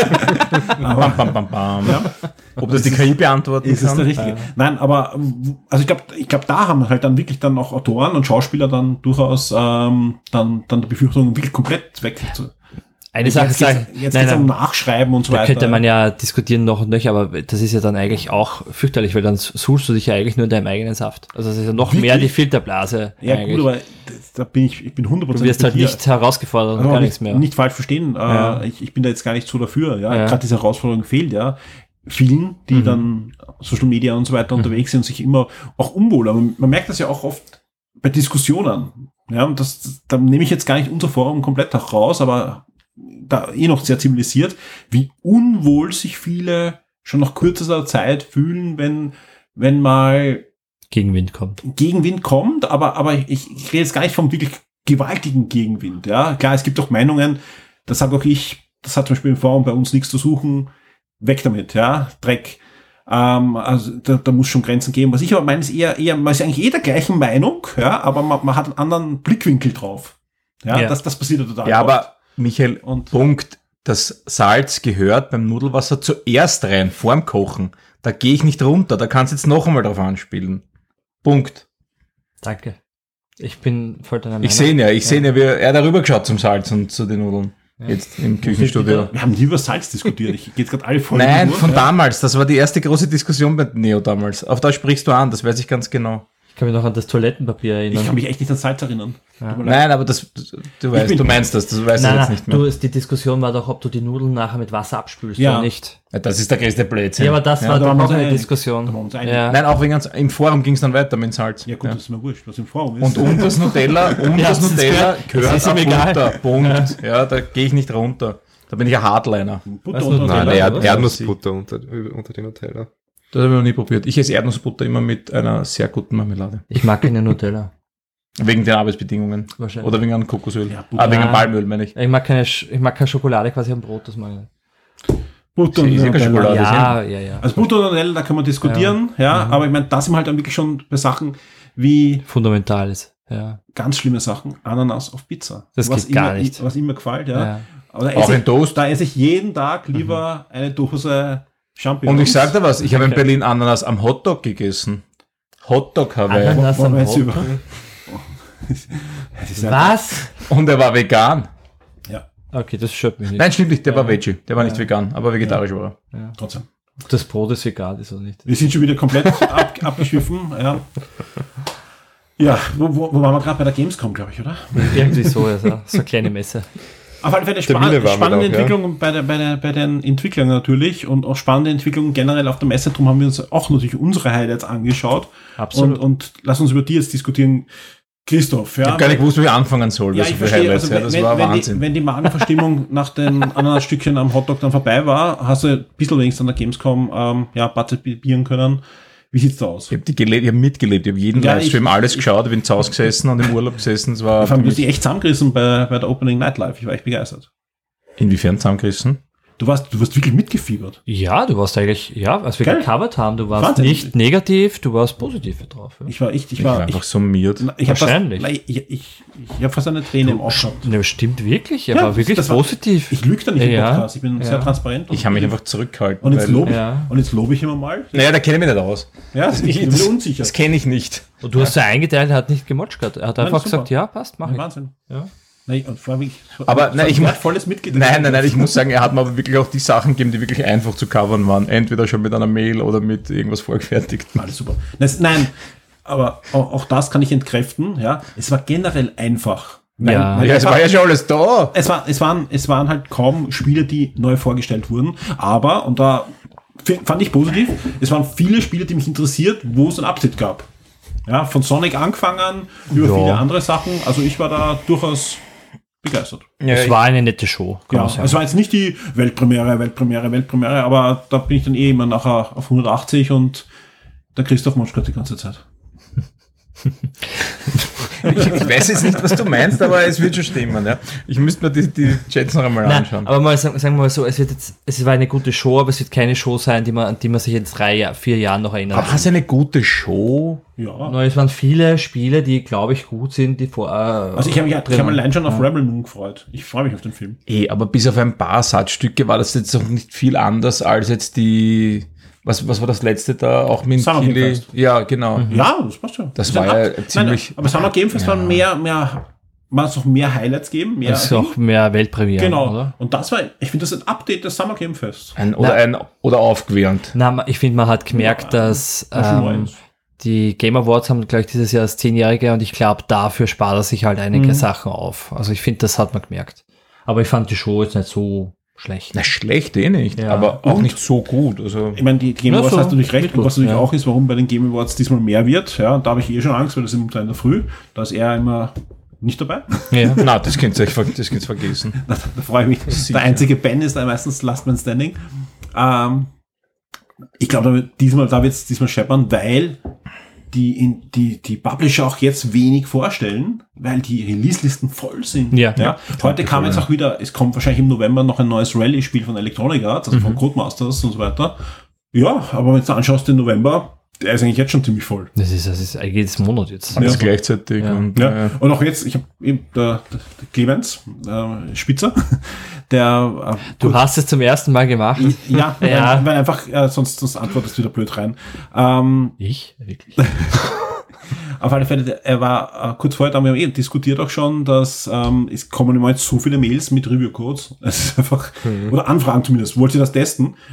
Ob das die KI beantworten ist kann? Ist das der richtige? Nein, aber also ich glaube, da haben halt dann wirklich dann auch Autoren und Schauspieler dann durchaus dann der Befürchtung wirklich komplett weg. Eine Sache sagen, jetzt geht's um Nachschreiben und so weiter. Könnte man ja diskutieren noch und nöcher, aber das ist ja dann eigentlich auch fürchterlich, weil dann suchst du dich ja eigentlich nur in deinem eigenen Saft. Also das ist ja noch wirklich? Mehr die Filterblase. Ja eigentlich. Gut, aber da bin ich bin 100%. Du wirst halt nicht herausgefordert und gar nichts mehr. Nicht falsch verstehen. Ich bin da jetzt gar nicht so dafür. Ja, gerade diese Herausforderung fehlt ja vielen, die dann Social Media und so weiter unterwegs sind und sich immer auch unwohler. Man merkt das ja auch oft bei Diskussionen. Ja, und da nehme ich jetzt gar nicht unser Forum komplett auch raus, aber da noch sehr zivilisiert, wie unwohl sich viele schon nach kürzester Zeit fühlen, wenn mal Gegenwind kommt, aber ich rede jetzt gar nicht vom wirklich gewaltigen Gegenwind, ja. Klar, es gibt auch Meinungen, das sage auch ich, das hat zum Beispiel im Forum bei uns nichts zu suchen, weg damit, ja, Dreck. Also da muss schon Grenzen geben. Was ich aber meine, ist eher, man ist eigentlich der gleichen Meinung, ja, aber man hat einen anderen Blickwinkel drauf. Ja. Das passiert ja total. Ja, aber Michael, Punkt, das Salz gehört beim Nudelwasser zuerst rein, vorm Kochen. Da gehe ich nicht runter, da kannst du jetzt noch einmal drauf anspielen. Punkt. Danke. Ich bin voll deiner Meinung. Ich sehe ja, wie er darüber geschaut zum Salz und zu den Nudeln. Ja. Jetzt im Küchenstudio. Wir haben nie über Salz diskutiert. Ich gehe jetzt gerade alle Folgen Nein, durch, von damals. Das war die erste große Diskussion bei Neo damals. Auf da sprichst du an, das weiß ich ganz genau. Ich kann mich noch an das Toilettenpapier erinnern. Ich kann mich echt nicht an Salz erinnern. Ja. Nein, aber du meinst das, du weißt das jetzt nicht mehr. Die Diskussion war doch, ob du die Nudeln nachher mit Wasser abspülst oder nicht. Ja, das ist der größte Blödsinn. Ja, aber das war doch auch eine Diskussion. Nein, auch im Forum ging es dann weiter mit Salz. Ja gut, das ist mir wurscht, was im Forum ist. Und das Nutella, gehört ab runter. Punkt. Ja, da gehe ich nicht runter. Da bin ich ein Hardliner. Butter und Nutella? Nein, Erdnussbutter unter die Nutella. Das habe ich noch nie probiert. Ich esse Erdnussbutter immer mit einer sehr guten Marmelade. Ich mag keine Nutella. Wegen den Arbeitsbedingungen. Wahrscheinlich. Oder wegen einem Kokosöl. Ja, wegen einem Palmöl, meine ich. Ich mag keine Schokolade quasi am Brot, das mag ich nicht. Butter und Nutella. Ja. Also Butter und Nutella, da kann man diskutieren, aber ich meine, da sind wir halt dann wirklich schon bei Sachen wie Fundamentales. Ja. Ganz schlimme Sachen. Ananas auf Pizza. Das geht gar nicht. Was immer gefällt, ja. Aber auch in Toast. Da esse ich jeden Tag lieber eine Dose Champignons. Und ich sag dir was, ich habe in Berlin Ananas am Hotdog gegessen. Hotdog habe ich. Ananas am Hotdog? Was? Und er war vegan. Ja. Okay, das stört mich nicht. Nein, stimmt nicht, der war Veggie. Der war nicht vegan, aber vegetarisch war er. Ja. Trotzdem. Das Brot ist vegan, ist oder nicht? Wir sind schon wieder komplett abgeschwiffen. Ja, ja wo waren wir gerade bei der Gamescom, glaube ich, oder? Irgendwie so, so eine kleine Messe. Auf alle Fälle spannende Entwicklungen bei den Entwicklern natürlich und auch spannende Entwicklungen generell auf der Messe. Darum haben wir uns auch natürlich unsere Highlights angeschaut. Absolut. Und lass uns über die jetzt diskutieren. Christoph, ja. Ich habe gar nicht gewusst, wie ich anfangen soll. Ja, ich verstehe. Also, das war Wahnsinn. Wenn die Magenverstimmung nach den Ananasstückchen am Hotdog dann vorbei war, hast du ein bisschen wenigstens an der Gamescom partizipieren können. Wie sieht's da aus? Ich habe mitgelebt, ich habe jeden Livestream alles geschaut, ich bin zu Hause gesessen und im Urlaub gesessen. Es war du hast dich echt zusammengerissen bei der Opening Night Live. Ich war echt begeistert. Inwiefern zusammengerissen? Du warst wirklich mitgefiebert. Ja, du warst eigentlich, als wir gecovert haben, du warst nicht negativ, du warst positiv drauf. Ja. Ich war einfach summiert. Wahrscheinlich. Ich habe fast eine Träne im Auge gehabt. Ne, stimmt wirklich, er war wirklich positiv. Ich lüge da nicht im Podcast, ich bin sehr transparent. Ich habe mich einfach zurückgehalten. Und jetzt lobe ich immer mal. Naja, da kenne ich mich nicht aus. Ja, ich bin unsicher. Das kenne ich nicht. Und du hast ja eingeteilt, er hat nicht gemotcht gehabt. Er hat einfach gesagt, ja, passt, mach ich. Wahnsinn. Ja. Volles Mitglied. Nein, ich muss sagen, er hat mir aber wirklich auch die Sachen gegeben, die wirklich einfach zu covern waren. Entweder schon mit einer Mail oder mit irgendwas vorgefertigt. Alles super. Nein, aber auch das kann ich entkräften. Ja, es war generell einfach. Es war ja schon alles da. Es waren halt kaum Spiele, die neu vorgestellt wurden. Aber, und da fand ich positiv, es waren viele Spiele, die mich interessiert, wo es ein Update gab. Ja, von Sonic angefangen, über viele andere Sachen. Also ich war da durchaus begeistert. Ja, es war eine nette Show. Es war jetzt nicht die Weltpremiere, aber da bin ich dann immer nachher auf 180 und der Christoph motscht gerade die ganze Zeit. Ich weiß jetzt nicht, was du meinst, aber es wird schon stimmen. Ja. Ich müsste mir die Chats noch einmal anschauen. Aber mal sagen wir mal so, es war eine gute Show, aber es wird keine Show sein, an die man sich in 4 Jahren noch erinnert. Aber was eine gute Show? Ja. Es waren viele Spiele, die, glaube ich, gut sind, die also ich habe mich allein schon auf Rebel Moon gefreut. Ich freue mich auf den Film. Aber bis auf ein paar Satzstücke war das jetzt auch nicht viel anders als jetzt die... Was war das letzte da? Auch mit Summer Game Fest. Ja, genau. Ja, das passt schon. Das war ja ziemlich... Nein, aber Summer Game Fest waren es noch mehr Highlights geben. Es ist auch mehr Weltpremiere, genau. Oder? Und das war, ich finde, das ist ein Update des Summer Game Fest. Oder aufgewärmt. Ich finde, man hat gemerkt, dass die Game Awards haben, glaube ich, dieses Jahr das 10-Jährige und ich glaube, dafür spart er sich halt einige Sachen auf. Also ich finde, das hat man gemerkt. Aber ich fand die Show jetzt nicht so schlecht. Na, schlecht nicht, aber auch nicht so gut. Also ich meine, die Game Awards hast du nicht recht. Und was natürlich auch ist, warum bei den Game Awards diesmal mehr wird, ja, und da habe ich schon Angst, weil das ist in der Früh, da ist er immer nicht dabei. Ja. Nein, das könnt ihr vergessen. Da freue ich mich. Sicher. Der einzige Ben ist da meistens Last Man Standing. Ich glaube, da wird es diesmal scheppern, weil die Publisher auch jetzt wenig vorstellen, weil die Release-Listen voll sind. Ja. Heute kam jetzt auch wieder, es kommt wahrscheinlich im November noch ein neues Rally-Spiel von Electronic Arts, also von Codemasters und so weiter. Ja, aber wenn du anschaust, den November, der ist eigentlich jetzt schon ziemlich voll. Das ist eigentlich jedes Monat jetzt. Alles gleichzeitig. Ja. Und auch jetzt, ich habe eben der Clemens Spitzer, du hast es zum ersten Mal gemacht. Ja. Weil einfach, sonst antwortest du wieder blöd rein. Ich? Wirklich? Auf alle Fälle, er war kurz vorher, da haben wir diskutiert auch schon, dass es kommen im Moment so viele Mails mit Review-Codes. Es ist einfach, oder Anfragen zumindest, wollt ihr das testen? Also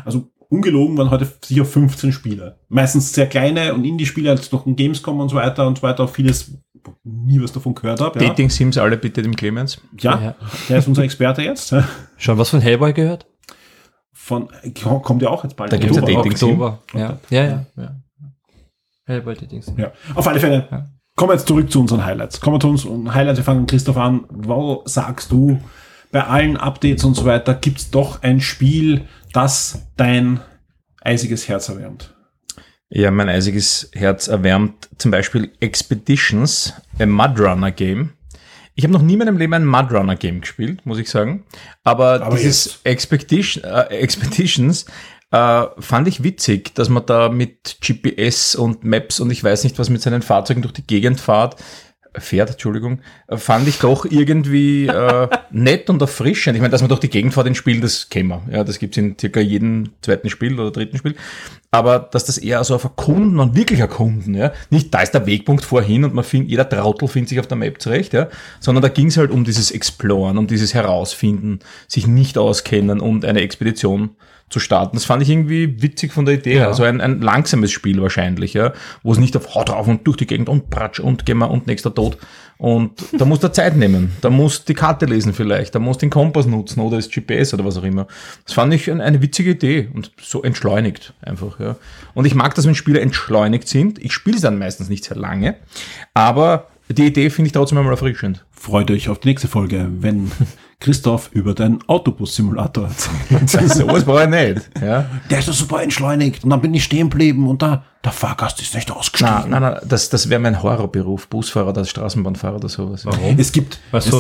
ungelogen waren heute sicher 15 Spiele. Meistens sehr kleine und Indie-Spiele, als noch ein Gamescom und so weiter, auch vieles, nie was davon gehört habe. Ja. Dating-Sims alle bitte dem Clemens. Ja, der ist unser Experte jetzt. Schon was von Hellboy gehört? Kommt ja auch jetzt bald. Da gibt es ein Dating-Sim. Ja. Hellboy Dating-Sim. Ja, auf alle Fälle. Ja. Kommen wir jetzt zurück zu unseren Highlights. Kommen wir zu unseren Highlights. Wir fangen Christoph an. Wo sagst du, bei allen Updates und so weiter gibt's doch ein Spiel, das dein eisiges Herz erwärmt? Ja, mein eisiges Herz erwärmt zum Beispiel Expeditions, ein Mudrunner Game. Ich habe noch nie in meinem Leben ein Mudrunner Game gespielt, muss ich sagen. Aber dieses Expeditions fand ich witzig, dass man da mit GPS und Maps und ich weiß nicht was mit seinen Fahrzeugen durch die Gegend fährt, fand ich doch irgendwie nett und erfrischend. Ich meine, dass man durch die Gegend fährt in Spielen, das kennen wir. Ja, das gibt's in circa jedem zweiten Spiel oder dritten Spiel. Aber dass das eher so auf Erkunden und wirklich Erkunden, ja, nicht da ist der Wegpunkt vorhin und jeder Trottel findet sich auf der Map zurecht, ja, sondern da ging's halt um dieses Exploren, um dieses Herausfinden, sich nicht auskennen und eine Expedition zu starten. Das fand ich irgendwie witzig von der Idee. Ja. Also ein langsames Spiel wahrscheinlich, ja, wo es nicht auf Haut drauf und durch die Gegend und Pratsch und gehen wir und nächster Tod. Und da muss der Zeit nehmen. Da muss die Karte lesen vielleicht. Da muss den Kompass nutzen oder das GPS oder was auch immer. Das fand ich eine witzige Idee und so entschleunigt einfach, ja. Und ich mag das, wenn Spiele entschleunigt sind. Ich spiele es dann meistens nicht sehr lange, aber die Idee finde ich trotzdem einmal erfrischend. Freut euch auf die nächste Folge, wenn Christoph über den Autobus-Simulator erzählt. Sowas brauche ich nicht. Ja. Der ist doch super entschleunigt und dann bin ich stehen geblieben und der Fahrgast ist nicht ausgestiegen. Nein, das wäre mein Horrorberuf, Busfahrer oder Straßenbahnfahrer oder sowas. Warum? Es gibt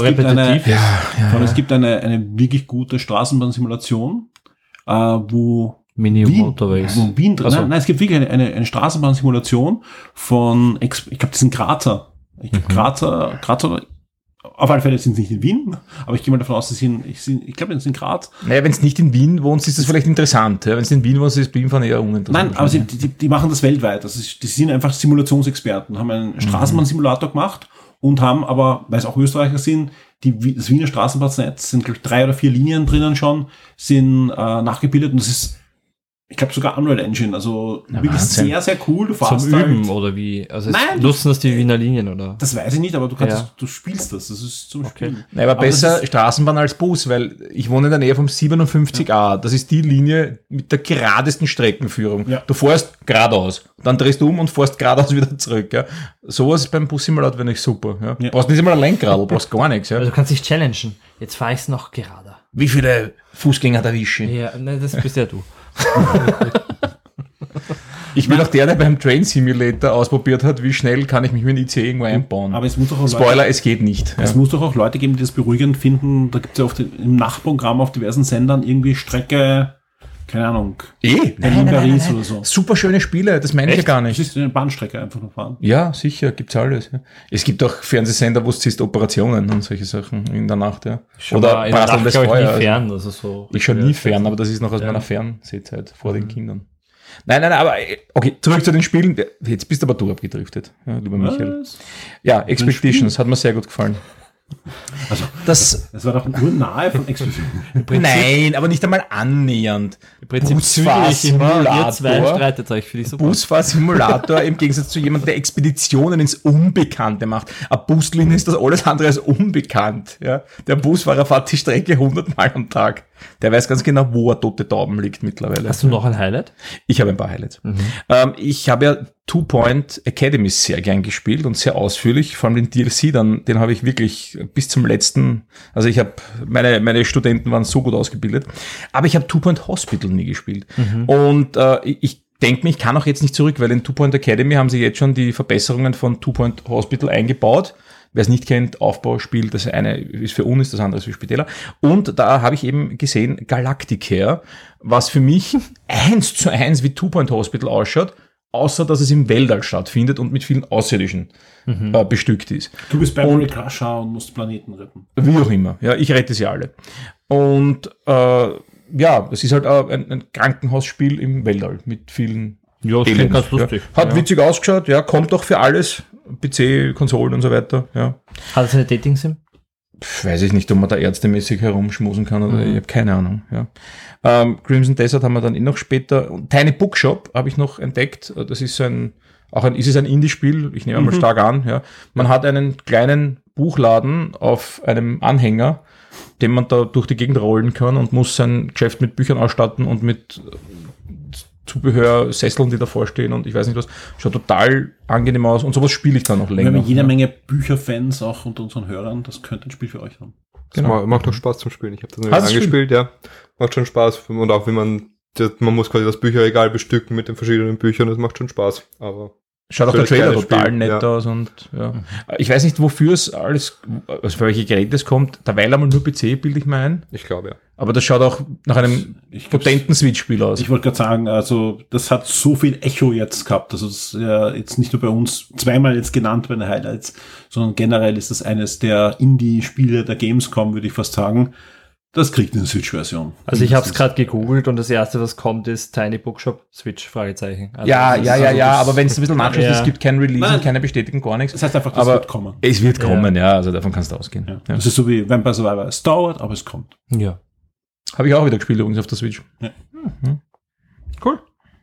eine wirklich gute Straßenbahnsimulation, wo Mini-Motorways. Wien drin. Nein, es gibt wirklich eine Straßenbahnsimulation von, ich glaube, das sind Grazer. Ich glaube, Grazer, auf alle Fälle sind sie nicht in Wien, aber ich gehe mal davon aus, ich glaube, das sind Graz. Naja, wenn es nicht in Wien wohnst, ist das vielleicht interessant. Ja? Wenn es in Wien wohnst, ist Wien eher uninteressant. Nein, aber die machen das weltweit. Die sind einfach Simulationsexperten, haben einen Straßenbahnsimulator gemacht und haben aber, weil es auch Österreicher sind, das Wiener Straßenbahnnetz sind, glaube ich, 3 oder 4 Linien drinnen schon, sind nachgebildet und das ist, ich glaube sogar Unreal Engine, also wirklich Wahnsinn. Sehr, sehr cool. Du fährst zum Üben oder wie? Also nutzen das die Wiener Linien oder? Das weiß ich nicht, aber du spielst das ist zum Spielen. Nein, aber besser Straßenbahn als Bus, weil ich wohne in der Nähe vom 57a. Das ist die Linie mit der geradesten Streckenführung. Ja. Du fährst geradeaus, dann drehst du um und fährst geradeaus wieder zurück. Ja. Sowas beim Bus-Simulator finde ich super. Ja. Ja. Brauchst nicht einmal ein Lenkrad, du brauchst gar nichts. Ja. Also du kannst dich challengen. Jetzt fahre ich es noch gerader. Wie viele Fußgänger erwische ich? Ja, nein, das bist ja du. Ich bin auch der beim Train Simulator ausprobiert hat, wie schnell kann ich mich mit dem ICE irgendwo einbauen. Aber es muss doch auch Spoiler, es geht nicht. Es muss doch auch Leute geben, die das beruhigend finden. Da gibt es ja oft im Nachtprogramm auf diversen Sendern irgendwie Strecke, keine Ahnung. Paris oder so. Super schöne Spiele, das meine ich ja gar nicht. Das ist eine Bahnstrecke einfach nur fahren. Ja, sicher, gibt's alles. Ja. Es gibt auch Fernsehsender, wo es siehst Operationen und solche Sachen in der Nacht, ja. Oder prasselndes Feuer. Ich schaue nie fern, aber das ist noch aus meiner Fernsehzeit vor den Kindern. Nein, aber okay, zurück zu den Spielen. Jetzt bist aber du abgedriftet, ja, lieber Michael. Ja, Expeditions hat mir sehr gut gefallen. Also, das war doch nur nahe von Expeditions. Nein, aber nicht einmal annähernd. Im Prinzip Busfahrsimulator im Gegensatz zu jemandem, der Expeditionen ins Unbekannte macht. Eine Buslinie ist das alles andere als unbekannt. Ja? Der Busfahrer fährt die Strecke 100 Mal am Tag. Der weiß ganz genau, wo er tote Tauben liegt mittlerweile. Hast du noch ein Highlight? Ich habe ein paar Highlights. Ich habe ja Two Point Academy sehr gern gespielt und sehr ausführlich, vor allem den DLC, den habe ich wirklich bis zum letzten, also ich habe, meine Studenten waren so gut ausgebildet, aber ich habe Two Point Hospital nie gespielt. Und ich denke mir, ich kann auch jetzt nicht zurück, weil in Two Point Academy haben sie jetzt schon die Verbesserungen von Two Point Hospital eingebaut. Wer es nicht kennt, Aufbauspiel, das eine ist für uns, das andere ist für Spitäler. Und da habe ich eben gesehen Galacticare, was für mich 1:1 wie Two Point Hospital ausschaut, außer dass es im Weltall stattfindet und mit vielen Außerirdischen bestückt ist. Du bist Beverly Crusher und musst Planeten retten. Wie auch immer. Ja, ich rette sie alle. Und es ist halt ein Krankenhausspiel im Weltall mit vielen das klingt ganz lustig. Ja. Hat witzig ausgeschaut, kommt doch für alles. PC, Konsolen und so weiter, ja. Hat es eine Dating-Sim? weiß ich nicht, ob man da ärztemäßig herumschmusen kann oder ich habe keine Ahnung. Ja. Crimson Desert haben wir dann noch später. Tiny Bookshop habe ich noch entdeckt. Das ist ist es ein Indie-Spiel? Ich nehme mal stark an. Ja. Man hat einen kleinen Buchladen auf einem Anhänger, den man da durch die Gegend rollen kann und muss sein Geschäft mit Büchern ausstatten und mit Zubehör, Sesseln, die davor stehen und ich weiß nicht was. Schaut total angenehm aus und sowas spiele ich dann noch länger. Wir haben jede Menge Bücherfans auch unter unseren Hörern. Das könnte ein Spiel für euch sein. Genau. Macht doch Spaß zum Spielen. Ich habe das nämlich angespielt, ja. Macht schon Spaß. Und auch wie man muss quasi das Bücherregal bestücken mit den verschiedenen Büchern. Das macht schon Spaß. Aber schaut auch der Trailer total nett aus und ja. Ich weiß nicht, wofür es alles, also für welche Geräte es kommt. Derweil einmal nur PC, bilde ich mir ein. Ich glaube, ja. Aber das schaut auch nach einem potenten Switch-Spiel aus. Ich wollte gerade sagen, also das hat so viel Echo jetzt gehabt. Also das ist ja jetzt nicht nur bei uns zweimal jetzt genannt bei den Highlights, sondern generell ist das eines der Indie-Spiele der Gamescom, würde ich fast sagen. Das kriegt eine Switch-Version. Also ich habe es gerade gegoogelt und das erste, was kommt, ist Tiny Bookshop Switch, Fragezeichen. Also aber wenn es ein bisschen nachschaut, es gibt kein Release und keine Bestätigung, gar nichts. Das heißt einfach, das wird kommen. Es wird kommen, ja, also davon kannst du ausgehen. Ja. Ja. Das ist so wie Vampire Survivor. Es dauert, aber es kommt. Ja. Habe ich auch wieder gespielt übrigens auf der Switch. Ja. Cool.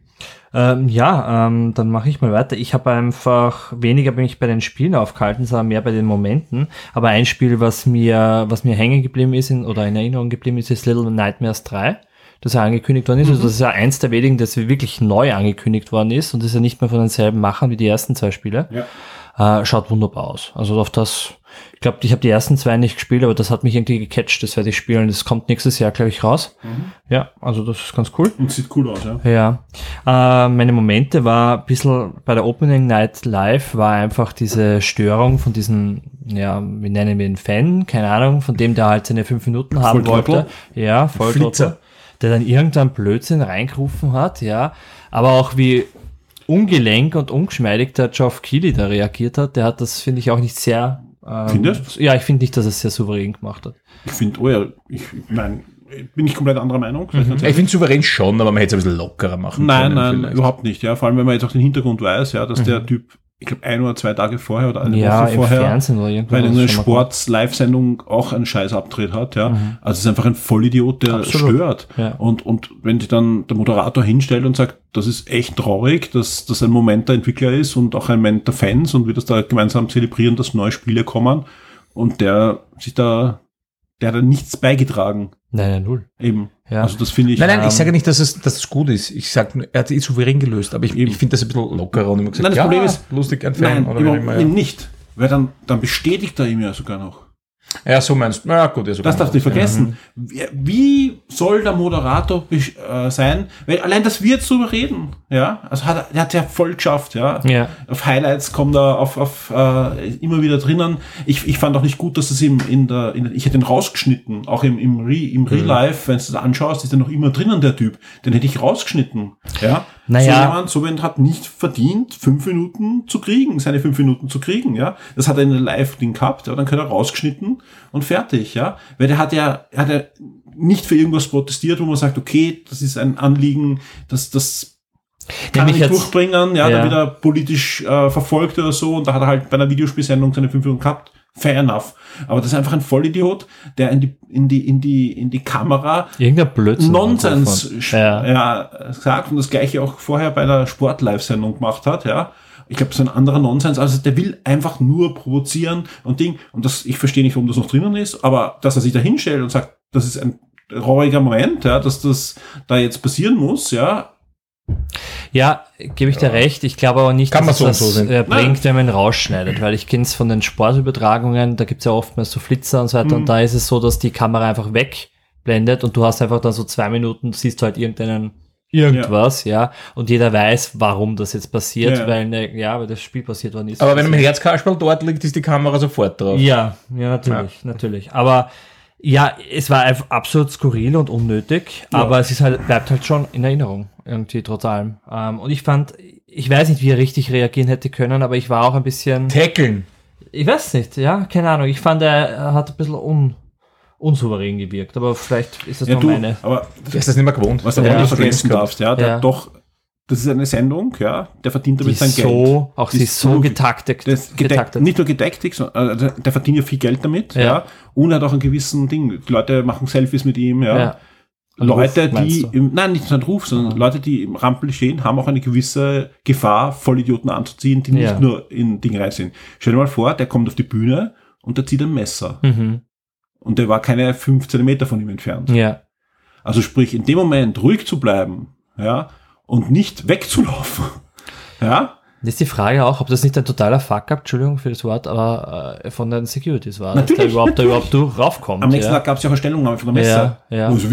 Dann mache ich mal weiter. Ich habe einfach weniger mich bei den Spielen aufgehalten, sondern mehr bei den Momenten. Aber ein Spiel, was mir hängen geblieben ist oder in Erinnerung geblieben ist, ist Little Nightmares 3, das ja angekündigt worden ist. Also das ist ja eins der wenigen, das wirklich neu angekündigt worden ist und das ist ja nicht mehr von denselben Machern wie die ersten 2 Spiele. Ja. Schaut wunderbar aus. Also auf das, ich glaube, ich habe die ersten 2 nicht gespielt, aber das hat mich irgendwie gecatcht, das werde ich spielen. Das kommt nächstes Jahr, glaube ich, raus. Ja, also das ist ganz cool. Und sieht cool aus, ja. Ja. Meine Momente war ein bisschen bei der Opening Night Live, war einfach diese Störung von diesen, ja, wie nennen wir ihn, Fan, keine Ahnung, von dem der halt seine 5 Minuten haben wollte. Ja, Volltrottel. Der dann irgendeinen Blödsinn reingerufen hat, ja. Aber auch wie ungelenk und ungeschmeidig der Geoff Keighley da reagiert hat, der hat das, finde ich, auch nicht sehr... Findest? Ja, ich finde nicht, dass er es sehr souverän gemacht hat. Ich finde, bin ich komplett anderer Meinung. Ich finde souverän schon, aber man hätte es ein bisschen lockerer machen können. Nein, überhaupt nicht. Ja, vor allem, wenn man jetzt auch den Hintergrund weiß, ja, dass der Typ, ich glaube, 1 oder 2 Tage vorher oder eine Woche vorher Fernsehen oder bei einer Sports-Live-Sendung auch einen Scheiß-Abtritt hat, ja. Also es ist einfach ein Vollidiot, der stört. Ja. Und wenn sich dann der Moderator hinstellt und sagt, das ist echt traurig, dass das ein Moment der Entwickler ist und auch ein Moment der Fans und wir das da gemeinsam zelebrieren, dass neue Spiele kommen und der hat nichts beigetragen. Nein, null. Eben. Ja. Also das finde ich... Nein, ich sage nicht, dass es gut ist. Ich sage, er hat es souverän gelöst, aber ich finde das ein bisschen lockerer und immer gesagt, das Problem ist, lustig entfernen. Nein, eben nicht. Weil dann bestätigt er ihm ja sogar noch. Ja, so meinst du. Ja, gut. Das darfst du nicht vergessen. Wie soll der Moderator sein? Weil allein, dass wir jetzt drüber reden, ja, also er hat ja voll geschafft, ja. Auf Highlights kommt er auf immer wieder drinnen. Ich fand auch nicht gut, dass es ihm ich hätte ihn rausgeschnitten, auch im Real Life, wenn du das anschaust, ist er noch immer drinnen, der Typ. Den hätte ich rausgeschnitten, ja. Naja. So jemand hat nicht verdient, 5 Minuten zu kriegen, seine 5 Minuten zu kriegen, ja. Das hat er in der Live-Ding gehabt, aber dann kann er rausgeschnitten und fertig, ja. Weil der hat ja nicht für irgendwas protestiert, wo man sagt, okay, das ist ein Anliegen, das kann ich durchbringen, ja, dann wird er politisch verfolgt oder so und da hat er halt bei einer Videospielsendung seine 5 Minuten gehabt. Fair enough. Aber das ist einfach ein Vollidiot, der in die Kamera irgendein Blödsinn Nonsens sagt und das gleiche auch vorher bei der Sport-Live-Sendung gemacht hat, ja. Ich glaube, so ein anderer Nonsens. Also der will einfach nur provozieren und Ding. Und ich verstehe nicht, warum das noch drinnen ist, aber dass er sich da hinstellt und sagt, das ist ein trauriger Moment, ja, dass das da jetzt passieren muss, ja. Ja, gebe ich dir recht. Ich glaube aber nicht, dass das bringt, wenn man ihn rausschneidet, weil ich kenne es von den Sportübertragungen, da gibt es ja oftmals so Flitzer und so weiter und da ist es so, dass die Kamera einfach wegblendet und du hast einfach dann so 2 Minuten, siehst du halt irgendwas, ja, und jeder weiß, warum das jetzt passiert, weil das Spiel passiert worden ist. Aber wenn ein Herzkasperl dort liegt, ist die Kamera sofort drauf. Ja, natürlich. Aber ja, es war einfach absolut skurril und unnötig, aber es ist bleibt halt schon in Erinnerung, irgendwie trotz allem. Und ich weiß nicht, wie er richtig reagieren hätte können, aber ich war auch ein bisschen... Tackeln! Ich weiß nicht, ja, keine Ahnung. Ich fand, er hat ein bisschen unsouverän gewirkt, aber vielleicht ist das nur meine... Aber du hast das nicht mehr gewohnt. Was du nicht vergessen darfst, der hat doch Das ist eine Sendung, ja, der verdient damit sein Geld. Sie ist so getaktet. Nicht nur getaktet, sondern der verdient ja viel Geld damit, ja. Und hat auch einen gewissen Ding. Die Leute machen Selfies mit ihm, ja. Leute, nicht nur ein Ruf, sondern Leute, die im Rampel stehen, haben auch eine gewisse Gefahr, Vollidioten anzuziehen, die nicht nur in Dinge rein sind. Stell dir mal vor, der kommt auf die Bühne und der zieht ein Messer. Mhm. Und der war keine 5 Zentimeter von ihm entfernt. Ja. Also sprich, in dem Moment ruhig zu bleiben, ja, und nicht wegzulaufen. Ja? Das ist die Frage auch, ob das nicht ein totaler Fuck-up, Entschuldigung für das Wort, aber von den Securities war, natürlich, dass der überhaupt raufkommt. Am nächsten Tag gab es ja auch eine Stellungnahme von der Messe. Ja. Also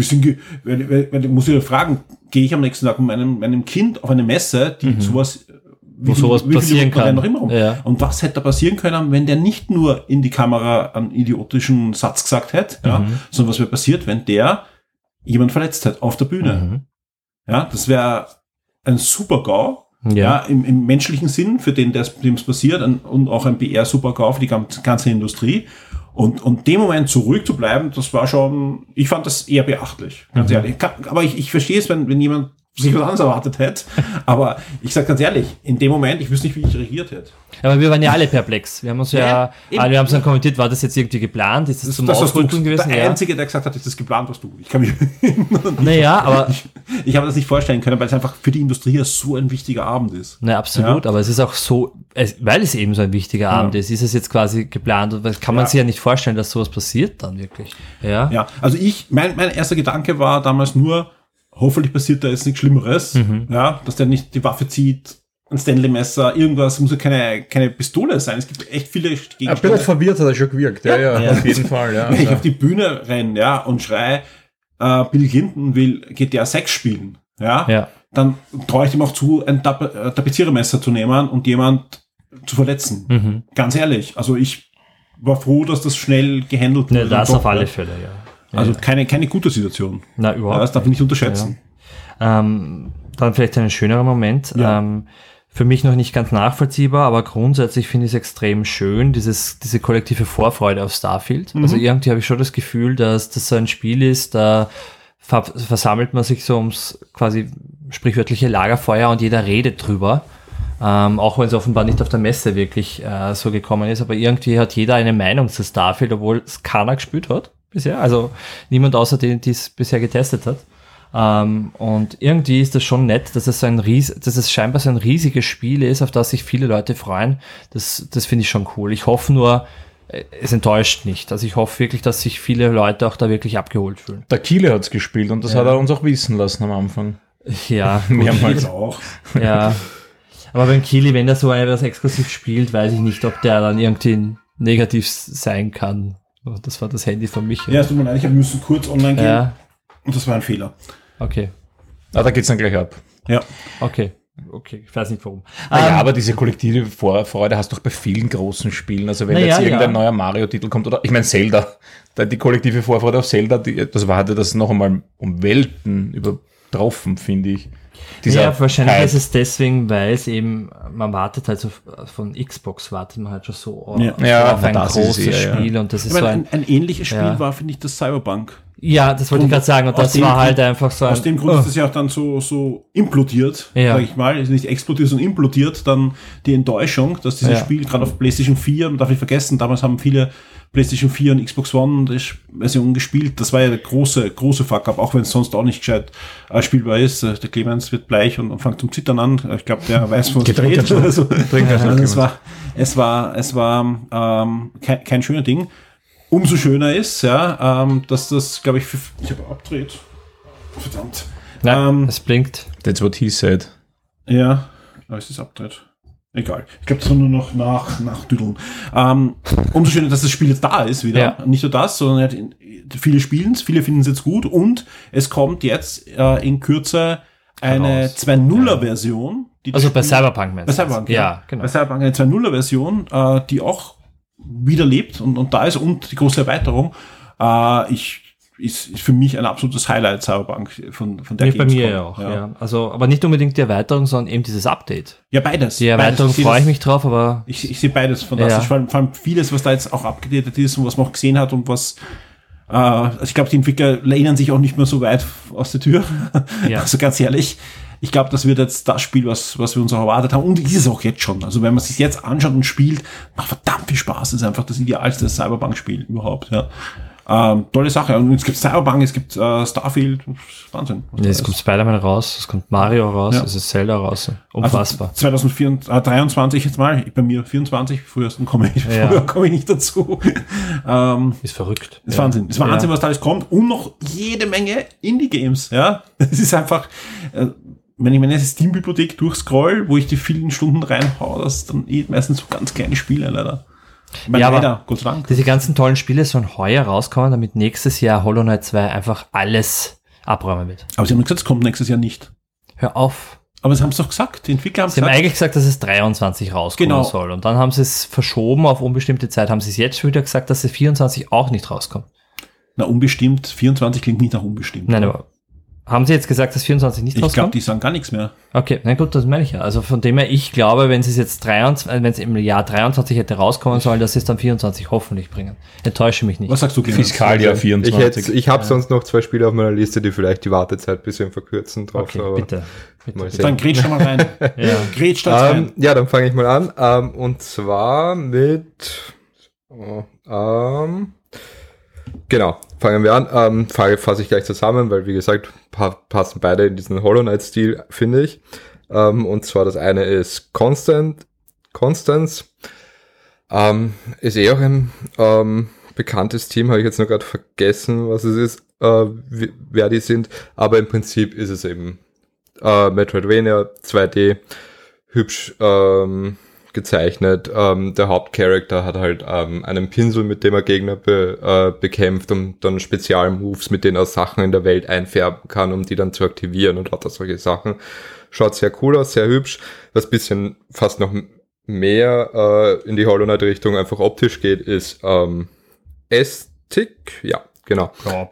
muss ich fragen, gehe ich am nächsten Tag mit meinem Kind auf eine Messe, die sowas passieren kann. Noch immer ja. Und was hätte da passieren können, wenn der nicht nur in die Kamera einen idiotischen Satz gesagt hätte, sondern was wäre passiert, wenn der jemand verletzt hätte auf der Bühne. Mhm. Ja, das wäre ein Super-GAU, im menschlichen Sinn, für dem es passiert, und auch ein PR-Super-GAU für die ganze Industrie. Und dem Moment zurück zu bleiben, das war schon, ich fand das eher beachtlich, ganz ehrlich. Aber ich verstehe es, wenn jemand sich was anderes erwartet hätte. Aber ich sage ganz ehrlich, in dem Moment, ich wüsste nicht, wie ich reagiert hätte. Aber wir waren ja alle perplex. Wir haben uns wir haben es dann kommentiert, war das jetzt irgendwie geplant? Ist das zum Ausdrücken gewesen? Der Einzige, der gesagt hat, ist das geplant, was du. Ich kann mich aber ich habe das nicht vorstellen können, weil es einfach für die Industrie so ein wichtiger Abend ist. Na, absolut, aber es ist auch so, weil es eben so ein wichtiger Abend ist es jetzt quasi geplant, und kann man sich ja nicht vorstellen, dass sowas passiert dann wirklich. Ja, also mein erster Gedanke war damals nur, hoffentlich passiert da jetzt nichts Schlimmeres, dass der nicht die Waffe zieht, ein Stanley-Messer, irgendwas, muss ja keine Pistole sein. Es gibt echt viele Gegenstände. Ein bisschen verwirrt hat er schon gewirkt, auf jeden Fall. Ja. Wenn ich auf die Bühne renne, und schrei, Bill Clinton will GTA 6 spielen, dann traue ich ihm auch zu, ein Tapezierermesser zu nehmen und jemand zu verletzen. Mhm. Ganz ehrlich, also ich war froh, dass das schnell gehandelt wurde. Das auf alle Fälle, Also keine gute Situation. Na, überhaupt. Das darf ich nicht unterschätzen. Dann vielleicht ein schönerer Moment. Für mich noch nicht ganz nachvollziehbar, aber grundsätzlich finde ich es extrem schön, diese kollektive Vorfreude auf Starfield. Mhm. Also irgendwie habe ich schon das Gefühl, dass das so ein Spiel ist, da versammelt man sich so ums quasi sprichwörtliche Lagerfeuer und jeder redet drüber. Auch wenn es offenbar nicht auf der Messe wirklich so gekommen ist, aber irgendwie hat jeder eine Meinung zu Starfield, obwohl es keiner gespielt hat bisher. Also niemand außer denen, die es bisher getestet hat. Und irgendwie ist das schon nett, dass es scheinbar so ein riesiges Spiel ist, auf das sich viele Leute freuen. Das finde ich schon cool. Ich hoffe nur, es enttäuscht nicht. Also ich hoffe wirklich, dass sich viele Leute auch da wirklich abgeholt fühlen. Der Kiele hat es gespielt und das hat er uns auch wissen lassen am Anfang. Ja. Mehrmals auch. Ja. Aber beim Kili, wenn der so etwas exklusiv spielt, weiß ich nicht, ob der dann irgendwie negativ sein kann. Das war das Handy von Michael. Ja, es tut mir leid, ich müssen kurz online gehen. Und das war ein Fehler. Okay. Da geht's dann gleich ab. Ja. Okay, ich weiß nicht warum. Aber diese kollektive Vorfreude hast du doch bei vielen großen Spielen. Also wenn jetzt irgendein neuer Mario-Titel kommt, oder ich meine Zelda, die kollektive Vorfreude auf Zelda, hatte das noch einmal um Welten übertroffen, finde ich. Wahrscheinlich ist es deswegen, weil es eben, man wartet halt so, von Xbox wartet man halt schon so auf ein großes Spiel. Und das ist so ein ähnliches Spiel war, finde ich, das Cyberpunk. Ja, das wollte ich gerade sagen. Und das war halt einfach so aus dem Grund ist das ja auch dann so implodiert, sag ich mal. Ist nicht explodiert, sondern implodiert dann die Enttäuschung, dass dieses Spiel gerade auf PlayStation 4, man darf nicht vergessen, damals haben viele PlayStation 4 und Xbox One Version gespielt. Das war ja der große Fuck-up, auch wenn es sonst auch nicht gescheit spielbar ist. Der Clemens wird bleich und fängt zum Zittern an. Ich glaube, der weiß, wo es redet. Es war kein schöner Ding. Umso schöner ist, dass das, glaube ich, ich habe abgedreht. Verdammt. Es blinkt. That's what he said. Ja, aber es ist abgedreht. Egal. Ich glaube, das war nur noch nachdüdeln. Umso schöner, dass das Spiel jetzt da ist wieder. Ja. Nicht nur das, sondern viele spielen es, viele finden es jetzt gut und es kommt jetzt in Kürze eine 2.0er-Version. Also bei Cyberpunk meinst du? Bei Cyberpunk, ja. Genau. Bei Cyberpunk eine 2.0er-Version, die auch wieder lebt und da ist und die große Erweiterung ist für mich ein absolutes Highlight Cyberpunk von der Gamescom. Bei mir ja auch, ja. Also, aber nicht unbedingt die Erweiterung, sondern eben dieses Update. Ja, beides. Die Erweiterung freue ich mich drauf, aber ich sehe beides fantastisch. Vor allem vieles, was da jetzt auch abgedatet ist und was man auch gesehen hat und was also ich glaube, die Entwickler lehnen sich auch nicht mehr so weit aus der Tür. Ja. Also ganz ehrlich, ich glaube, das wird jetzt das Spiel, was wir uns auch erwartet haben. Und ist es auch jetzt schon. Also wenn man sich jetzt anschaut und spielt, macht verdammt viel Spaß. Das ist einfach das idealste Cyberpunk-Spiel überhaupt. Ja. Tolle Sache. Und es gibt Cyberpunk, es gibt Starfield. Wahnsinn. Ja, es kommt Spider-Man raus, es kommt Mario raus, es ist Zelda raus. Unfassbar. Also 2023 jetzt mal, bei mir 24, früher komme ich nicht dazu. Ist verrückt. Ist Wahnsinn. Ist Wahnsinn, was da alles kommt. Und noch jede Menge Indie-Games. Ja, es ist einfach, wenn ich meine Steam-Bibliothek durchscroll, wo ich die vielen Stunden reinhaue, das ist dann meistens so ganz kleine Spiele leider. Aber Gott sei Dank. Diese ganzen tollen Spiele sollen heuer rauskommen, damit nächstes Jahr Hollow Knight 2 einfach alles abräumen wird. Aber sie haben gesagt, es kommt nächstes Jahr nicht. Hör auf. Aber sie haben es doch gesagt, die Entwickler haben es gesagt. Sie haben eigentlich gesagt, dass es 23 rauskommen soll. Und dann haben sie es verschoben auf unbestimmte Zeit. Haben sie es jetzt schon wieder gesagt, dass es 24 auch nicht rauskommt. Na, unbestimmt. 24 klingt nicht nach unbestimmt. Nein, aber haben sie jetzt gesagt, dass 24 nicht rauskommt? Ich glaube, die sagen gar nichts mehr. Okay, na gut, das meine ich ja. Also von dem her, ich glaube, wenn es jetzt wenn es im Jahr 23 hätte rauskommen sollen, dass sie es dann 24 hoffentlich bringen. Enttäusche mich nicht. Was sagst du, Clemens? Fiskaljahr 24. Ich habe sonst noch 2 Spiele auf meiner Liste, die vielleicht die Wartezeit ein bisschen verkürzen drauf. Okay, aber bitte. Dann grätsch da mal rein. Grätsch da rein. Ja, dann fange ich mal an. Und zwar mit genau, fangen wir an. Fasse ich gleich zusammen, weil wie gesagt, passen beide in diesen Hollow Knight-Stil, finde ich. Und zwar das eine ist Constance. Ist auch ein bekanntes Team, habe ich jetzt noch gerade vergessen, was es ist, wer die sind. Aber im Prinzip ist es eben Metroidvania 2D, hübsch gezeichnet. Der Hauptcharakter hat halt einen Pinsel, mit dem er Gegner bekämpft und dann Spezialmoves, mit denen er Sachen in der Welt einfärben kann, um die dann zu aktivieren und hat da solche Sachen. Schaut sehr cool aus, sehr hübsch. Was bisschen fast noch mehr in die Hollow Knight Richtung einfach optisch geht, ist Ästhetik. Ja, genau.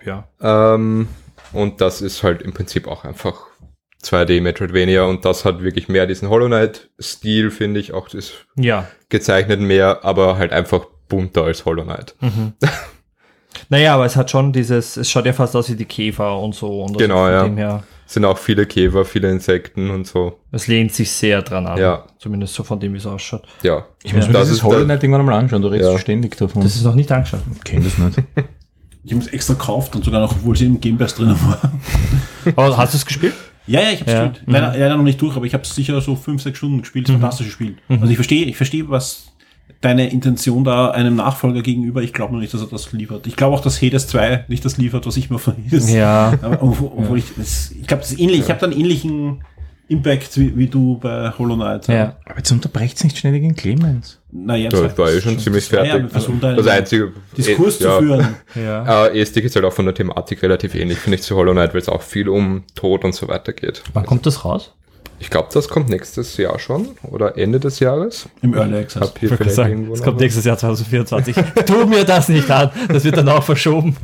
Und das ist halt im Prinzip auch einfach 2D Metroidvania und das hat wirklich mehr diesen Hollow Knight-Stil, finde ich, auch das gezeichnet mehr, aber halt einfach bunter als Hollow Knight. Mhm. Naja, aber es hat schon es schaut ja fast aus wie die Käfer und so. Und genau, also von dem her. Es sind auch viele Käfer, viele Insekten und so. Es lehnt sich sehr dran an, zumindest so von dem, wie es ausschaut. Ja. Ich muss mir dieses Hollow Knight irgendwann mal anschauen, du redest ständig davon. Das ist noch nicht angeschaut. Ich kenne das nicht. Ich habe es extra gekauft und sogar noch, obwohl sie im Game Pass drin war. Aber hast du es gespielt? Ja, ich habe es gespielt. Leider noch nicht durch, aber ich habe es sicher so 5-6 Stunden gespielt. Das ist ein fantastisches Spiel. Also ich verstehe, was deine Intention da einem Nachfolger gegenüber, ich glaube noch nicht, dass er das liefert. Ich glaube auch, dass Hades 2 nicht das liefert, was ich mir verhieß. Ja. Obwohl ich glaube, das ist ähnlich. Ich habe da einen ähnlichen Impact wie du bei Hollow Knight. Ja. Aber jetzt unterbrecht es nicht schnell gegen Clemens. Naja, das war schon ziemlich fertig. Das einzige Diskurs zu führen. Ästhetik ist halt auch von der Thematik relativ ähnlich, finde ich, zu Hollow Knight, weil es auch viel um Tod und so weiter geht. Wann kommt das raus? Ich glaube, das kommt nächstes Jahr schon oder Ende des Jahres. Im Early Access. Es kommt nächstes Jahr 2024. Tu mir das nicht an. Das wird dann auch verschoben.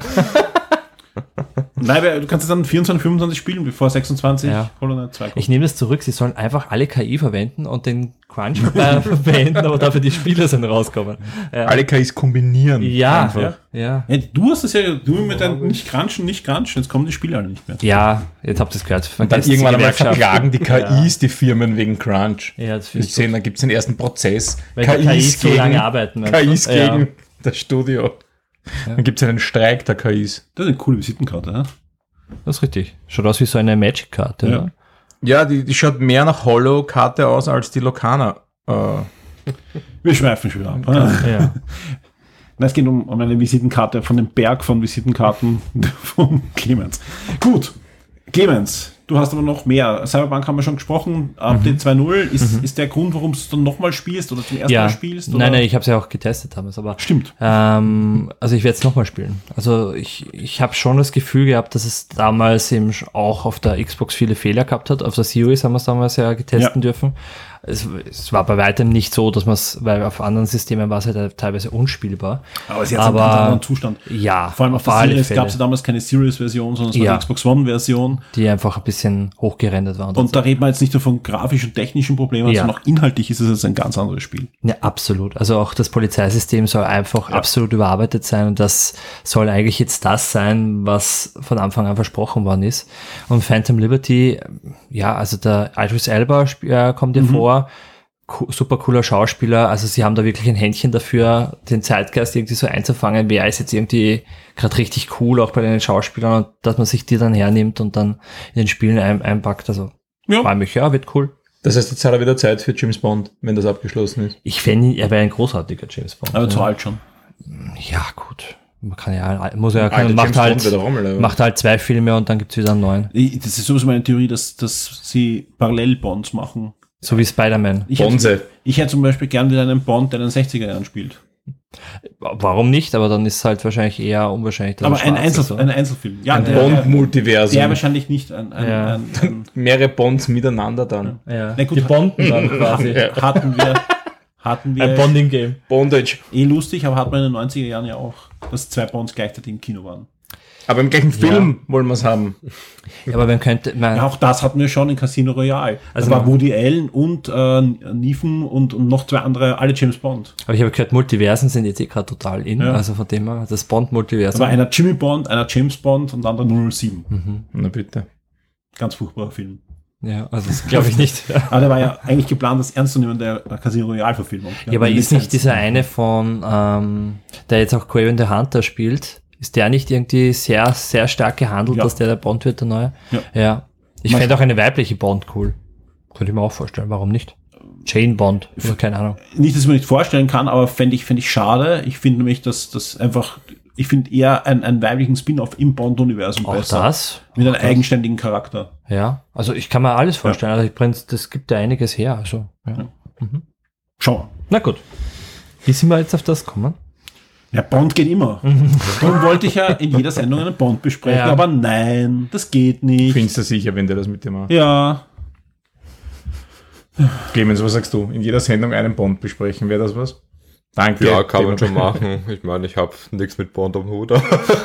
Nein, aber du kannst es dann 24, 25 spielen, bevor 26 Hollow Knight 2 kommt. Ich nehme das zurück, sie sollen einfach alle KI verwenden und den Crunch beenden, aber dafür die Spiele sind rauskommen. Alle KIs kombinieren. Ja. Du hast es du mit deinem nicht crunchen, jetzt kommen die Spiele alle nicht mehr. Ja, jetzt habt ihr es gehört. Und dann irgendwann einmal verklagen die KIs die Firmen wegen Crunch. Ja, das ich sehe, da gibt es den ersten Prozess. Weil KIs so lange arbeiten. KIs gegen das Studio. Dann gibt es einen Streik der KIs. Das ist eine coole Visitenkarte, ja? Das ist richtig. Schaut aus wie so eine Magic-Karte, ja. Ja, die schaut mehr nach Hollow-Karte aus als die Locana. Wir schweifen schon wieder ab. Ja. Nein, es geht um eine Visitenkarte von dem Berg von Visitenkarten von Clemens. Gut, Clemens, du hast aber noch mehr. Cyberpunk haben wir schon gesprochen. Update 2.0 ist der Grund, warum du es dann nochmal spielst oder zum ersten Mal spielst? Oder? Nein, ich habe es ja auch getestet damals. Aber, stimmt. Also ich werde es nochmal spielen. Also ich habe schon das Gefühl gehabt, dass es damals eben auch auf der Xbox viele Fehler gehabt hat. Auf der Series haben wir es damals ja testen dürfen. es war bei weitem nicht so, dass man es, weil auf anderen Systemen war es halt teilweise unspielbar. Aber es ist jetzt ein ganz anderen Zustand. Ja, vor allem auf der Series gab es ja damals keine Series-Version, sondern es war die Xbox One-Version. Die einfach ein bisschen hochgerendert war. Und da reden wir jetzt nicht nur von grafischen, technischen Problemen, sondern auch inhaltlich ist es jetzt ein ganz anderes Spiel. Ja, absolut. Also auch das Polizeisystem soll einfach absolut überarbeitet sein und das soll eigentlich jetzt das sein, was von Anfang an versprochen worden ist. Und Phantom Liberty, also der Idris Elba kommt ja vor, super cooler Schauspieler, also sie haben da wirklich ein Händchen dafür, den Zeitgeist irgendwie so einzufangen, wer ist jetzt irgendwie gerade richtig cool, auch bei den Schauspielern, und dass man sich die dann hernimmt und dann in den Spielen einpackt, also freue mich, wird cool. Das heißt, jetzt hat er wieder Zeit für James Bond, wenn das abgeschlossen ist. Ich fände, er wäre ein großartiger James Bond. Aber zu alt schon. Ja, gut. Man kann macht halt 2 Filme und dann gibt's wieder einen neuen. Das ist sowieso meine Theorie, dass sie parallel Bonds machen. So wie Spider-Man. Ich hätte zum Beispiel gern wieder einen Bond, der in den 60er Jahren spielt. Warum nicht? Aber dann ist es halt wahrscheinlich eher unwahrscheinlich. Aber ein Einzelfilm. Ja, ein Bond-Multiversum. Der wahrscheinlich nicht mehrere Bonds miteinander dann. Ja. Na gut, die bonden dann quasi. Hatten wir ein Bonding-Game. Bondage. Lustig, aber hat man in den 90er Jahren ja auch, dass 2 Bonds gleichzeitig im Kino waren. Aber im gleichen Film wollen wir es haben. Ja, aber man könnte... auch das hatten wir schon in Casino Royale. Also da war Woody Allen und Neeson und noch 2 andere, alle James Bond. Aber ich habe gehört, Multiversen sind jetzt gerade total in. Ja. Also von dem her, das Bond-Multiversum. Aber einer Jimmy Bond, einer James Bond und dann der 007. Na bitte. Ganz furchtbarer Film. Ja, also das glaube ich nicht. Aber der war ja eigentlich geplant, das ernst zu nehmen, der Casino Royale-Verfilmung. Ja, aber ist nicht dieser eine von, der jetzt auch Craven the Hunter spielt, ist der nicht irgendwie sehr, sehr stark gehandelt, dass der Bond wird, der neue? Ja. Ich fände auch eine weibliche Bond cool. Könnte ich mir auch vorstellen, warum nicht? Jane Bond, oder keine Ahnung. Nicht, dass ich mir nicht vorstellen kann, aber fände ich schade. Ich finde nämlich, dass das einfach... Ich finde eher einen weiblichen Spin-off im Bond-Universum besser. Das? Mit einem eigenständigen Charakter. Ja, also ich kann mir alles vorstellen. Also das gibt ja einiges her. Also, Schauen wir. Na gut. Wie sind wir jetzt auf das gekommen? Ja, Bond geht immer. Darum wollte ich ja in jeder Sendung einen Bond besprechen, aber nein, das geht nicht. Findest du sicher, wenn der das mit dir macht? Ja. Clemens, was sagst du? In jeder Sendung einen Bond besprechen, wäre das was? Danke. Ja, kann man schon machen. Ich meine, ich habe nichts mit Bond am Hut.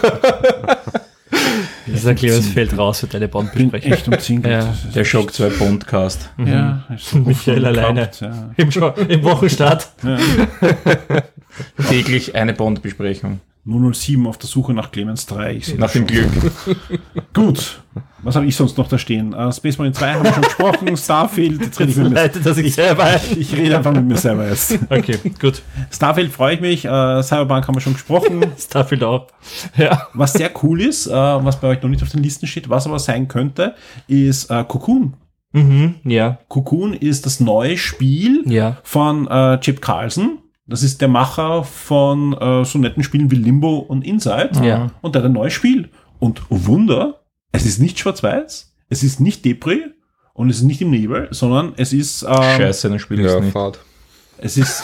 Dieser Clemens fällt raus für deine Bond-Besprechung. Echt umzingelt. Ja. Der Schock 2 Bondcast. Ja, Michael alleine. Ja. Im Wochenstart. Ja. Täglich eine Bond-Besprechung. 007 auf der Suche nach Clemens 3. Nach dem Glück. Gut. Was habe ich sonst noch da stehen? Space Marine 2 haben wir schon gesprochen. Starfield. Jetzt rede ich mit mir. Dass ich selber. Ich rede einfach mit mir selber jetzt. Okay, gut. Starfield freue ich mich. Cyberpunk haben wir schon gesprochen. Starfield auch. Ja. Was sehr cool ist, was bei euch noch nicht auf den Listen steht, was aber sein könnte, ist Cocoon. Ja. Cocoon ist das neue Spiel von Chip Carlson. Das ist der Macher von so netten Spielen wie Limbo und Inside. Ja. Und der hat ein neues Spiel. Und oh Wunder, es ist nicht schwarz-weiß, es ist nicht Depri und es ist nicht im Nebel, sondern es ist... Scheiße, ein Spiel ist nicht. Fahrt. Es ist...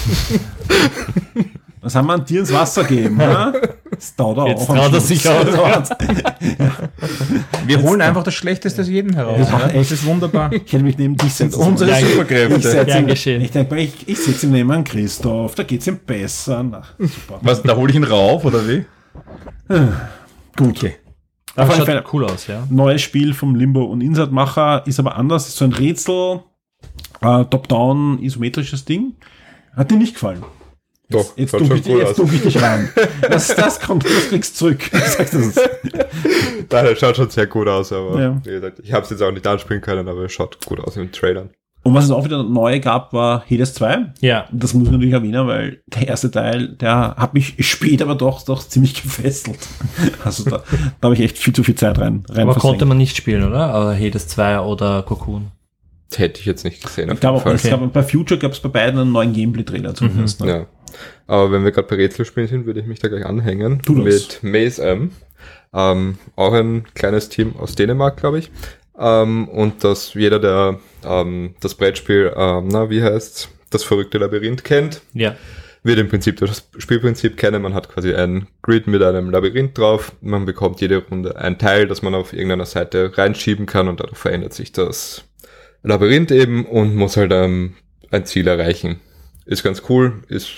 Was haben wir an dir ins Wasser gegeben? Das dauert auch. Jetzt traut er sich aus. Wir holen einfach das Schlechteste aus jedem heraus. Das ist wunderbar. Ich hätte mich neben dich setzen. Unsere Superkräfte. Ich denke mal, ich sitze neben an Christoph, da geht's ihm besser. Na, super. Was, da hole ich ihn rauf, oder wie? Gut. Okay. Das schaut cool aus, ja. Neues Spiel vom Limbo und Inside-Macher, ist aber anders. Ist so ein Rätsel, top-down, isometrisches Ding. Hat dir nicht gefallen? Doch, jetzt ducke ich dich rein. Das kommt, das kriegst du zurück. Das schaut schon sehr gut aus, aber wie gesagt, ich habe es jetzt auch nicht anspielen können, aber es schaut gut aus in den Trailern. Und was es auch wieder neu gab, war Hades 2. Ja. Das muss ich natürlich erwähnen, weil der erste Teil, der hat mich später aber doch ziemlich gefesselt. Also da habe ich echt viel zu viel Zeit rein aber konnte man nicht spielen, oder? Hades 2 oder Cocoon? Das hätte ich jetzt nicht gesehen. Ich glaube auch, bei Future gab es bei beiden einen neuen Gameplay-Trailer zumindest. Ja. Aber wenn wir gerade bei Rätselspielen sind, würde ich mich da gleich anhängen. Mit Maze M. Auch ein kleines Team aus Dänemark, glaube ich. Und dass jeder, der das Brettspiel, wie heißt's, das verrückte Labyrinth kennt, wird im Prinzip das Spielprinzip kennen. Man hat quasi ein Grid mit einem Labyrinth drauf. Man bekommt jede Runde ein Teil, das man auf irgendeiner Seite reinschieben kann und dadurch verändert sich das Labyrinth eben und muss halt ein Ziel erreichen. Ist ganz cool,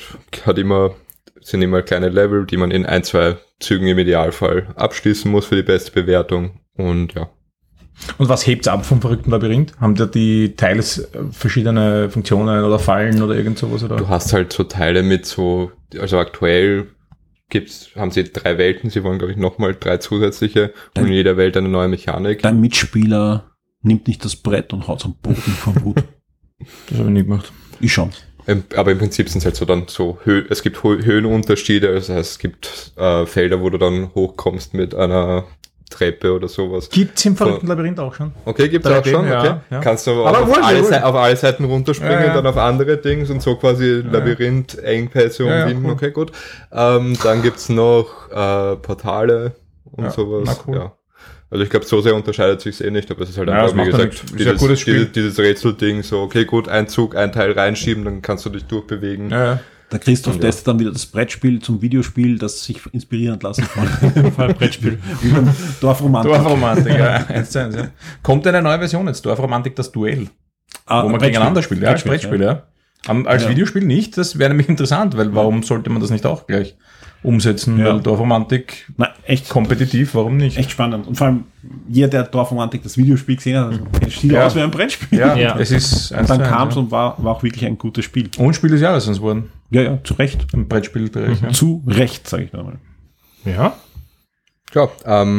sind immer kleine Level, die man in 1-2 Zügen im Idealfall abschließen muss für die beste Bewertung und ja. Und was hebt's ab vom verrückten Labyrinth? Haben da die Teile verschiedene Funktionen oder Fallen oder irgend sowas? Oder? Du hast halt so Teile mit also aktuell haben sie 3 Welten, sie wollen glaube ich nochmal 3 zusätzliche und in jeder Welt eine neue Mechanik. Dein Mitspieler nimmt nicht das Brett und haut am Boden vom Wut. Das habe ich nie gemacht. Ich schon. Aber im Prinzip sind es halt so dann es gibt Höhenunterschiede, das heißt es gibt Felder, wo du dann hochkommst mit einer Treppe oder sowas. Gibt's im verrückten Labyrinth auch schon? Okay, gibt's auch schon, okay. Ja. Kannst du aber auf alle Seiten runterspringen, dann auf andere Dinge und so quasi Labyrinth-Engpässe umwinden. Cool. Okay, gut. Dann gibt's noch Portale und sowas. Na, cool. Ja. Also ich glaube, so sehr unterscheidet sich's nicht, aber es ist halt einfach, wie gesagt, dieses Rätselding, so, okay, gut, ein Zug, ein Teil reinschieben, dann kannst du dich durchbewegen. Ja. Der Christoph testet dann wieder das Brettspiel zum Videospiel, das sich inspirieren lassen von Brettspiel. Dorfromantik. Dorfromantik, ja. 1:1, ja. Kommt eine neue Version jetzt, Dorfromantik, das Duell, wo man gegeneinander spielt. Ja, Brettspiel, ja. Als Videospiel nicht, das wäre nämlich interessant, weil warum sollte man das nicht auch gleich umsetzen? Ja. Weil Dorfromantik, echt kompetitiv, warum nicht? Echt spannend. Und vor allem, jeder, der Dorfromantik das Videospiel gesehen hat, sieht aus wie ein Brettspiel. Ja. Es ist und dann kam es und war auch wirklich ein gutes Spiel. Und Spiel des Jahres sonst wurden. Ja, zu Recht. Im Brettspielbereich. Zu Recht, sage ich nochmal. Ja. Ja,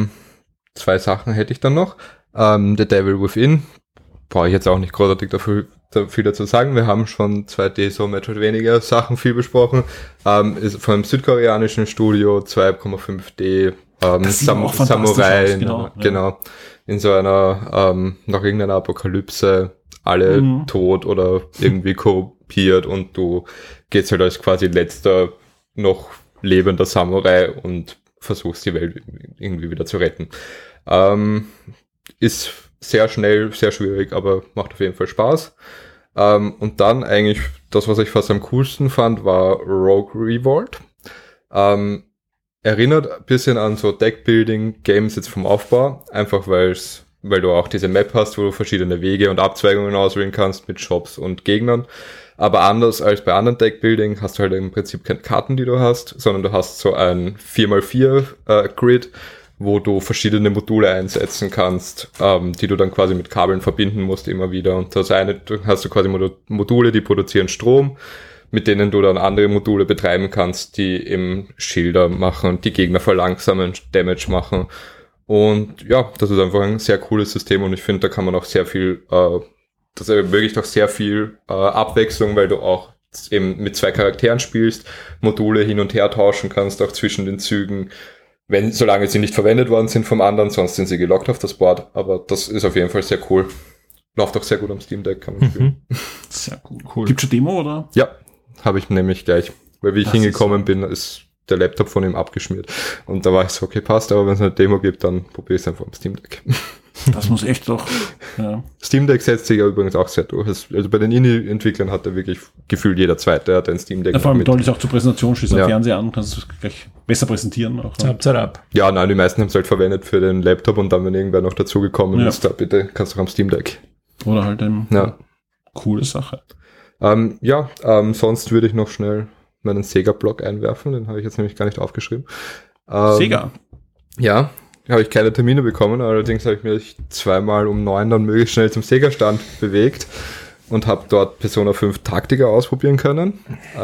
2 Sachen hätte ich dann noch. The Devil Within. Brauche ich jetzt auch nicht großartig viel dazu sagen. Wir haben schon 2D so mehr oder weniger Sachen viel besprochen. Ist von einem südkoreanischen Studio, 2,5D, Samurai, genau. In so einer, nach irgendeiner Apokalypse, alle tot oder irgendwie korrumpiert und du gehst halt als quasi letzter noch lebender Samurai und versuchst die Welt irgendwie wieder zu retten. Ist sehr schnell, sehr schwierig, aber macht auf jeden Fall Spaß. Und dann eigentlich das, was ich fast am coolsten fand, war Rogue Revolt. Erinnert ein bisschen an so Deckbuilding-Games jetzt vom Aufbau, einfach weil du auch diese Map hast, wo du verschiedene Wege und Abzweigungen auswählen kannst mit Shops und Gegnern. Aber anders als bei anderen Deckbuilding hast du halt im Prinzip keine Karten, die du hast, sondern du hast so ein 4x4 Grid, wo du verschiedene Module einsetzen kannst, die du dann quasi mit Kabeln verbinden musst immer wieder. Und das eine hast du quasi Module, die produzieren Strom, mit denen du dann andere Module betreiben kannst, die eben Schilder machen und die Gegner verlangsamen, Damage machen. Und ja, das ist einfach ein sehr cooles System und ich finde, da kann man auch sehr viel, das ermöglicht auch sehr viel Abwechslung, weil du auch eben mit 2 Charakteren spielst, Module hin und her tauschen kannst, auch zwischen den Zügen, solange sie nicht verwendet worden sind vom anderen, sonst sind sie gelockt auf das Board, aber das ist auf jeden Fall sehr cool. Läuft auch sehr gut am Steam Deck, kann man spielen. Sehr cool. Gibt's schon Demo, oder? Ja, habe ich nämlich gleich. Weil wie ich hingekommen bin, ist der Laptop von ihm abgeschmiert. Und da war ich so, okay, passt, aber wenn es eine Demo gibt, dann probiere ich es einfach am Steam Deck. Das muss echt doch, ja. Steam Deck setzt sich ja übrigens auch sehr durch. Also bei den Indie-Entwicklern hat er wirklich gefühlt jeder Zweite, hat ein Steam Deck. Ja, vor allem toll ist auch zur Präsentation, schließt am Fernseher an, kannst du es gleich besser präsentieren. Auch, ja, nein, die meisten haben es halt verwendet für den Laptop und dann, wenn irgendwer noch dazugekommen ist, da bitte kannst du auch am Steam Deck. Oder halt coole Sache. Sonst würde ich noch schnell meinen Sega-Blog einwerfen, den habe ich jetzt nämlich gar nicht aufgeschrieben. Sega? Ja, habe ich keine Termine bekommen, allerdings habe ich mich 2-mal um 9 dann möglichst schnell zum Sega-Stand bewegt und habe dort Persona 5 Taktiker ausprobieren können.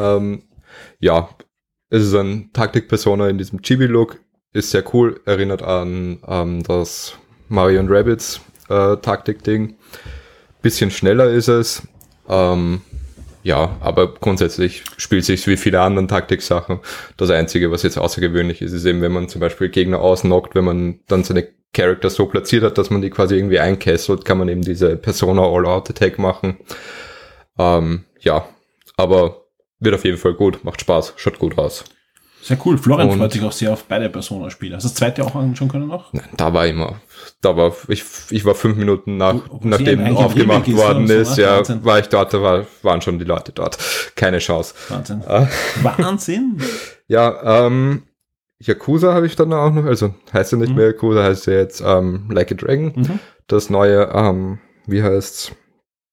Es ist ein Taktik-Persona in diesem Chibi-Look, ist sehr cool, erinnert an das Mario & Rabbids Taktik-Ding. Bisschen schneller ist es, aber grundsätzlich spielt sich wie viele andere Taktik-Sachen. Das Einzige, was jetzt außergewöhnlich ist, ist eben, wenn man zum Beispiel Gegner ausnockt, wenn man dann seine Charakter so platziert hat, dass man die quasi irgendwie einkesselt, kann man eben diese Persona All-Out-Attack machen. Aber wird auf jeden Fall gut, macht Spaß, schaut gut aus. Sehr cool. Florian freut sich auch sehr auf beide Persona-Spiele. Hast du das zweite auch anschauen können noch? Nein, ich war 5 Minuten nachdem aufgemacht worden ist, war ich dort, da waren schon die Leute dort. Keine Chance. Wahnsinn. Wahnsinn? Ja, Yakuza habe ich dann auch noch, also heißt ja nicht mehr Yakuza, heißt ja jetzt Like a Dragon. Das neue, wie heißt's?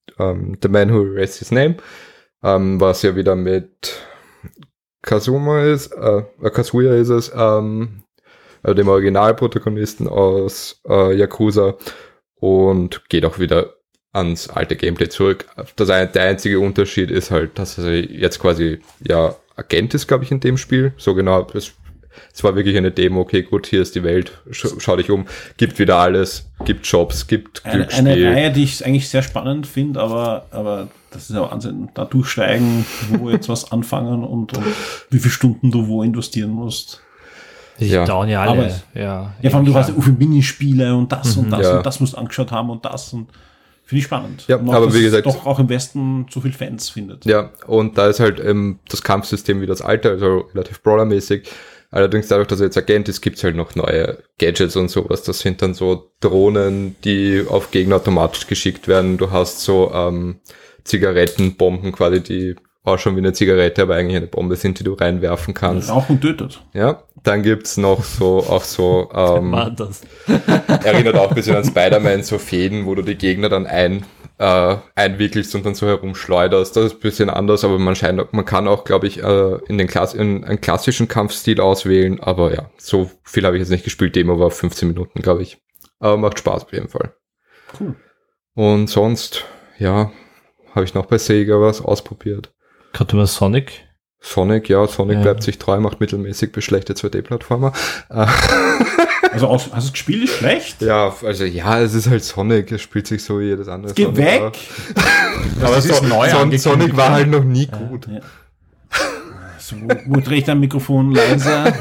The Man Who Erased His Name, was ja wieder mit Kazuya ist es, dem Originalprotagonisten aus Yakuza, und geht auch wieder ans alte Gameplay zurück. Der einzige Unterschied ist halt, dass er jetzt quasi Agent ist, glaube ich, in dem Spiel. So genau, es war wirklich eine Demo, okay, gut, hier ist die Welt, schau dich um, gibt wieder alles, gibt Jobs, gibt Glücksspiel. Eine Reihe, die ich eigentlich sehr spannend finde, aber das ist ja Wahnsinn, da durchsteigen, wo jetzt was anfangen und wie viele Stunden du wo investieren musst. Die dauern ja alle. Ja, vor allem du hast ja viele Minispiele und das und das und das musst du angeschaut haben und das und finde ich spannend. Ja, noch, aber wie gesagt, doch auch im Westen so viel Fans findet. Ja, und da ist halt das Kampfsystem wie das alte, also relativ brawlermäßig. Allerdings dadurch, dass er jetzt Agent ist, gibt's halt noch neue Gadgets und sowas. Das sind dann so Drohnen, die auf Gegner automatisch geschickt werden. Du hast so Zigarettenbomben quasi, die ausschauen wie eine Zigarette, aber eigentlich eine Bombe sind, die du reinwerfen kannst. Rauchen tötet. Ja, dann gibt's noch erinnert auch ein bisschen an Spider-Man, so Fäden, wo du die Gegner dann einwickelst und dann so herumschleuderst. Das ist ein bisschen anders, aber man kann auch, glaube ich, in einen klassischen Kampfstil auswählen, aber ja, so viel habe ich jetzt nicht gespielt. Demo war 15 Minuten, glaube ich. Aber macht Spaß auf jeden Fall. Cool. Und sonst, habe ich noch bei Sega was ausprobiert. Gerade über Sonic Bleibt sich treu, macht mittelmäßig bis schlechte 2D-Plattformer. Also hast du das gespielt, ist schlecht? Ja, also es ist halt Sonic, es spielt sich so wie jedes andere. Geh Sonic weg! Aber es ist neu Sonic war halt noch nie gut. Ja. So, wo drehe ich dein Mikrofon leiser?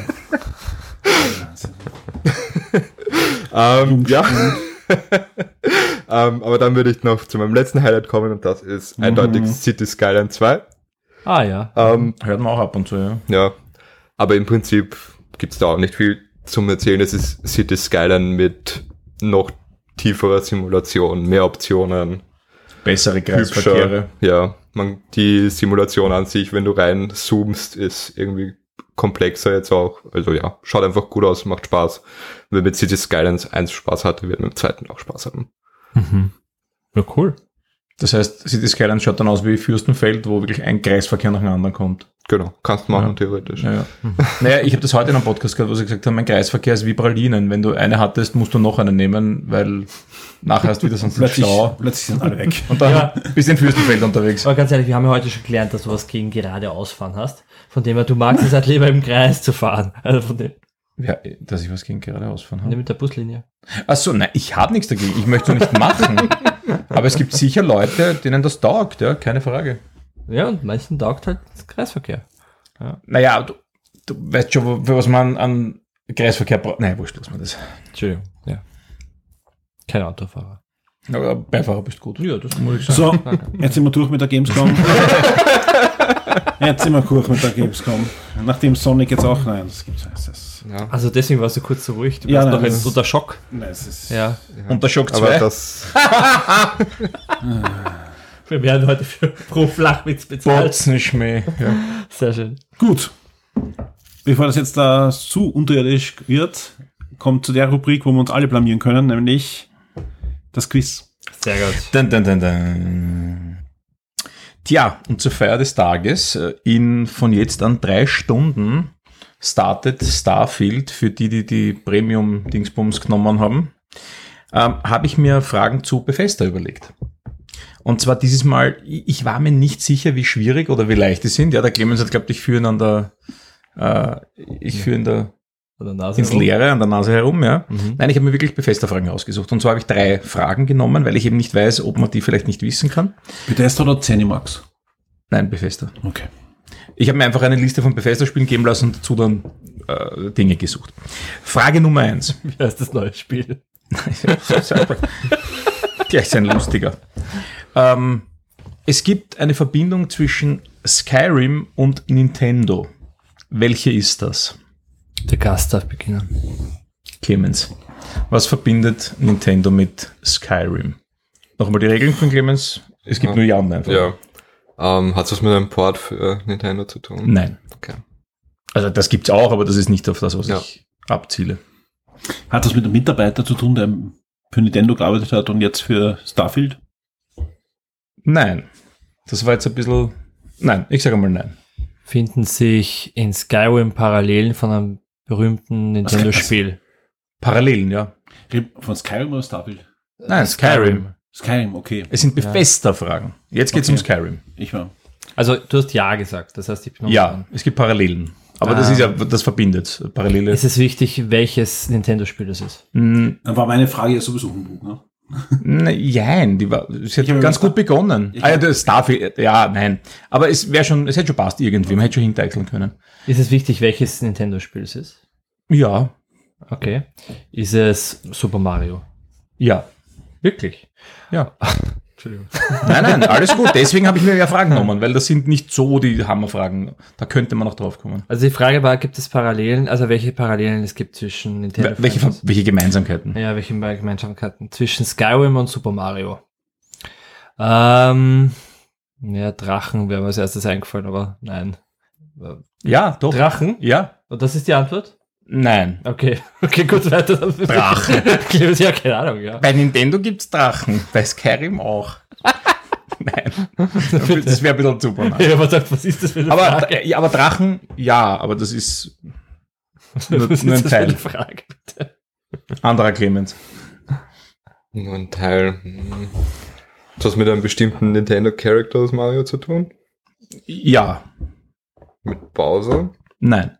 Aber dann würde ich noch zu meinem letzten Highlight kommen, und das ist eindeutig City Skyline 2. Ah ja. Hört man auch ab und zu, ja. Ja, aber im Prinzip gibt's da auch nicht viel zum Erzählen. Es ist City Skyline mit noch tieferer Simulation, mehr Optionen. Bessere Kreisverkehre. Ja, die Simulation an sich, wenn du reinzoomst, ist irgendwie komplexer jetzt auch. Also schaut einfach gut aus, macht Spaß. Wer mit City Skylines 1 Spaß hatte, wird mit dem zweiten auch Spaß haben. Mhm. Ja, cool. Das heißt, City Skylines schaut dann aus wie Fürstenfeld, wo wirklich ein Kreisverkehr nach dem anderen kommt. Genau, kannst du machen, theoretisch. Ja. Naja, ich habe das heute in einem Podcast gehört, wo sie gesagt haben, mein Kreisverkehr ist wie Pralinen. Wenn du eine hattest, musst du noch eine nehmen, weil nachher hast du wieder sonst Stau. Plötzlich sind alle weg. Und dann bist du in Fürstenfeld unterwegs. Aber ganz ehrlich, wir haben ja heute schon gelernt, dass du was gegen geradeausfahren hast. Von dem her, du magst es halt lieber im Kreis zu fahren. Also von dem. Ja, dass ich was gegen geradeausfahren habe. Mit der Buslinie. Achso, nein, ich habe nichts dagegen. Ich möchte es nicht machen. Aber es gibt sicher Leute, denen das taugt, ja, keine Frage. Ja, und manchen taugt halt das Kreisverkehr. Ja. Naja, du weißt schon, für was man an Kreisverkehr braucht. Nein, wurscht, lass mal das. Entschuldigung, ja. Kein Autofahrer. Aber Beifahrer bist gut. Ja, das muss ich sagen. So, jetzt sind wir durch mit der Gamescom. Nachdem Sonic jetzt auch, nein, das gibt's nicht. Ja. Also deswegen warst du kurz so ruhig. Du warst doch jetzt unter Schock. Nein, es ist unter Schock 2. Aber das wir werden heute pro Flachwitz bezahlt. Nicht mehr. Ja. Sehr schön. Gut. Bevor das jetzt da zu unterirdisch wird, kommt zu der Rubrik, wo wir uns alle blamieren können, nämlich das Quiz. Sehr gut. Dun. Tja, und zur Feier des Tages, von jetzt an 3 Stunden startet Starfield, für die Premium-Dingsbums genommen haben, habe ich mir Fragen zu Bethesda überlegt. Und zwar dieses Mal, ich war mir nicht sicher, wie schwierig oder wie leicht die sind. Ja, der Clemens hat glaubt, ich führe ins Leere an der Nase herum, ja. Mhm. Nein, ich habe mir wirklich Bethesda-Fragen ausgesucht. Und zwar habe ich 3 Fragen genommen, weil ich eben nicht weiß, ob man die vielleicht nicht wissen kann. Bethesda oder Zenimax? Nein, Bethesda. Okay. Ich habe mir einfach eine Liste von Bethesda-Spielen geben lassen und dazu dann Dinge gesucht. Frage Nummer 1. Wie heißt das neue Spiel? Gleich ein lustiger. Es gibt eine Verbindung zwischen Skyrim und Nintendo. Welche ist das? Der Gast darf beginnen. Clemens. Was verbindet Nintendo mit Skyrim? Nochmal die Regeln von Clemens. Es gibt nur Ja und Nein. Ja. Hat es was mit einem Port für Nintendo zu tun? Nein. Okay. Also das gibt's auch, aber das ist nicht auf das, was ich abziele. Hat das mit einem Mitarbeiter zu tun, der für Nintendo gearbeitet hat und jetzt für Starfield? Nein. Das war jetzt ein bisschen... Nein, ich sage mal nein. Finden sich in Skyrim Parallelen von einem berühmten Nintendo-Spiel? Parallelen, ja. Von Skyrim oder Starfield? Nein, Skyrim. Skyrim, okay. Es sind Bethesda-Fragen. Jetzt geht es um Skyrim. Also du hast ja gesagt, das heißt, ich bin es gibt Parallelen. Aber das ist ja, das verbindet. Parallele. Es ist wichtig, welches Nintendo-Spiel das ist. Dann war meine Frage ja sowieso Humbug, ne? Nein, sie hat ganz gut begonnen. Das Starfield, nein. Aber es hätte schon passt irgendwie, man hätte schon hinteichseln können. Ist es wichtig, welches Nintendo-Spiel es ist? Ja. Okay. Ist es Super Mario? Ja. Wirklich? Ja. Entschuldigung. Nein, alles gut. Deswegen habe ich mir Fragen genommen, weil das sind nicht so die Hammerfragen. Da könnte man noch drauf kommen. Also die Frage war, gibt es Parallelen, also welche Parallelen es gibt zwischen Nintendo? Welche Gemeinsamkeiten? Ja, welche Gemeinsamkeiten zwischen Skyrim und Super Mario? Drachen wäre mir als erstes eingefallen, aber nein. Ja, doch. Drachen? Ja. Und das ist die Antwort? Nein. Okay, gut, weiter. Drachen. Ja, keine Ahnung, ja. Bei Nintendo gibt's Drachen, bei Skyrim auch. Nein. Das wäre ein bisschen super. Ja, was ist das für eine Frage? Aber Drachen, ja, aber das ist nur ein Teil. Eine Frage, bitte? Anderer Clemens. Nur ein Teil. Hat das mit einem bestimmten Nintendo-Charakter aus Mario zu tun? Ja. Mit Bowser? Nein.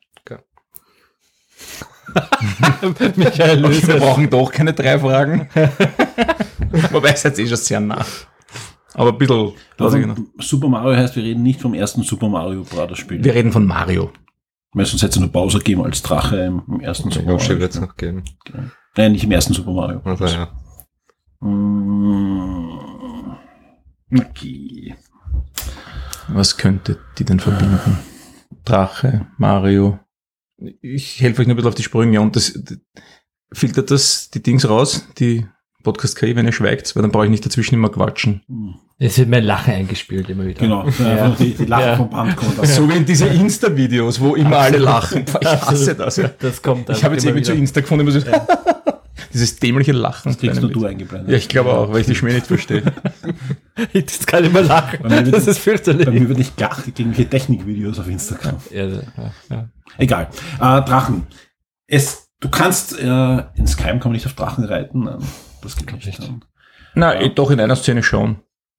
Michael Löse. Wir brauchen doch keine 3 Fragen. Wobei es jetzt schon sehr nah. Aber ein bisschen. Super Mario heißt, wir reden nicht vom ersten Super Mario Bros. Spiel. Wir reden von Mario. Meistens hätte es nur Bowser geben als Drache im ersten Super Mario. Wird es noch geben. Nein, nicht im ersten Super Mario. Also, ja. Okay. Was könnte die denn verbinden? Drache, Mario. Ich helfe euch nur ein bisschen auf die Sprünge und das filtert das die Dings raus, die Podcast-KI, wenn ihr schweigt, weil dann brauche ich nicht dazwischen immer quatschen. Es wird mein Lachen eingespielt immer wieder. Genau, die Lachen vom Band kommt. So wie in diese Insta-Videos, wo immer alle lachen. Ich hasse das. Ja. Das kommt ich habe jetzt irgendwie zu Insta gefunden, immer so dieses dämliche Lachen. Das kriegst nur du eingeblendet. Ja, ich glaube auch, weil ich die Schmäh nicht verstehe. Das kann ich mal lachen. Das ist fürchterlich. Bei mir wird nicht gelacht gegen irgendwelche Technikvideos auf Instagram. Ja. Egal. Drachen. Du kannst, in Skyrim kann man nicht auf Drachen reiten. Das geht nicht. Nein, doch in einer Szene schon.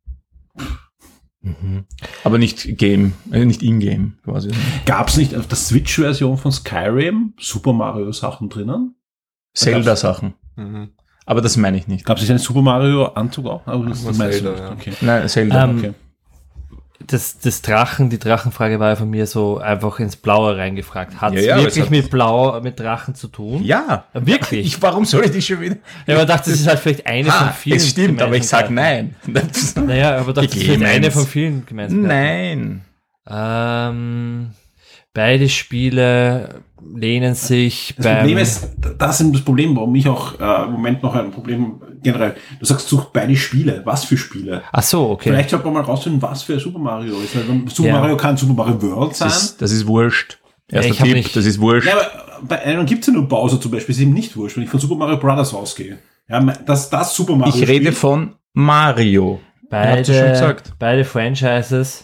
Aber nicht nicht in-game quasi. Gab es nicht auf der Switch-Version von Skyrim Super Mario-Sachen drinnen? Zelda-Sachen. Aber das meine ich nicht. Gab es nicht einen Super Mario-Anzug auch? Aber das Zelda, ja. Okay. Nein, Zelda. Okay. Die Drachenfrage war ja von mir so einfach ins Blaue reingefragt. Hat es Ja, wirklich mit Drachen zu tun? Ja. Wirklich? Warum soll ich die schon wieder? Ja, aber ich dachte, das ist halt vielleicht eine von vielen. Es stimmt, aber ich sage nein. Naja, aber das ist vielleicht eine von vielen Gemeinsamkeiten. Nein. Beide Spiele lehnen sich Das Problem ist, das ist das Problem, warum ich auch im Moment noch ein Problem generell. Du sagst, such beide Spiele. Was für Spiele? Ach so, okay. Vielleicht sollte man mal rausfinden, was für Super Mario ist. Weil Super Mario kann Super Mario World sein. Das ist wurscht. Erster Tipp, das ist wurscht. Ja, aber bei einem gibt es ja nur Bowser zum Beispiel. Das ist eben nicht wurscht, wenn ich von Super Mario Bros. Ausgehe. Ja, das Super Mario Ich rede von Mario. Beide Franchises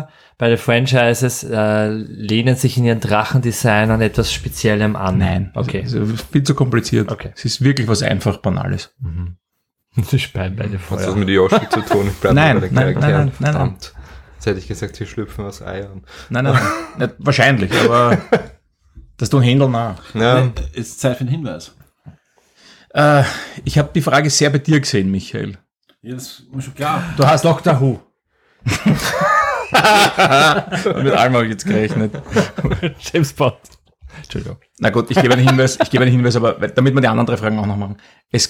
lehnen sich in ihren Drachendesign an etwas Speziellem an. Nein. Okay. Also viel zu kompliziert. Okay. Es ist wirklich was einfach Banales. Das spielen beide Hat Feuer. das mit Yoshi zu tun? Ich bleibe Nein, bei den nein, Charakteren. nein. Verdammt. Jetzt hätte ich gesagt, sie schlüpfen aus Eiern. Nein. Nicht wahrscheinlich, aber das tun Händel nach. Ja. Ist Zeit für einen Hinweis. Ich habe die Frage sehr bei dir gesehen, Michael. Ja, das ist schon klar. Du hast Doctor Who. Mit allem habe ich jetzt gerechnet. James Bond. Entschuldigung. Na gut, ich gebe einen Hinweis, aber damit wir die anderen 3 Fragen auch noch machen.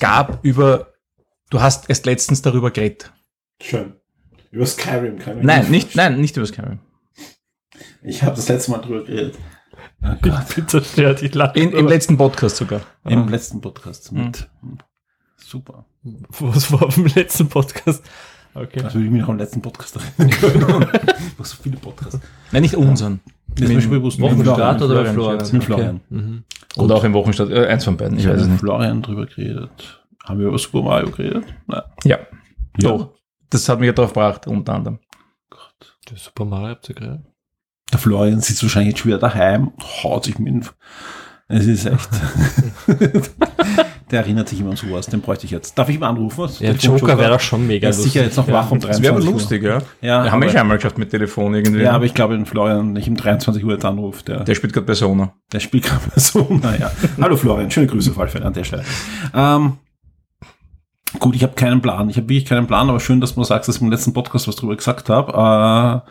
Du hast erst letztens darüber geredet. Schön. Über Skyrim kann ich Nein, nicht über Skyrim. Ich habe das letzte Mal drüber geredet. Oh Bitte stört dich lachen. Im letzten Podcast sogar. Im letzten Podcast mit. Super. Was war im letzten Podcast? Okay. Also würde ich mich noch am letzten Podcast erinnern können. Ich mache so viele Podcasts. Nein, nicht unseren. Das ist mir bewusst. Wochenstart oder bei Florian? Florian? Mit Florian. Mhm. Oder auch im Wochenstart. Eins von beiden. Ich weiß es nicht. Florian drüber geredet. Haben wir über Super Mario geredet? Nein. Ja. Doch. Das hat mich ja drauf gebracht, unter anderem. Der Super Mario habt ihr gerade? Der Florian sitzt wahrscheinlich jetzt schon wieder daheim, haut sich mit. Es ist echt. Der erinnert sich immer an sowas, den bräuchte ich jetzt. Darf ich ihm anrufen? Ja, Joker wäre doch schon mega lustig. Ist sicher jetzt noch wach um 23 Uhr. Das wäre aber lustig, ja. Wir haben schon einmal geschafft mit Telefon irgendwie. Ja, aber ich glaube, den Florian nicht um 23 Uhr jetzt anruft. Der spielt gerade Persona. Der spielt gerade Persona, ja. Hallo Florian, schöne Grüße auf an der Stelle. Gut, ich habe keinen Plan. Ich habe wirklich keinen Plan, aber schön, dass du sagst, dass ich im letzten Podcast was drüber gesagt habe.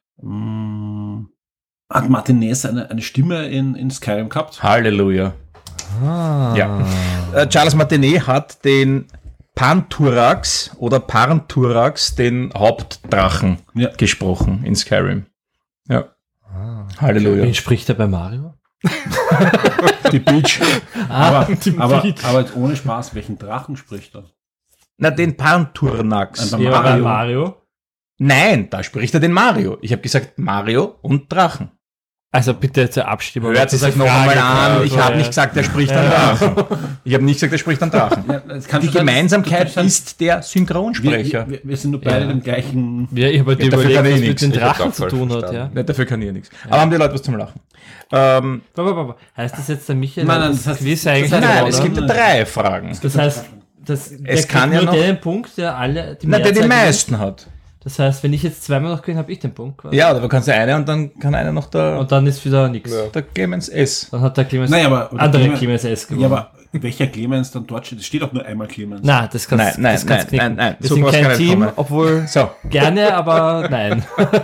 Hat Martinez eine Stimme in Skyrim gehabt? Halleluja. Ja. Charles Martinet hat den Panturax oder Parnturax, den Hauptdrachen, gesprochen in Skyrim. Ja. Halleluja. Wen spricht er bei Mario? Die Peach. Aber jetzt ohne Spaß, welchen Drachen spricht er? Na, den Panturnax. Bei Mario? Nein, da spricht er den Mario. Ich habe gesagt Mario und Drachen. Also bitte zur Abstimmung. Hört es euch noch einmal an. Ich habe nicht gesagt, er spricht an Drachen. Ich habe nicht gesagt, er spricht an Drachen. Ja, die Gemeinsamkeit ist der Synchronsprecher. Wir sind nur beide dem gleichen... Ja, ich habe halt überlegt, was mit den Drachen zu tun hat. Ja. Dafür kann ich ja nichts. Aber haben die Leute was zum Lachen? Heißt das jetzt der Michael? Nein, das Quiz eigentlich? Nein, es gibt 3 Fragen. Das heißt, es kann ja nur noch den Punkt, der alle... der den meisten hat. Das heißt, wenn ich jetzt zweimal noch gewinne, habe ich den Punkt quasi. Ja, oder du kannst eine und dann kann einer noch der... Und dann ist wieder nichts. Ja. Der Clemens S. Dann hat der Clemens Clemens S gewonnen. Ja, aber welcher Clemens dann dort steht? Es steht auch nur einmal Clemens. Nein, das kannst nein. Wir sind kein Team, obwohl gerne, aber nein.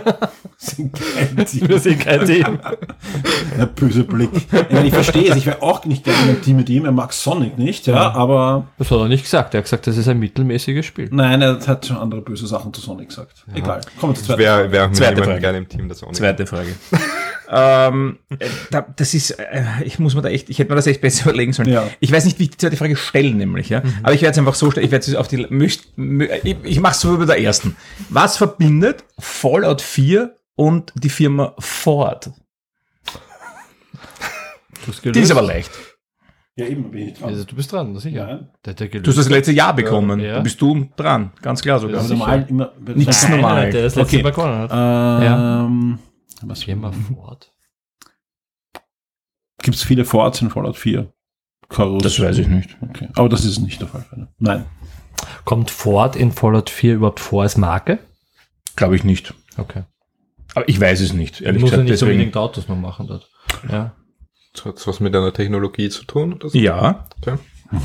Wir sind kein Team. Der böse Blick. Ich verstehe es, ich wäre auch nicht gerne im Team mit ihm, er mag Sonic nicht, aber... Das hat er nicht gesagt, er hat gesagt, das ist ein mittelmäßiges Spiel. Nein, er hat schon andere böse Sachen zu Sonic gesagt. Ja. Egal, kommen wir zur zweiten Frage. Zweite Frage. Gerne im Team, das Sonic. Zweite Frage. Das ist, ich hätte mir das echt besser überlegen sollen. Ja. Ich weiß nicht, wie ich die zweite Frage stelle, nämlich, ja. Aber ich werde es einfach so stellen, ich mache es so wie bei der ersten. Was verbindet Fallout 4 und die Firma Ford? Die ist aber leicht. Ja, eben bin ich dran. Also, du bist dran, sicher. Ja. Du hast das letzte Jahr bekommen. Ja. Du bist du dran, ganz klar sogar. Also normal immer, nichts normal. Der das letzte bekommen hat. Was Firma Ford? Gibt es viele Fords in Fallout 4? Das weiß ich nicht. Okay. Aber das ist nicht der Fall. Nein. Kommt Ford in Fallout 4 überhaupt vor als Marke? Glaube ich nicht. Okay. Aber ich weiß es nicht, ehrlich gesagt. Muss ja nicht unbedingt Autos noch machen dort. Ja. Hat es was mit einer Technologie zu tun? Oder so? Ja. Okay.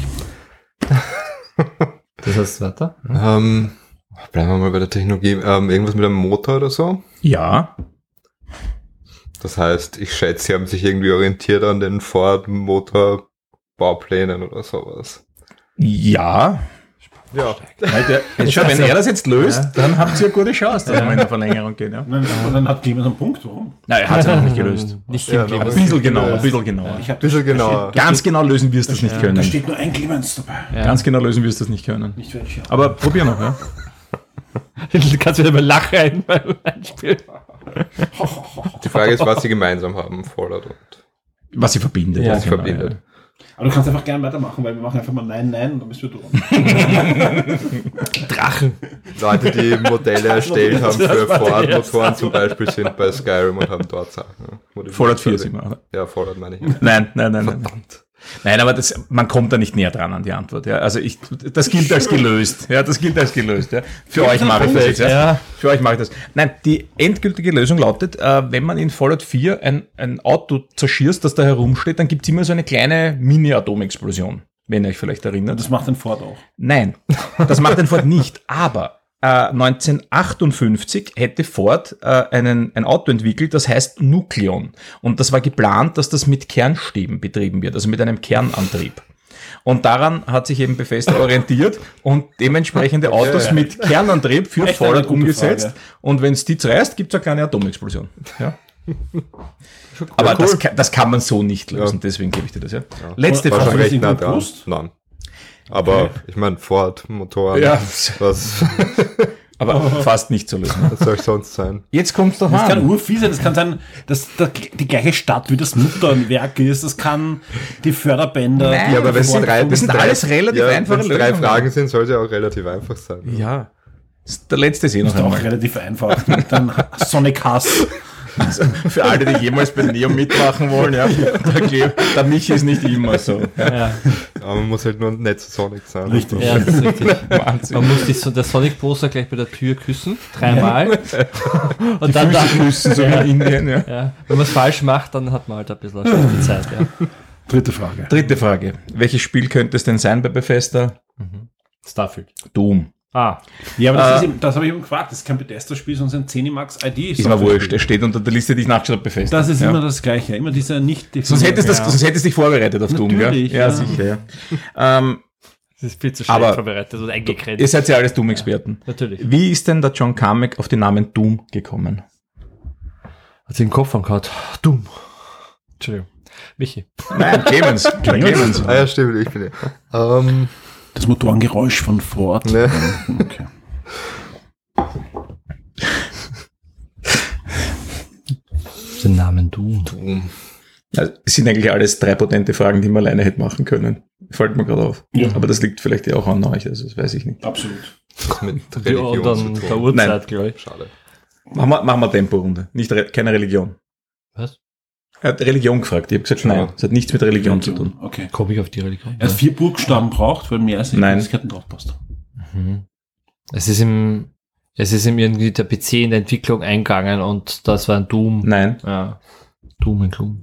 Das heißt weiter? Bleiben wir mal bei der Technologie. Irgendwas mit einem Motor oder so? Ja. Das heißt, ich schätze, sie haben sich irgendwie orientiert an den Ford-Motor-Bauplänen oder sowas. Ja. Ja. Wenn er das jetzt löst, dann habt ihr eine gute Chance, dass wir in der Verlängerung gehen. Ja. Und dann hat Clemens einen Punkt, warum? Nein, er hat es noch nicht gelöst. Nicht ein bisschen genauer. Ganz genau lösen wir es das nicht können. Da steht nur ein Clemens dabei. Ja. Ganz genau lösen wir es das nicht können. Aber probier noch, ja. Du kannst wieder mal lachen einspielen. Die Frage ist, was sie gemeinsam haben, Fallout und... Was sie verbindet. Ja, was sie verbindet. Ja. Aber du kannst einfach gerne weitermachen, weil wir machen einfach mal Nein und dann bist du dran. Drachen. Leute, die Modelle erstellt haben für Ford-Motoren zum Beispiel, sind bei Skyrim und haben dort Sachen. Fallout 4 sind wir. Ja, Fallout meine ich. Nein. Verdammt. Nein, aber man kommt da nicht näher dran an die Antwort. Ja. Also das gilt als gelöst. Ja, das gilt als gelöst. Ja. Für euch mache ich das jetzt. Ja. Für euch mache ich das. Nein, die endgültige Lösung lautet, wenn man in Fallout 4 ein Auto zerschießt, das da herumsteht, dann gibt es immer so eine kleine Mini-Atomexplosion, wenn ihr euch vielleicht erinnert. Das macht den Ford auch. Nein, das macht den Ford nicht. Aber 1958 hätte Ford ein Auto entwickelt, das heißt Nucleon. Und das war geplant, dass das mit Kernstäben betrieben wird, also mit einem Kernantrieb. Und daran hat sich eben Bethesda orientiert und dementsprechende Autos mit Kernantrieb für Fallout umgesetzt. Frage. Und wenn es die zerreißt, gibt es eine kleine Atomexplosion. Ja. Aber cool. Das kann man so nicht lösen, deswegen gebe ich dir das. Ja. Letzte Frage. Nein. Aber ich meine, Ford-Motoren, was... Aber fast nicht zu lösen. Was soll ich sonst sein? Jetzt kommt's doch an. Das kann urviel sein, das kann sein, dass die gleiche Stadt wie das Mutterwerk ist, das kann die Förderbänder... Nein, aber das sind alles relativ einfache Lösungen. Wenn es 3 Fragen sind, soll es ja auch relativ einfach sein. Ja. Der letzte ist noch auch relativ einfach. Dann Sonic Hass. Also für alle, die jemals bei Neo mitmachen wollen, ja, der Michi ist nicht immer so. Ja. Aber man muss halt nur nicht so Sonic sein. Richtig. Ja, das ist richtig. Man muss der Sonic-Poster gleich bei der Tür küssen, 3-mal. Und dann küssen, so in Indien. Ja. Ja. Wenn man es falsch macht, dann hat man halt ein bisschen schlechte Zeit. Ja. Dritte Frage. Welches Spiel könnte es denn sein bei Bethesda? Starfield. Doom. Ja, aber das habe ich eben gefragt. Das ist kein Bethesda-Spiel, sondern ein Zenimax ID. Ist mir wurscht. Es steht unter der Liste, die ich nachgeschaut habe, Bethesda. Das ist immer das Gleiche. Immer dieser nicht... Sonst hättest du dich vorbereitet auf Doom, gell? Ja, sicher. Ja. Das ist viel zu schlecht vorbereitet und eingekredet. Ihr seid ja alles Doom-Experten. Ja, natürlich. Wie ist denn der John Carmack auf den Namen Doom gekommen? Hat sie den Kopf angehauen. Doom. Entschuldigung. Michi. Nein, Clemens. Ah ja, stimmt, ich bin ja. Das Motorengeräusch von Ford. Ne. Okay. Den Namen Doom. Also, es sind eigentlich alles 3 potente Fragen, die man alleine hätte machen können. Fällt mir gerade auf. Ja. Aber das liegt vielleicht ja auch an euch, also das weiß ich nicht. Absolut. Mit Religion ja, dann der Uhrzeit, glaube ich. Schade. Machen wir Temporunde. Keine Religion. Was? Er hat Religion gefragt. Ich habe gesagt, nein. Das hat nichts mit Religion zu tun. Okay. Komme ich auf die Religion? Er hat 4 Buchstaben braucht, weil mehr als Möglichkeiten drauf passt. Mhm. Es ist ihm irgendwie der PC in der Entwicklung eingegangen und das war ein Doom. Nein. Ja. Doom und Gloom.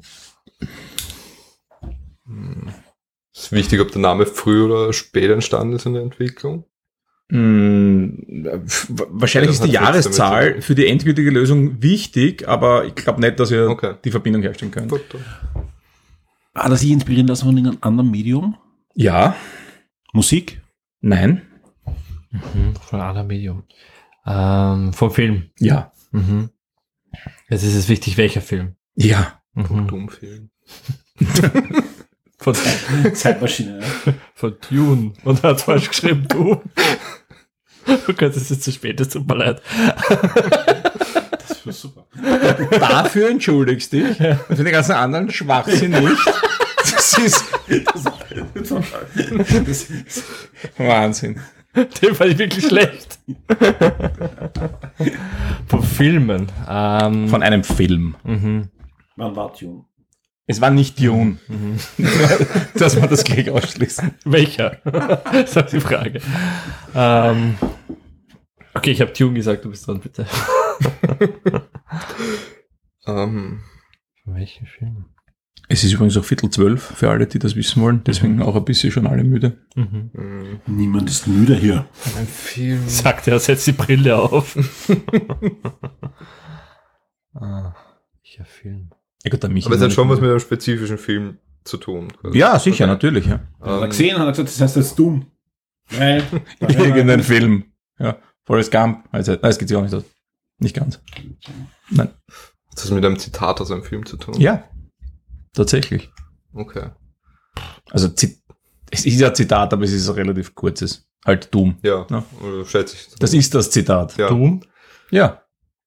Ist wichtig, ob der Name früh oder spät entstanden ist in der Entwicklung? Wahrscheinlich ist die Jahreszahl für die endgültige Lösung wichtig, aber ich glaube nicht, dass ihr die Verbindung herstellen könnt. Hat er sich inspirieren lassen von einem anderen Medium? Ja. Musik? Nein. Von einem anderen Medium. Vom Film? Ja. Jetzt ist es wichtig, welcher Film? Ja. Vom Doom-Film. Von Zeitmaschine, ja. Von Dune. Und er hat falsch geschrieben, Doom. Oh Gott, es ist zu spät, es tut mir leid. Das war super. Dafür entschuldigst dich. Für den ganzen anderen Schwachsinn nicht. Das ist Wahnsinn. Den fand ich wirklich schlecht. Von Filmen. Von einem Film. Wann war Dune? Es war nicht Dune. Dass man das gleich ausschließen. Welcher? Das ist die Frage. Okay, ich habe Dune gesagt, du bist dran, bitte. Welchen Film? Es ist übrigens auch 11:15 für alle, die das wissen wollen. Deswegen auch ein bisschen schon alle müde. Niemand ist müde hier. Ein Film. Sagt er, setzt die Brille auf. Welcher Film? Ja, gut, aber es hat schon was mit einem spezifischen Film zu tun. Ja, sicher, natürlich. Ja. Hat er gesehen, hat er gesagt, das heißt jetzt Doom. Weil irgendein Film. Ja, Forrest Gump. Also, das geht sich auch nicht aus. Nicht ganz. Nein. Hat das mit einem Zitat aus einem Film zu tun? Ja, tatsächlich. Okay. Also, es ist ja ein Zitat, aber es ist ein relativ kurzes. Halt Doom. Ja, oder schätze ich. Das ist das Zitat. Ja. Doom? Ja.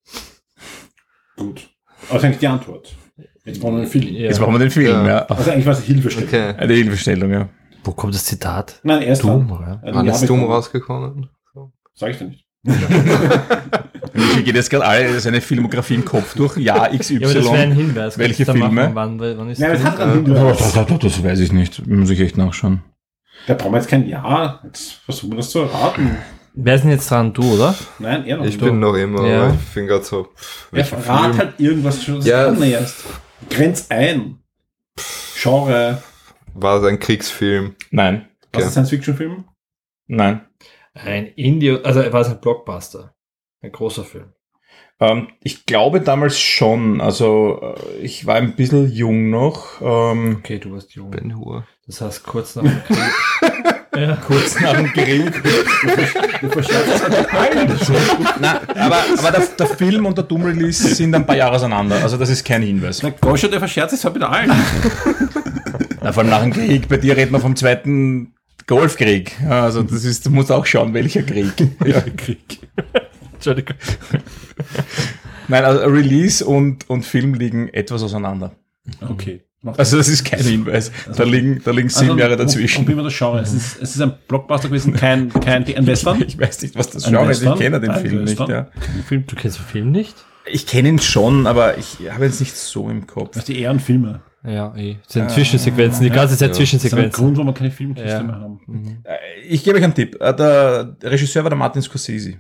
Gut. Also eigentlich die Antwort. Jetzt brauchen wir den Film. Ja. Jetzt brauchen wir den Film, ja. Also eigentlich war es eine Hilfestellung. Okay. Eine Hilfestellung, ja. Wo kommt das Zitat? Nein, erst Doom, dann. oder? Wann ist Doom rausgekommen? Sag ich dir nicht. Ich geht jetzt gerade alle seine Filmografie im Kopf durch. Ja, XY. Ja, aber das wäre ein Hinweis. Welche Filme? Wann ist Nein, das? das hat einen Hinweis. Das weiß ich nicht. Muss ich echt nachschauen. Da brauchen wir jetzt kein Ja. Jetzt versuchen wir das zu erraten. Wer ist denn jetzt dran? Du, oder? Nein, er noch Ich bin noch immer, Ja. aber ich bin gerade so. Ja, verrat halt irgendwas schon, das Ja. annäherst. Grenz ein. Genre. War es ein Kriegsfilm? Nein. Was ist ein Science-Fiction-Film? Nein. Ein Indie, also war es ein Blockbuster. Ein großer Film. Ich glaube damals schon. Also ich war ein bisschen jung noch. Okay, du warst jung. Ben Hur. Das heißt kurz nach dem Krieg. Kurz nach dem Krieg. Du verschärfst halt allen. Nein, aber der Film und der Doom-Release sind ein paar Jahre auseinander. Also das ist kein Hinweis. Der Goscher, der verscherzt ist halt mit allen. Na, vor allem nach dem Krieg. Bei dir reden wir vom zweiten Golfkrieg. Ja, also das ist, du musst auch schauen, welcher Krieg. Ja, Krieg. Entschuldigung. Nein, also Release und Film liegen etwas auseinander. Okay. Also das ist kein Hinweis. Da liegen 7 Jahre dazwischen. Und wie man das schaue, es ist ein Blockbuster gewesen, kein ein Western. Ich weiß nicht, was das Genre ist. Ich kenne den Film nicht. Ja. Du kennst den Film nicht? Ich kenne ihn schon, aber ich habe jetzt nicht so im Kopf. Das sind die Ehrenfilme. Ja, das sind Zwischensequenzen, die ganze Zeit Zwischensequenzen. Das ist ein Grund, warum wir keine Filmkiste mehr haben. Mhm. Ich gebe euch einen Tipp. Der Regisseur war der Martin Scorsese.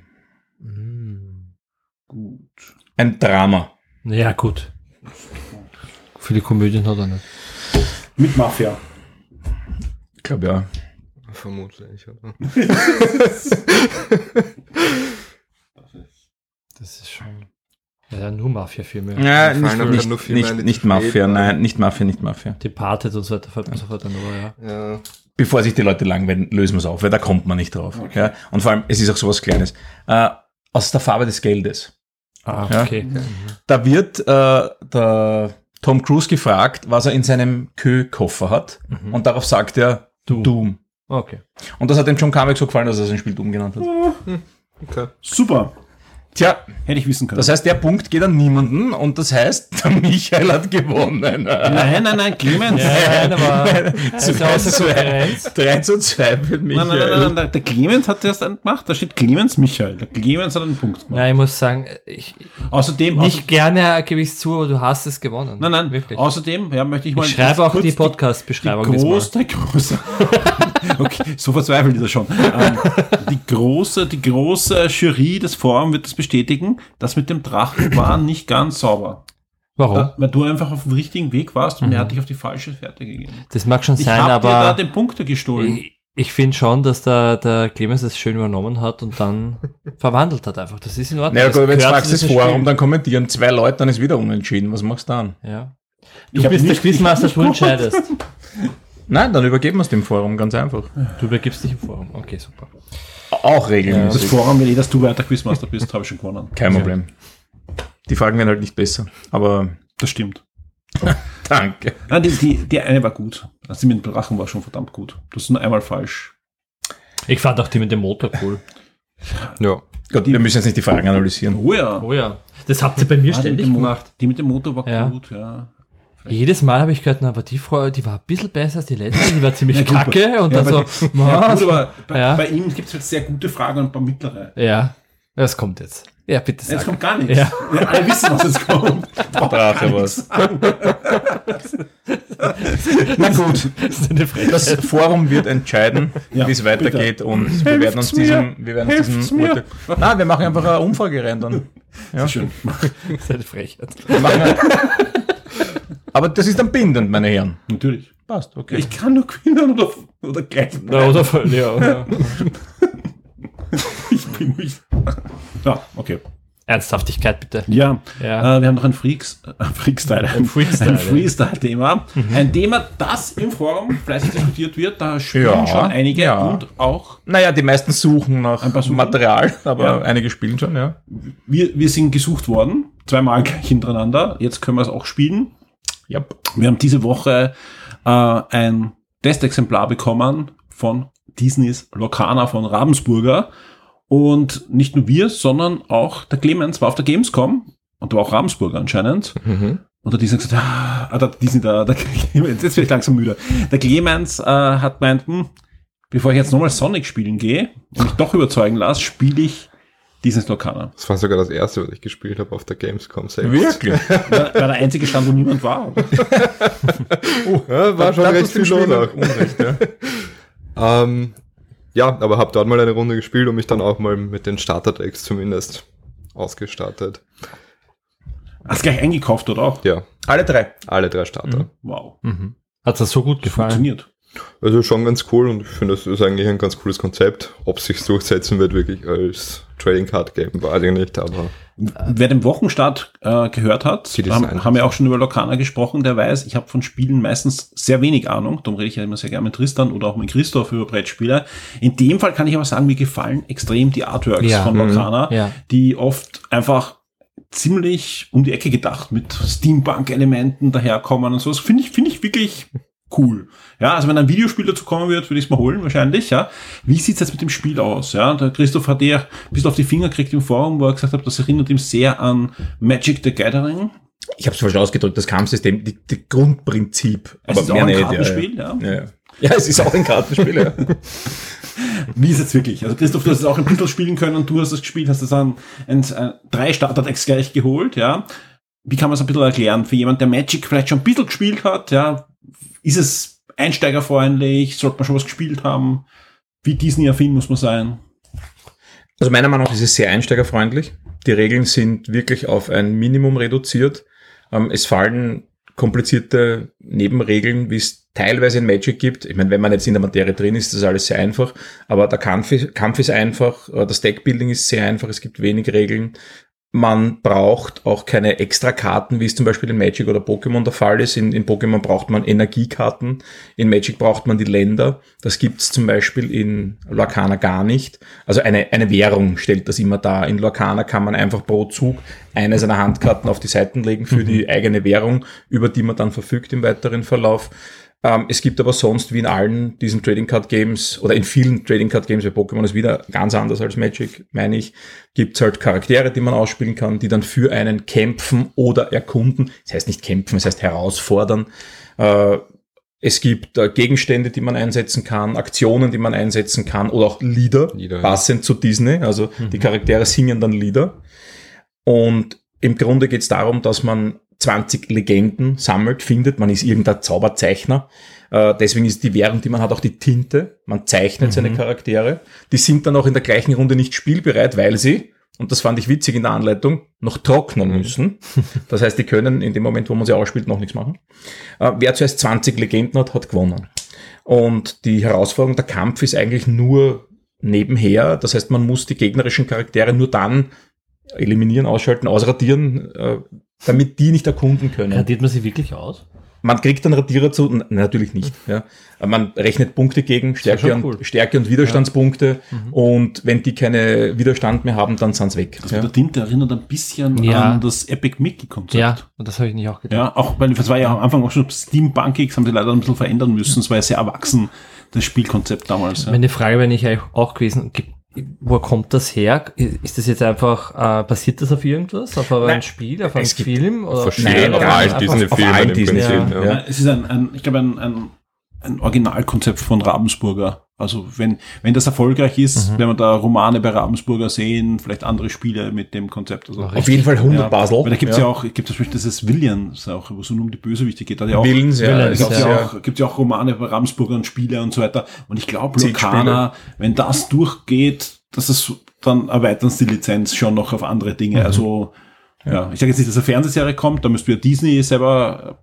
Gut. Ein Drama. Ja, gut. Viele Komödien hat er nicht. Mit Mafia. Ich glaube, ja. Vermutlich, oder? Das ist schon... Ja, nur Mafia-Filme. Ja, nicht Mafia, nein, nicht Mafia. Departed und so weiter, fällt mir sofort an, aber Ja. Bevor sich die Leute langweilen, lösen wir es auf, weil da kommt man nicht drauf. Okay. Ja? Und vor allem, es ist auch sowas Kleines. Aus der Farbe des Geldes. ja. Okay. Da wird der Tom Cruise gefragt, was er in seinem Koffer hat. Und darauf sagt er Doom. Okay. Und das hat dem John Carmack so gefallen, dass er sein Spiel Doom genannt hat. Okay. Super. Tja, Hätte ich wissen können. das heißt, der Punkt geht an niemanden und das heißt, der Michael hat gewonnen. Nein, Clemens. Nein, aber das ist außer Konkurrenz. 3:2 für Michael. Nein, der Clemens hat das dann gemacht. Da steht Clemens Michael. Der Clemens hat einen Punkt gemacht. Nein, ich muss sagen, ich Außerdem, nicht gerne gebe ich zu, aber du hast es gewonnen. Nein, wirklich. Außerdem, ja, möchte ich mal. Ich schreibe auch kurz die Podcast-Beschreibung. Die große. Okay, so verzweifelt ist er schon. Die große Jury des Forums wird das bestätigen. Das mit dem Drachen war nicht ganz sauber. Warum? Weil du einfach auf dem richtigen Weg warst und er hat dich auf die falsche Fährte gegeben. Das mag schon Ich sein, habe dir da aber den Punkte gestohlen. ich finde schon, dass der Clemens das schön übernommen hat und dann verwandelt hat einfach. Das ist in Ordnung. Naja, gut, wenn du gehört fragst zu das diesem Forum, Spiel. dann kommentieren 2 Leute, dann ist wieder unentschieden. Was machst du dann? Ja. Ich Du hab bist der nicht- Quizmaster, du entscheidest. Nein, dann übergeben wir es dem Forum, ganz einfach. Du übergibst dich im Forum. Okay, super. Auch Das regelmäßig. Forum, wenn dass du weiter Quizmaster bist, habe ich schon gewonnen. Kein Problem. Die Fragen werden halt nicht besser. Aber Das stimmt. danke. Nein, die eine war gut. Also die mit dem Drachen war schon verdammt gut. Das ist nur einmal falsch. Ich fand auch die mit dem Motor cool. Ja. Gott, wir müssen jetzt nicht die Fragen analysieren. Oh ja. Oh ja. Das habt ihr bei mir ständig gemacht. Die mit dem Motor war Ja. gut, ja. Jedes Mal habe ich gehört, na, aber die Frau, die war ein bisschen besser als die letzte, die war ziemlich Ja, gut, kacke und ja, dann so, Ja, was? gut, aber Ja. bei ihm gibt es halt sehr gute Fragen und ein paar mittlere. Ja, das kommt jetzt. Ja, bitte Jetzt sag. kommt gar nichts. Ja. Alle wissen, was jetzt kommt. Drache was. Na gut, Das ist eine Frechheit. das Forum wird entscheiden, Ja, wie es weitergeht und wir werden uns diesem Urteil... Nein, wir machen einfach eine Umfrage rein dann. Ja. Schön. Das ist eine Frechheit. Wir machen aber das ist dann bindend, meine Herren. Natürlich. Passt, okay. Ich kann nur gewinnen oder gleich. Na, oder voll, ja. Ich bin nicht. Ja, okay. Ernsthaftigkeit bitte. Ja, Ja. wir haben noch ein Freestyle. Ein Freestyle-Thema. Ein Thema, das im Forum fleißig diskutiert wird. Da spielen Ja, schon einige ja. und auch Naja, die meisten suchen nach Ein paar suchen. Material, aber Ja. einige spielen schon, ja. wir sind gesucht worden. 2-mal gleich hintereinander. Jetzt können wir es auch spielen. Yep. Wir haben diese Woche ein Testexemplar bekommen von Disneys Lorcana von Ravensburger. Und nicht nur wir, sondern auch der Clemens war auf der Gamescom und da war auch Ravensburger anscheinend. Und der Disney gesagt, der Disney, der Clemens, jetzt werde ich langsam müde. Der Clemens hat gemeint, bevor ich jetzt nochmal Sonic spielen gehe und mich doch überzeugen lasse, spiele ich Disneys Lorcana. Das war sogar das erste, was ich gespielt habe auf der Gamescom selbst. Wirklich? War der einzige Stand, wo niemand war. Oder? Ja, war schon Da recht tust du dem viel los Spiel auch. Unrecht, ja. Ja, aber habe dort mal eine Runde gespielt und mich dann auch mal mit den Starter-Decks zumindest ausgestattet. Hast gleich eingekauft, oder auch? Ja, Alle 3. alle 3 Starter. Wow. Hat das so gut gefallen? Funktioniert. Also schon ganz cool und ich finde, das ist eigentlich ein ganz cooles Konzept. Ob es sich durchsetzen wird wirklich als Trading Card Game, weiß ich nicht, aber Wer den Wochenstart gehört hat, Die Design. haben wir auch schon über Lorcana gesprochen, der weiß, ich habe von Spielen meistens sehr wenig Ahnung, darum rede ich ja immer sehr gerne mit Tristan oder auch mit Christoph über Brettspiele. In dem Fall kann ich aber sagen, mir gefallen extrem die Artworks Ja. von Lorcana, Ja. die oft einfach ziemlich um die Ecke gedacht mit Steampunk-Elementen daherkommen und so. Das finde ich wirklich cool. Ja, also wenn ein Videospiel dazu kommen wird, würde ich es mal holen, wahrscheinlich, ja. Wie sieht's jetzt mit dem Spiel aus, ja? Der Christoph hat ein bisschen auf die Finger gekriegt im Forum, wo er gesagt hat, das erinnert ihm sehr an Magic the Gathering. Ich habe es falsch ausgedrückt, das Kampfsystem, die Grundprinzip. Es ist auch ein Kartenspiel, Ja, es ist auch ein Kartenspiel, ja. Wie ist es wirklich? Also Christoph, du hast es auch ein bisschen spielen können, du hast es gespielt, hast es an 3 Starter-Decks gleich geholt, ja. Wie kann man es ein bisschen erklären? Für jemand, der Magic vielleicht schon ein bisschen gespielt hat, ja, ist es einsteigerfreundlich? Sollte man schon was gespielt haben? Wie Disney-affin muss man sein? Also meiner Meinung nach ist es sehr einsteigerfreundlich. Die Regeln sind wirklich auf ein Minimum reduziert. Es fallen komplizierte Nebenregeln, wie es teilweise in Magic gibt. Ich meine, wenn man jetzt in der Materie drin ist, ist das alles sehr einfach. Aber der Kampf ist einfach, das Deckbuilding ist sehr einfach, es gibt wenig Regeln. Man braucht auch keine extra Karten, wie es zum Beispiel in Magic oder Pokémon der Fall ist. In Pokémon braucht man Energiekarten, in Magic braucht man die Länder. Das gibt's zum Beispiel in Lorcana gar nicht. Also eine Währung stellt das immer dar. In Lorcana kann man einfach pro Zug eine seiner Handkarten auf die Seiten legen für die eigene Währung, über die man dann verfügt im weiteren Verlauf. Es gibt aber sonst, wie in allen diesen Trading Card Games oder in vielen Trading Card Games, weil Pokémon ist wieder ganz anders als Magic, meine ich, gibt's halt Charaktere, die man ausspielen kann, die dann für einen kämpfen oder erkunden. Das heißt nicht kämpfen, das heißt herausfordern. Es gibt Gegenstände, die man einsetzen kann, Aktionen, die man einsetzen kann oder auch Lieder passend zu Disney. Also die Charaktere singen dann Lieder. Und im Grunde geht's darum, dass man 20 Legenden sammelt, findet. Man ist irgendein Zauberzeichner. Deswegen ist die Währung, die man hat, auch die Tinte. Man zeichnet seine Charaktere. Die sind dann auch in der gleichen Runde nicht spielbereit, weil sie, und das fand ich witzig in der Anleitung, noch trocknen müssen. Das heißt, die können in dem Moment, wo man sie ausspielt, noch nichts machen. Wer zuerst 20 Legenden hat, hat gewonnen. Und die Herausforderung, der Kampf ist eigentlich nur nebenher. Das heißt, man muss die gegnerischen Charaktere nur dann eliminieren, ausschalten, ausradieren, damit die nicht erkunden können. Radiert man sie wirklich aus? Man kriegt dann Radierer zu, natürlich nicht. Ja. Man rechnet Punkte gegen, Stärke und Widerstandspunkte und wenn die keine Widerstand mehr haben, dann sind sie weg. Das mit der Tinte erinnert ein bisschen an das Epic Mickey-Konzept. Ja, und das habe ich nicht auch gedacht. Ja, auch weil das war ja am Anfang auch schon steampunkig, das haben sie leider ein bisschen verändern müssen. Es war ja sehr erwachsen, das Spielkonzept damals. Ja. Meine Frage wäre nicht auch gewesen, wo kommt das her? Ist das jetzt einfach, basiert das auf irgendwas? Auf ein Spiel, auf einem Film? Oder? Nein, auf allen Disney-Filmen im Prinzip. Ja. Es ist ich glaube, ein Originalkonzept von Ravensburger. Also wenn das erfolgreich ist, wenn wir da Romane bei Ravensburger sehen, vielleicht andere Spiele mit dem Konzept. Also auf jeden Fall 100 Basel. Weil da gibt's ja auch, gibt es zum Beispiel dieses Villains auch, wo es nur um die Bösewichte geht. Da ja auch, Villains, gibt's ja auch Romane bei Ravensburger und Spiele und so weiter. Und ich glaube, Lorcana, wenn das durchgeht, dass es dann erweitern sie die Lizenz schon noch auf andere Dinge. Also, ja, ich sage jetzt nicht, dass eine Fernsehserie kommt, da müsste ja Disney selber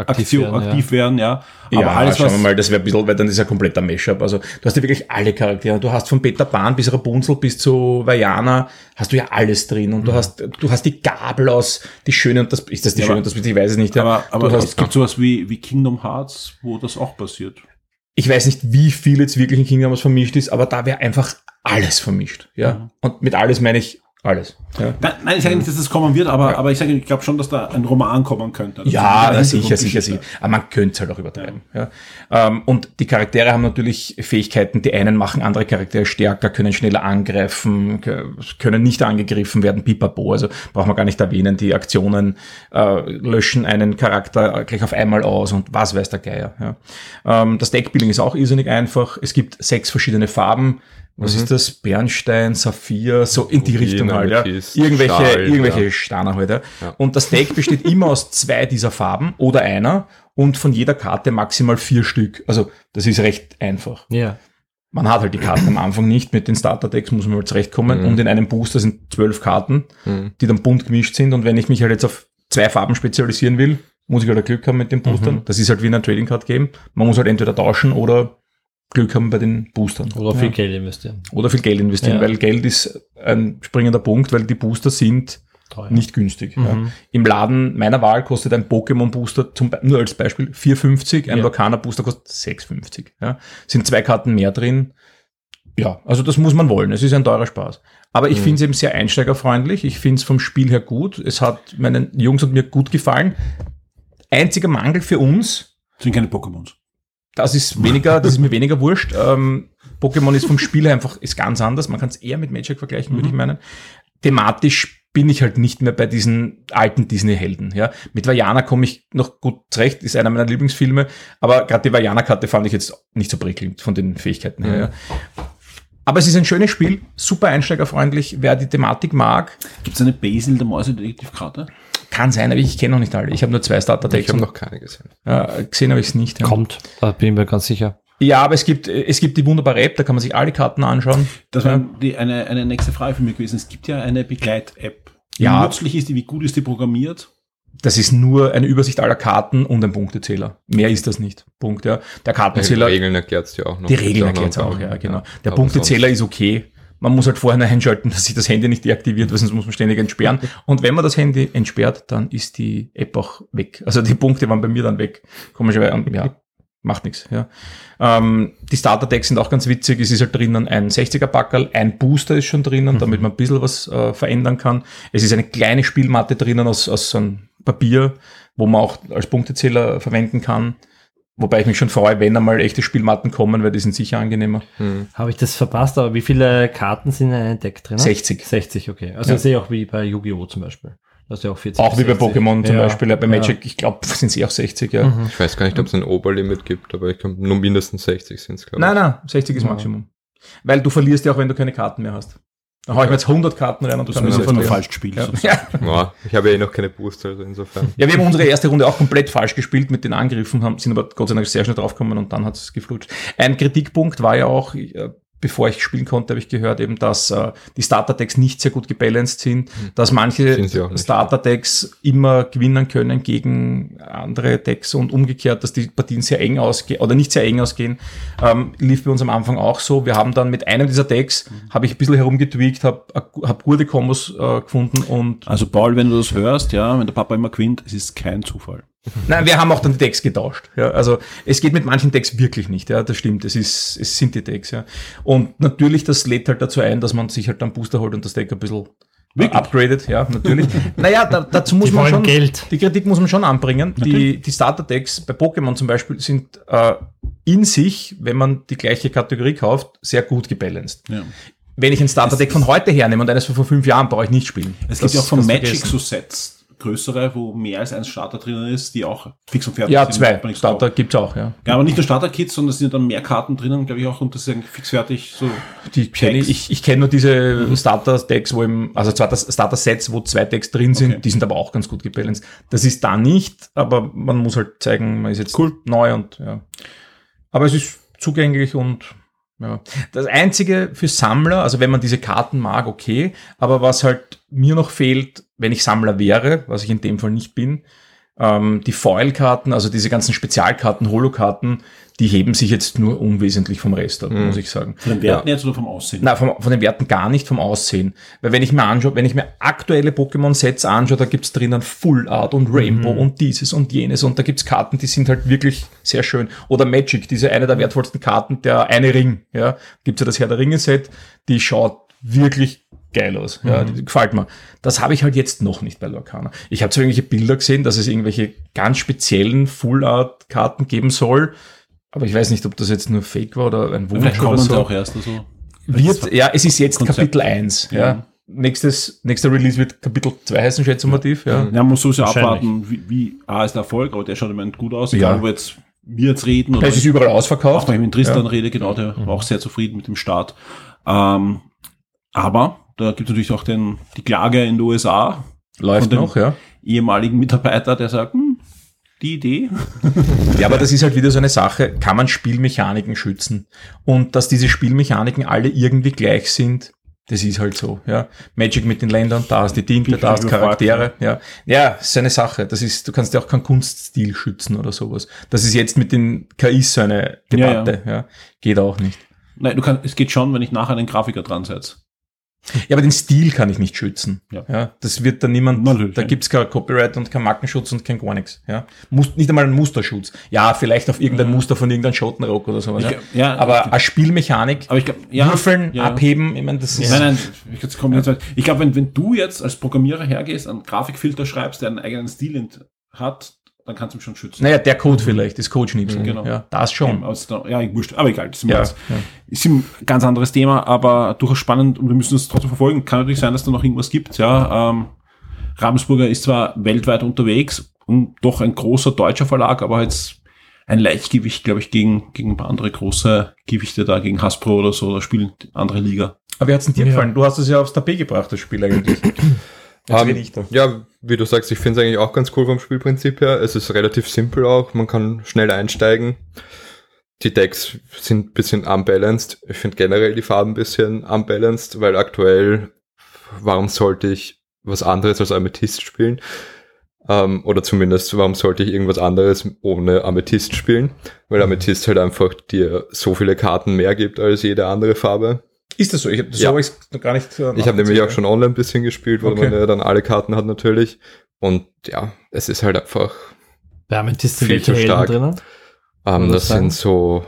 aktiv werden, ja. Aber alles, schauen wir mal, das wäre ein bisschen, weil dann ist ja kompletter Mashup. Also, du hast ja wirklich alle Charaktere. Du hast von Peter Pan bis Rapunzel bis zu Vajana, hast du ja alles drin. Und du hast die Gabel aus, die Schöne und das, ist das die Schöne und das, ich weiß es nicht. Ja. Aber es gibt sowas wie Kingdom Hearts, wo das auch passiert. Ich weiß nicht, wie viel jetzt wirklich in Kingdom Hearts vermischt ist, aber da wäre einfach alles vermischt, ja. Und mit alles meine ich alles. Ja. Nein, ich sage nicht, dass das kommen wird, aber ich glaube schon, dass da ein Roman kommen könnte. Also ja, sicher. Aber man könnte es halt auch übertreiben. Ja. Und die Charaktere haben natürlich Fähigkeiten, die einen machen andere Charaktere stärker, können schneller angreifen, können nicht angegriffen werden, pipapo. Also braucht man gar nicht erwähnen, die Aktionen löschen einen Charakter gleich auf einmal aus und was weiß der Geier. Ja. Das Deckbuilding ist auch irrsinnig einfach. Es gibt 6 verschiedene Farben. Was ist das? Bernstein, Saphir, so in die Richtung halt, ja. Irgendwelche Steine halt, ja. Und das Deck besteht immer aus 2 dieser Farben oder einer und von jeder Karte maximal 4 Stück. Also, das ist recht einfach. Ja. Man hat halt die Karten am Anfang nicht. Mit den Starter-Decks muss man mal zurechtkommen. Und in einem Booster sind 12 Karten, die dann bunt gemischt sind. Und wenn ich mich halt jetzt auf 2 Farben spezialisieren will, muss ich halt Glück haben mit den Boostern. Das ist halt wie in einem Trading Card Game. Man muss halt entweder tauschen oder Glück haben bei den Boostern. Oder viel Geld investieren. Weil Geld ist ein springender Punkt, weil die Booster sind nicht günstig. Ja. Im Laden meiner Wahl kostet ein Pokémon-Booster, nur als Beispiel, 4,50, ein Lorcana-Booster kostet 6,50. Ja. Sind 2 Karten mehr drin. Ja, also das muss man wollen. Es ist ein teurer Spaß. Aber ich finde es eben sehr einsteigerfreundlich. Ich finde es vom Spiel her gut. Es hat meinen Jungs und mir gut gefallen. Einziger Mangel für uns sind keine Pokémons. Das ist mir weniger wurscht. Pokémon ist vom Spiel her einfach ist ganz anders. Man kann es eher mit Magic vergleichen, würde ich meinen. Thematisch bin ich halt nicht mehr bei diesen alten Disney-Helden. Ja. Mit Vajana komme ich noch gut zurecht, ist einer meiner Lieblingsfilme, aber gerade die Vajana-Karte fand ich jetzt nicht so prickelnd von den Fähigkeiten her. Ja. Aber es ist ein schönes Spiel, super einsteigerfreundlich, wer die Thematik mag. Gibt es eine Basil der Mäuse-Detektiv-Karte? Kann sein, aber ich kenne noch nicht alle. Ich habe nur 2 Starter-Decks. Ich habe noch keine gesehen. Gesehen habe ich es nicht. Ja. Kommt, da bin ich mir ganz sicher. Ja, aber es gibt die wunderbare App, da kann man sich alle Karten anschauen. Das war eine nächste Frage für mich gewesen. Es gibt ja eine Begleit-App. Wie nützlich ist die, wie gut ist die programmiert? Das ist nur eine Übersicht aller Karten und ein Punktezähler. Mehr ist das nicht. Punkt, ja. Der Kartenzähler. Die Regeln erklärt es ja auch noch. Die Regeln erklärt es auch, ja, genau. Der Punktezähler ist okay. Man muss halt vorher einschalten, dass sich das Handy nicht deaktiviert, weil sonst muss man ständig entsperren. Und wenn man das Handy entsperrt, dann ist die App auch weg. Also die Punkte waren bei mir dann weg. Komischerweise, ja. Macht nichts, ja. Die Starter-Decks sind auch ganz witzig. Es ist halt drinnen ein 60er-Packerl, ein Booster ist schon drinnen, damit man ein bisschen was verändern kann. Es ist eine kleine Spielmatte drinnen aus so einem Papier, wo man auch als Punktezähler verwenden kann. Wobei ich mich schon freue, wenn einmal echte Spielmatten kommen, weil die sind sicher angenehmer. Habe ich das verpasst, aber wie viele Karten sind in einem Deck drin? 60. 60, okay. Also sehe ich auch wie bei Yu-Gi-Oh! Zum Beispiel. Das ist ja auch 40. Auch wie bei Pokémon zum Beispiel, bei Magic, ich glaube, sind sie auch 60, ja. Ich weiß gar nicht, ob es ein Oberlimit gibt, aber ich glaube, nur mindestens 60 sind es, glaube ich. Nein, 60 ist Maximum. Weil du verlierst ja auch, wenn du keine Karten mehr hast. Da hau ich mir jetzt 100 Karten rein und das ist einfach nur falsch gespielt. Ja, ich habe ja noch keine Booster, also insofern. Ja, wir haben unsere erste Runde auch komplett falsch gespielt mit den Angriffen, sind aber Gott sei Dank sehr schnell draufgekommen und dann hat es geflutscht. Ein Kritikpunkt war ja auch, bevor ich spielen konnte, habe ich gehört eben, dass die Starter-Decks nicht sehr gut gebalanced sind, dass manche Starter-Decks immer gewinnen können gegen andere Decks und umgekehrt, dass die Partien sehr eng ausgehen oder nicht sehr eng ausgehen. Lief bei uns am Anfang auch so. Wir haben dann mit einem dieser Decks, habe ich ein bisschen herumgetweakt, hab gute Kombos gefunden und... Also Paul, wenn du das hörst, ja, wenn der Papa immer gewinnt, es ist kein Zufall. Nein, wir haben auch dann die Decks getauscht. Ja, also es geht mit manchen Decks wirklich nicht. Ja, das stimmt. Es sind die Decks. Ja, und natürlich, das lädt halt dazu ein, dass man sich halt dann Booster holt und das Deck ein bisschen upgradet. Ja, natürlich. Naja, dazu muss man schon Geld. Die Kritik muss man schon anbringen. Die Starter-Decks bei Pokémon zum Beispiel sind in sich, wenn man die gleiche Kategorie kauft, sehr gut gebalanced. Ja. Wenn ich ein Starter-Deck von heute hernehme und eines von vor 5 Jahren, brauche ich nicht spielen. Es gibt ja auch von Magic so Sets. Größere, wo mehr als ein Starter drinnen ist, die auch fix und fertig sind. Ja, 2 Starter gibt's auch, ja. Ja, aber nicht nur Starter-Kits, sondern es sind dann mehr Karten drinnen, glaube ich auch, und das ist fix fertig. So die kenne ich kenne nur diese Starter-Decks, also Starter-Sets, wo 2 Decks drin sind, die sind aber auch ganz gut gebalanced. Das ist da nicht, aber man muss halt zeigen, man ist jetzt neu und ja. Aber es ist zugänglich und ja. Das Einzige für Sammler, also wenn man diese Karten mag, okay, aber was halt mir noch fehlt, wenn ich Sammler wäre, was ich in dem Fall nicht bin, die Foil-Karten, also diese ganzen Spezialkarten, Holo-Karten, die heben sich jetzt nur unwesentlich vom Rest ab, muss ich sagen. Von den Werten jetzt oder vom Aussehen? Nein, von den Werten gar nicht, vom Aussehen. Weil wenn ich mir aktuelle Pokémon-Sets anschaue, da gibt's drinnen Full Art und Rainbow und dieses und jenes und da gibt's Karten, die sind halt wirklich sehr schön. Oder Magic, diese eine der wertvollsten Karten, der eine Ring, ja. Gibt's ja das Herr der Ringe-Set, die schaut wirklich geil aus. Ja, die gefällt mir. Das habe ich halt jetzt noch nicht bei Lorcana. Ich habe zwar irgendwelche Bilder gesehen, dass es irgendwelche ganz speziellen Full-Art-Karten geben soll, aber ich weiß nicht, ob das jetzt nur Fake war oder ein Wunsch oder so. Auch erst so. Es ist jetzt Konzept. Kapitel 1. Ja. Nächster Release wird Kapitel 2 heißen, schätze ich. Ja, man muss so abwarten, wie ist der Erfolg, aber der schaut immer gut aus. Egal, wo wir jetzt reden. Oder es ist überall ausverkauft. Auch wenn ich mit Tristan rede, genau, der war auch sehr zufrieden mit dem Start. Aber da gibt es natürlich auch die Klage in den USA. Läuft noch, ja. Ehemaligen Mitarbeiter, der sagt, die Idee. Ja, aber das ist halt wieder so eine Sache, kann man Spielmechaniken schützen? Und dass diese Spielmechaniken alle irgendwie gleich sind, das ist halt so, ja. Magic mit den Ländern, da ist die Tinte, da ist Charaktere, ja. Ja, ist eine Sache. Du kannst ja auch keinen Kunststil schützen oder sowas. Das ist jetzt mit den KIs so eine Debatte, ja. Geht auch nicht. Nein, es geht schon, wenn ich nachher einen Grafiker dran setze. Ja, aber den Stil kann ich nicht schützen. Ja, das wird dann niemand, natürlich, da gibt's kein Copyright und kein Markenschutz und kein gar nichts. Ja, nicht einmal ein Musterschutz. Ja, vielleicht auf irgendein Muster von irgendeinem Schottenrock oder sowas. Aber als Spielmechanik, würfeln, abheben, ich meine, das ist... Nein, ich glaube, wenn du jetzt als Programmierer hergehst, einen Grafikfilter schreibst, der einen eigenen Stil hat dann kannst du ihn schon schützen. Naja, der Code vielleicht, das Code-Schnipsel. Genau. Ja, das schon. Wurscht, aber egal, ist ein ganz anderes Thema, aber durchaus spannend und wir müssen es trotzdem verfolgen. Kann natürlich sein, dass da noch irgendwas gibt, ja. Ravensburger ist zwar weltweit unterwegs und doch ein großer deutscher Verlag, aber jetzt ein Leichtgewicht, glaube ich, gegen ein paar andere große Gewichte da, gegen Hasbro oder so, da spielen andere Liga. Aber wie hat es dir gefallen? Du hast es ja aufs Tapet gebracht, das Spiel eigentlich. Ja, wie du sagst, ich finde es eigentlich auch ganz cool vom Spielprinzip her. Es ist relativ simpel auch, man kann schnell einsteigen. Die Decks sind ein bisschen unbalanced. Ich finde generell die Farben ein bisschen unbalanced, weil aktuell, warum sollte ich was anderes als Amethyst spielen? Oder zumindest, warum sollte ich irgendwas anderes ohne Amethyst spielen? Weil Amethyst halt einfach dir so viele Karten mehr gibt als jede andere Farbe. Ist das so? Ich habe das noch gar nicht. Ich habe nämlich auch schon online ein bisschen gespielt, weil man ja dann alle Karten hat natürlich. Und ja, es ist halt einfach viel zu stark. Das sind so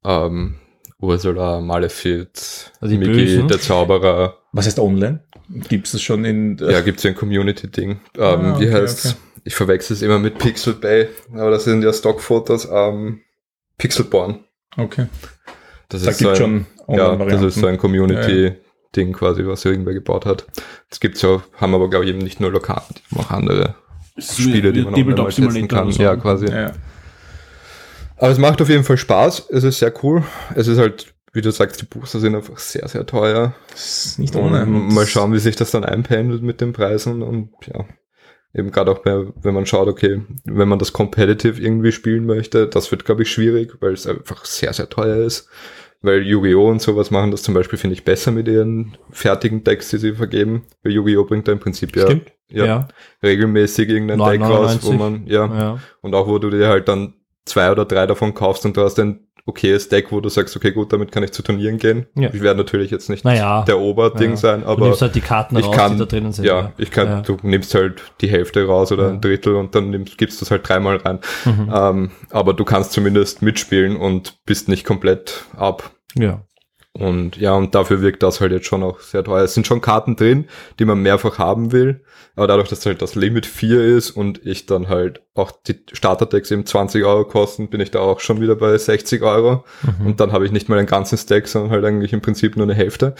Ursula, Malefiz, also Migi, der Zauberer. Was heißt online? Gibt's das schon in... Ja, gibt's ja ein Community-Ding. Wie heißt's? Okay. Ich verwechsel es immer mit Pixel Bay, aber das sind ja Stockfotos. Pixelborn. Okay. Das ist so ein, das ist so ein Community-Ding quasi, was irgendwer gebaut hat. Das gibt's ja, haben aber glaube ich eben nicht nur lokal, die haben auch andere Spiele, die man auch mal testen kann. So. Ja, quasi. Ja. Aber es macht auf jeden Fall Spaß. Es ist sehr cool. Es ist halt, wie du sagst, die Booster sind einfach sehr, sehr teuer. Das ist nicht ohne. Mal schauen, wie sich das dann einpendelt mit den Preisen und ja. Eben gerade auch, wenn man schaut, okay, wenn man das competitive irgendwie spielen möchte, das wird, glaube ich, schwierig, weil es einfach sehr, sehr teuer ist. Weil Yu-Gi-Oh! Und sowas machen das zum Beispiel, finde ich, besser mit ihren fertigen Decks, die sie vergeben. Weil Yu-Gi-Oh! Bringt da im Prinzip ja regelmäßig irgendein 9, Deck 99. Raus, wo man, und auch wo du dir halt dann 2 oder 3 davon kaufst und du hast ein okayes Deck, wo du sagst, okay, gut, damit kann ich zu Turnieren gehen. Ja. Ich werde natürlich jetzt nicht der Oberding sein, aber du nimmst halt die Karten raus, die da drinnen sind. Du nimmst halt die Hälfte raus oder ein Drittel und dann gibst du das halt 3-mal rein. Aber du kannst zumindest mitspielen und bist nicht komplett ab. Ja. Und und dafür wirkt das halt jetzt schon auch sehr teuer. Es sind schon Karten drin, die man mehrfach haben will, aber dadurch, dass halt das Limit 4 ist und ich dann halt auch die Starterdecks eben 20 € kosten, bin ich da auch schon wieder bei 60 €. Und dann habe ich nicht mal ein ganzes Deck, sondern halt eigentlich im Prinzip nur eine Hälfte.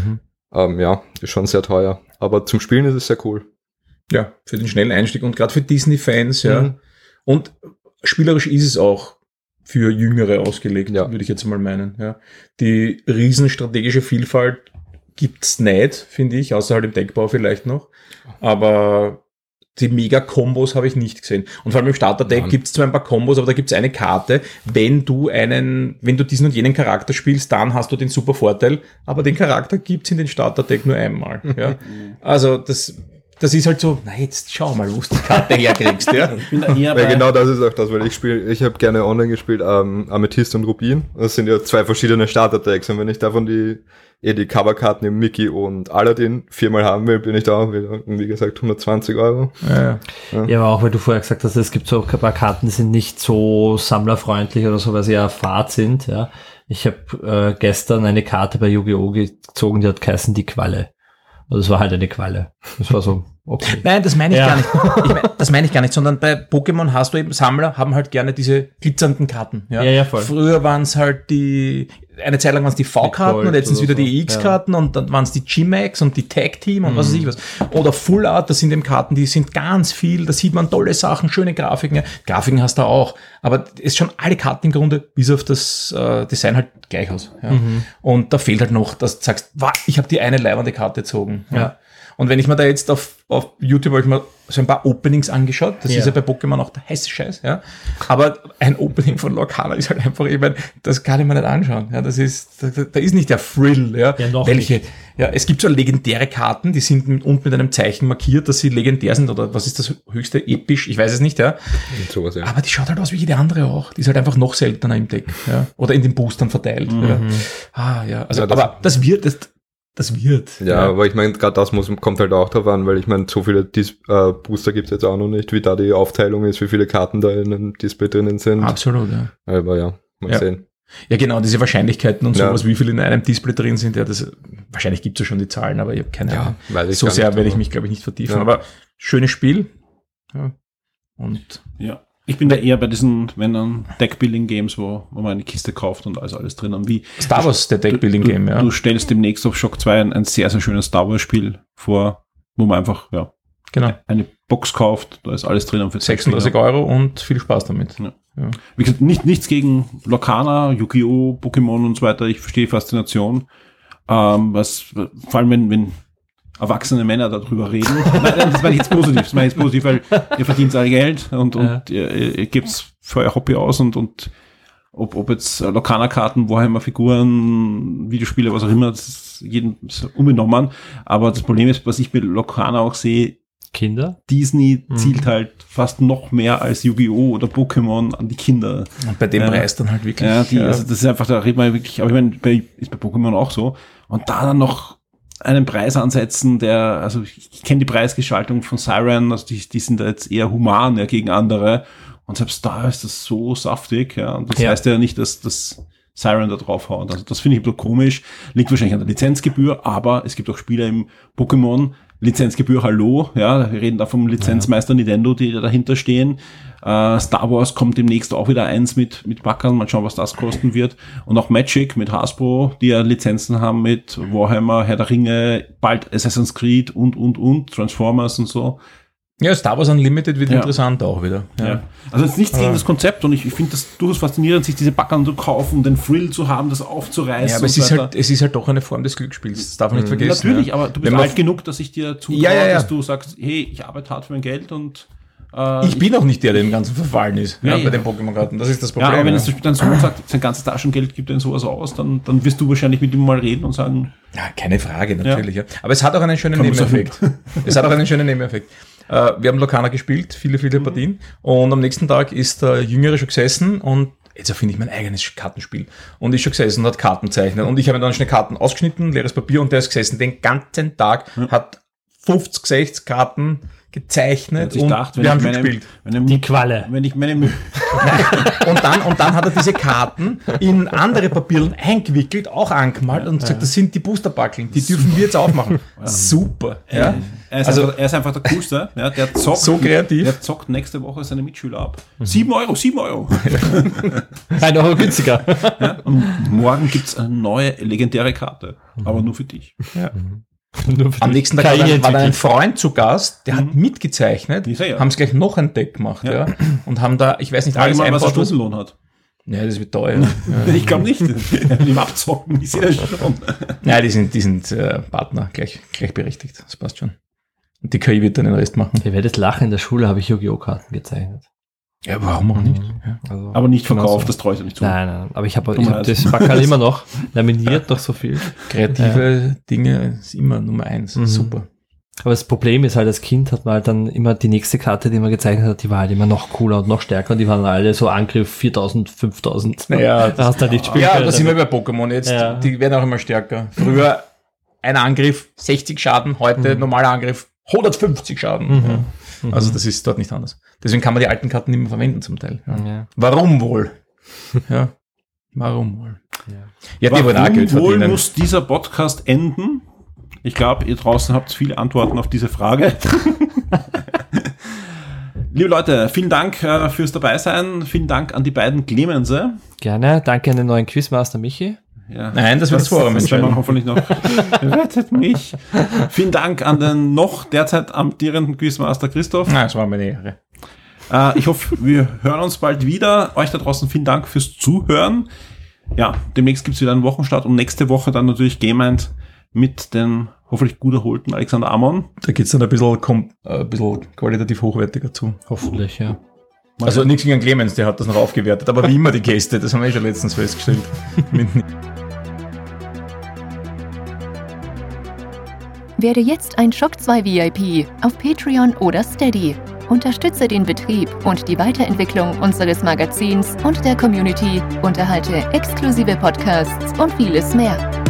Ist schon sehr teuer. Aber zum Spielen ist es sehr cool. Ja, für den schnellen Einstieg und gerade für Disney-Fans, Und spielerisch ist es auch für Jüngere ausgelegt, würde ich jetzt mal meinen. Ja. Die riesenstrategische Vielfalt gibt's nicht, finde ich, außer halt im Deckbau vielleicht noch. Aber die Mega-Kombos habe ich nicht gesehen. Und vor allem im Starter-Deck gibt's zwar ein paar Kombos, aber da gibt's eine Karte, wenn du diesen und jenen Charakter spielst, dann hast du den super Vorteil, aber den Charakter gibt's in den Starter-Deck nur einmal. Ja. Also das ist halt so, jetzt schau mal, wo du die Karte herkriegst. Weil genau das ist auch das, weil ich habe gerne online gespielt, Amethyst und Rubin. Das sind ja 2 verschiedene Starter-Decks und wenn ich davon die Coverkarten im Mickey und Aladdin 4-mal haben will, bin ich da auch wieder, wie gesagt, 120 €. Ja, aber auch, weil du vorher gesagt hast, es gibt so ein paar Karten, die sind nicht so sammlerfreundlich oder so, weil sie ja Fahrt sind. Ja. Ich habe gestern eine Karte bei Yu-Gi-Oh! Gezogen, die hat geheißen die Qualle. Also es war halt eine Qualle. Das war so, okay. Nein, das meine ich gar nicht. Das meine ich gar nicht, sondern bei Pokémon hast du eben, Sammler haben halt gerne diese glitzernden Karten. Ja, voll. Früher waren es halt eine Zeit lang waren es die V-Karten und jetzt sind es wieder die X-Karten und dann waren es die G-Max und die Tag-Team und was weiß ich was. Oder Full Art, das sind eben Karten, die sind ganz viel, da sieht man tolle Sachen, schöne Grafiken. Grafiken hast du auch. Aber es schauen alle Karten im Grunde bis auf das Design halt gleich aus. Ja. Und da fehlt halt noch, dass du sagst, ich habe die eine leibende Karte gezogen. Ja. Und wenn ich mir da jetzt auf YouTube habe ich mir so ein paar Openings angeschaut, das ist ja bei Pokémon auch der heiße Scheiß, ja. Aber ein Opening von Lorcana ist halt einfach, ich meine, das kann ich mir nicht anschauen, ja. Da ist nicht der Thrill, ja. Noch welche, nicht. Ja, es gibt so legendäre Karten, die sind mit einem Zeichen markiert, dass sie legendär sind, oder was ist das höchste, episch, ich weiß es nicht, ja. Sowas, ja. Aber die schaut halt aus wie jede andere auch. Die ist halt einfach noch seltener im Deck, ja. Oder in den Boostern verteilt, ja. Also, aber das wird. Ja, aber ich meine, gerade das kommt halt auch drauf an, weil ich meine, so viele Booster gibt es jetzt auch noch nicht, wie da die Aufteilung ist, wie viele Karten da in einem Display drinnen sind. Absolut, ja. Aber mal sehen. Ja, genau, diese Wahrscheinlichkeiten und sowas, wie viele in einem Display drin sind, wahrscheinlich gibt es ja schon die Zahlen, aber ich habe keine Ahnung. So sehr werde ich mich, glaube ich, nicht vertiefen. Ja. Aber schönes Spiel. Ja. Und Ich bin da eher bei diesen, wenn dann Deck-Building-Games, wo man eine Kiste kauft und alles drin haben. Wie Star Wars, der Deck-Building-Game, ja. Du stellst demnächst auf Shock 2 ein sehr, sehr schönes Star Wars-Spiel vor, wo man einfach, eine Box kauft, da ist alles drin. Für 36 € und viel Spaß damit. Ja. Wie gesagt, nichts gegen Lorcana, Yu-Gi-Oh!, Pokémon und so weiter. Ich verstehe Faszination. Vor allem, wenn erwachsene Männer darüber reden. Nein, das meine ich jetzt positiv, weil ihr verdient alle Geld und ihr gebt's für euer Hobby aus und ob jetzt Lorcana-Karten, Warhammer-Figuren, Videospiele, was auch immer, das ist jedem unbenommen. Aber das Problem ist, was ich mit Lorcana auch sehe, Kinder? Disney zielt halt fast noch mehr als Yu-Gi-Oh! Oder Pokémon an die Kinder. Und bei dem Preis dann halt wirklich. Also das ist einfach, da redet man wirklich, aber ich meine, ist bei Pokémon auch so. Und da dann noch einen Preis ansetzen, also ich kenne die Preisgestaltung von Siren, also die sind da jetzt eher human gegen andere. Und selbst da ist das so saftig, und das heißt ja nicht, dass das Siren da draufhaut. Also das finde ich ein bisschen komisch. Liegt wahrscheinlich an der Lizenzgebühr, aber es gibt auch Spiele im Pokémon, Lizenzgebühr, hallo, wir reden da vom Lizenzmeister Nintendo, die da dahinter stehen. Star Wars kommt demnächst auch wieder eins mit Backern, mal schauen, was das kosten wird. Und auch Magic mit Hasbro, die ja Lizenzen haben mit Warhammer, Herr der Ringe, bald Assassin's Creed und Transformers und so. Ja, Star Wars Unlimited wird interessant auch wieder. Ja. Also es ist nichts gegen das Konzept und ich finde das durchaus faszinierend, sich diese Backern zu kaufen, den Thrill zu haben, das aufzureißen. Ja, aber es ist halt doch eine Form des Glücksspiels, das darf man nicht vergessen. Natürlich, aber du bist alt genug, dass ich dir zutraue, dass du sagst, hey, ich arbeite hart für mein Geld und ich bin auch nicht der im Ganzen verfallen ist bei den Pokémon-Karten. Das ist das Problem. Ja, aber wenn es dein Sohn sagt, sein ganzes Taschengeld gibt er in sowas aus, dann wirst du wahrscheinlich mit ihm mal reden und sagen... Ja, keine Frage, natürlich. Ja. Aber es hat auch einen schönen Nebeneffekt. Wir haben Lorcana gespielt, viele Partien. Und am nächsten Tag ist der Jüngere schon gesessen und jetzt erfinde ich mein eigenes Kartenspiel. Und ist schon gesessen und hat Karten gezeichnet. Und ich habe dann schnell Karten ausgeschnitten, leeres Papier und der ist gesessen den ganzen Tag, hat 50, 60 Karten gezeichnet und wir haben schon gespielt. Die Qualle. Wenn ich meine und dann hat er diese Karten in andere Papieren eingewickelt, auch angemalt und gesagt, das sind die Boosterbackeln, die dürfen wir jetzt aufmachen. Super. Ja. Er ist einfach der Coolste. Ja, der zockt, so kreativ. Der zockt nächste Woche seine Mitschüler ab. 7 €. 1 € günstiger. Ja, und morgen gibt's eine neue legendäre Karte, aber nur für dich. Ja. Am nächsten Tag war da ein Freund zu Gast, der hat mitgezeichnet, haben es gleich noch ein Deck gemacht, und haben da, ich weiß nicht, alles was er Stundenlohn hat. Ja, das wird teuer. Ich glaube nicht. Im Abzocken, ich sehe das schon. Ja, die sind Partner, gleichberechtigt, das passt schon. Und die KI wird dann den Rest machen. Ihr werdet lachen, in der Schule habe ich Yu-Gi-Oh! Karten gezeichnet. Ja, warum auch nicht? Ja. Also, aber nicht verkauft, das treue ich nicht zu. Nein, aber ich hab das Backerl immer noch laminiert, noch so viel. Kreative Dinge ist immer Nummer 1, super. Aber das Problem ist halt, als Kind hat man halt dann immer die nächste Karte, die man gezeichnet hat, die war halt immer noch cooler und noch stärker und die waren alle so Angriff 4000, 5000. Naja, da hast du halt nicht spielen können. Ja, da sind wir bei Pokémon jetzt, die werden auch immer stärker. Früher ein Angriff 60 Schaden, heute normaler Angriff 150 Schaden. Also das ist dort nicht anders. Deswegen kann man die alten Karten nicht mehr verwenden zum Teil. Ja. Warum wohl? Warum wohl? Ja, warum wohl muss dieser Podcast enden? Ich glaube, ihr draußen habt viele Antworten auf diese Frage. Liebe Leute, vielen Dank fürs Dabeisein. Vielen Dank an die beiden Clemense. Gerne. Danke an den neuen Quizmaster Michi. Ja. Nein, das wird das Forum entscheiden. Hoffentlich noch. Rettet mich. Vielen Dank an den noch derzeit amtierenden Quizmaster Christoph. Nein, es war meine Ehre. Ich hoffe, wir hören uns bald wieder. Euch da draußen vielen Dank fürs Zuhören. Ja, demnächst gibt's wieder einen Wochenstart und nächste Woche dann natürlich Game Mind mit dem hoffentlich gut erholten Alexander Amon. Da geht's dann ein bisschen qualitativ hochwertiger zu. Hoffentlich, ja. Also nichts gegen Clemens, der hat das noch aufgewertet, aber wie immer die Gäste, das haben wir schon letztens festgestellt. Werde jetzt ein Shock 2 VIP auf Patreon oder Steady. Unterstütze den Betrieb und die Weiterentwicklung unseres Magazins und der Community, unterhalte exklusive Podcasts und vieles mehr.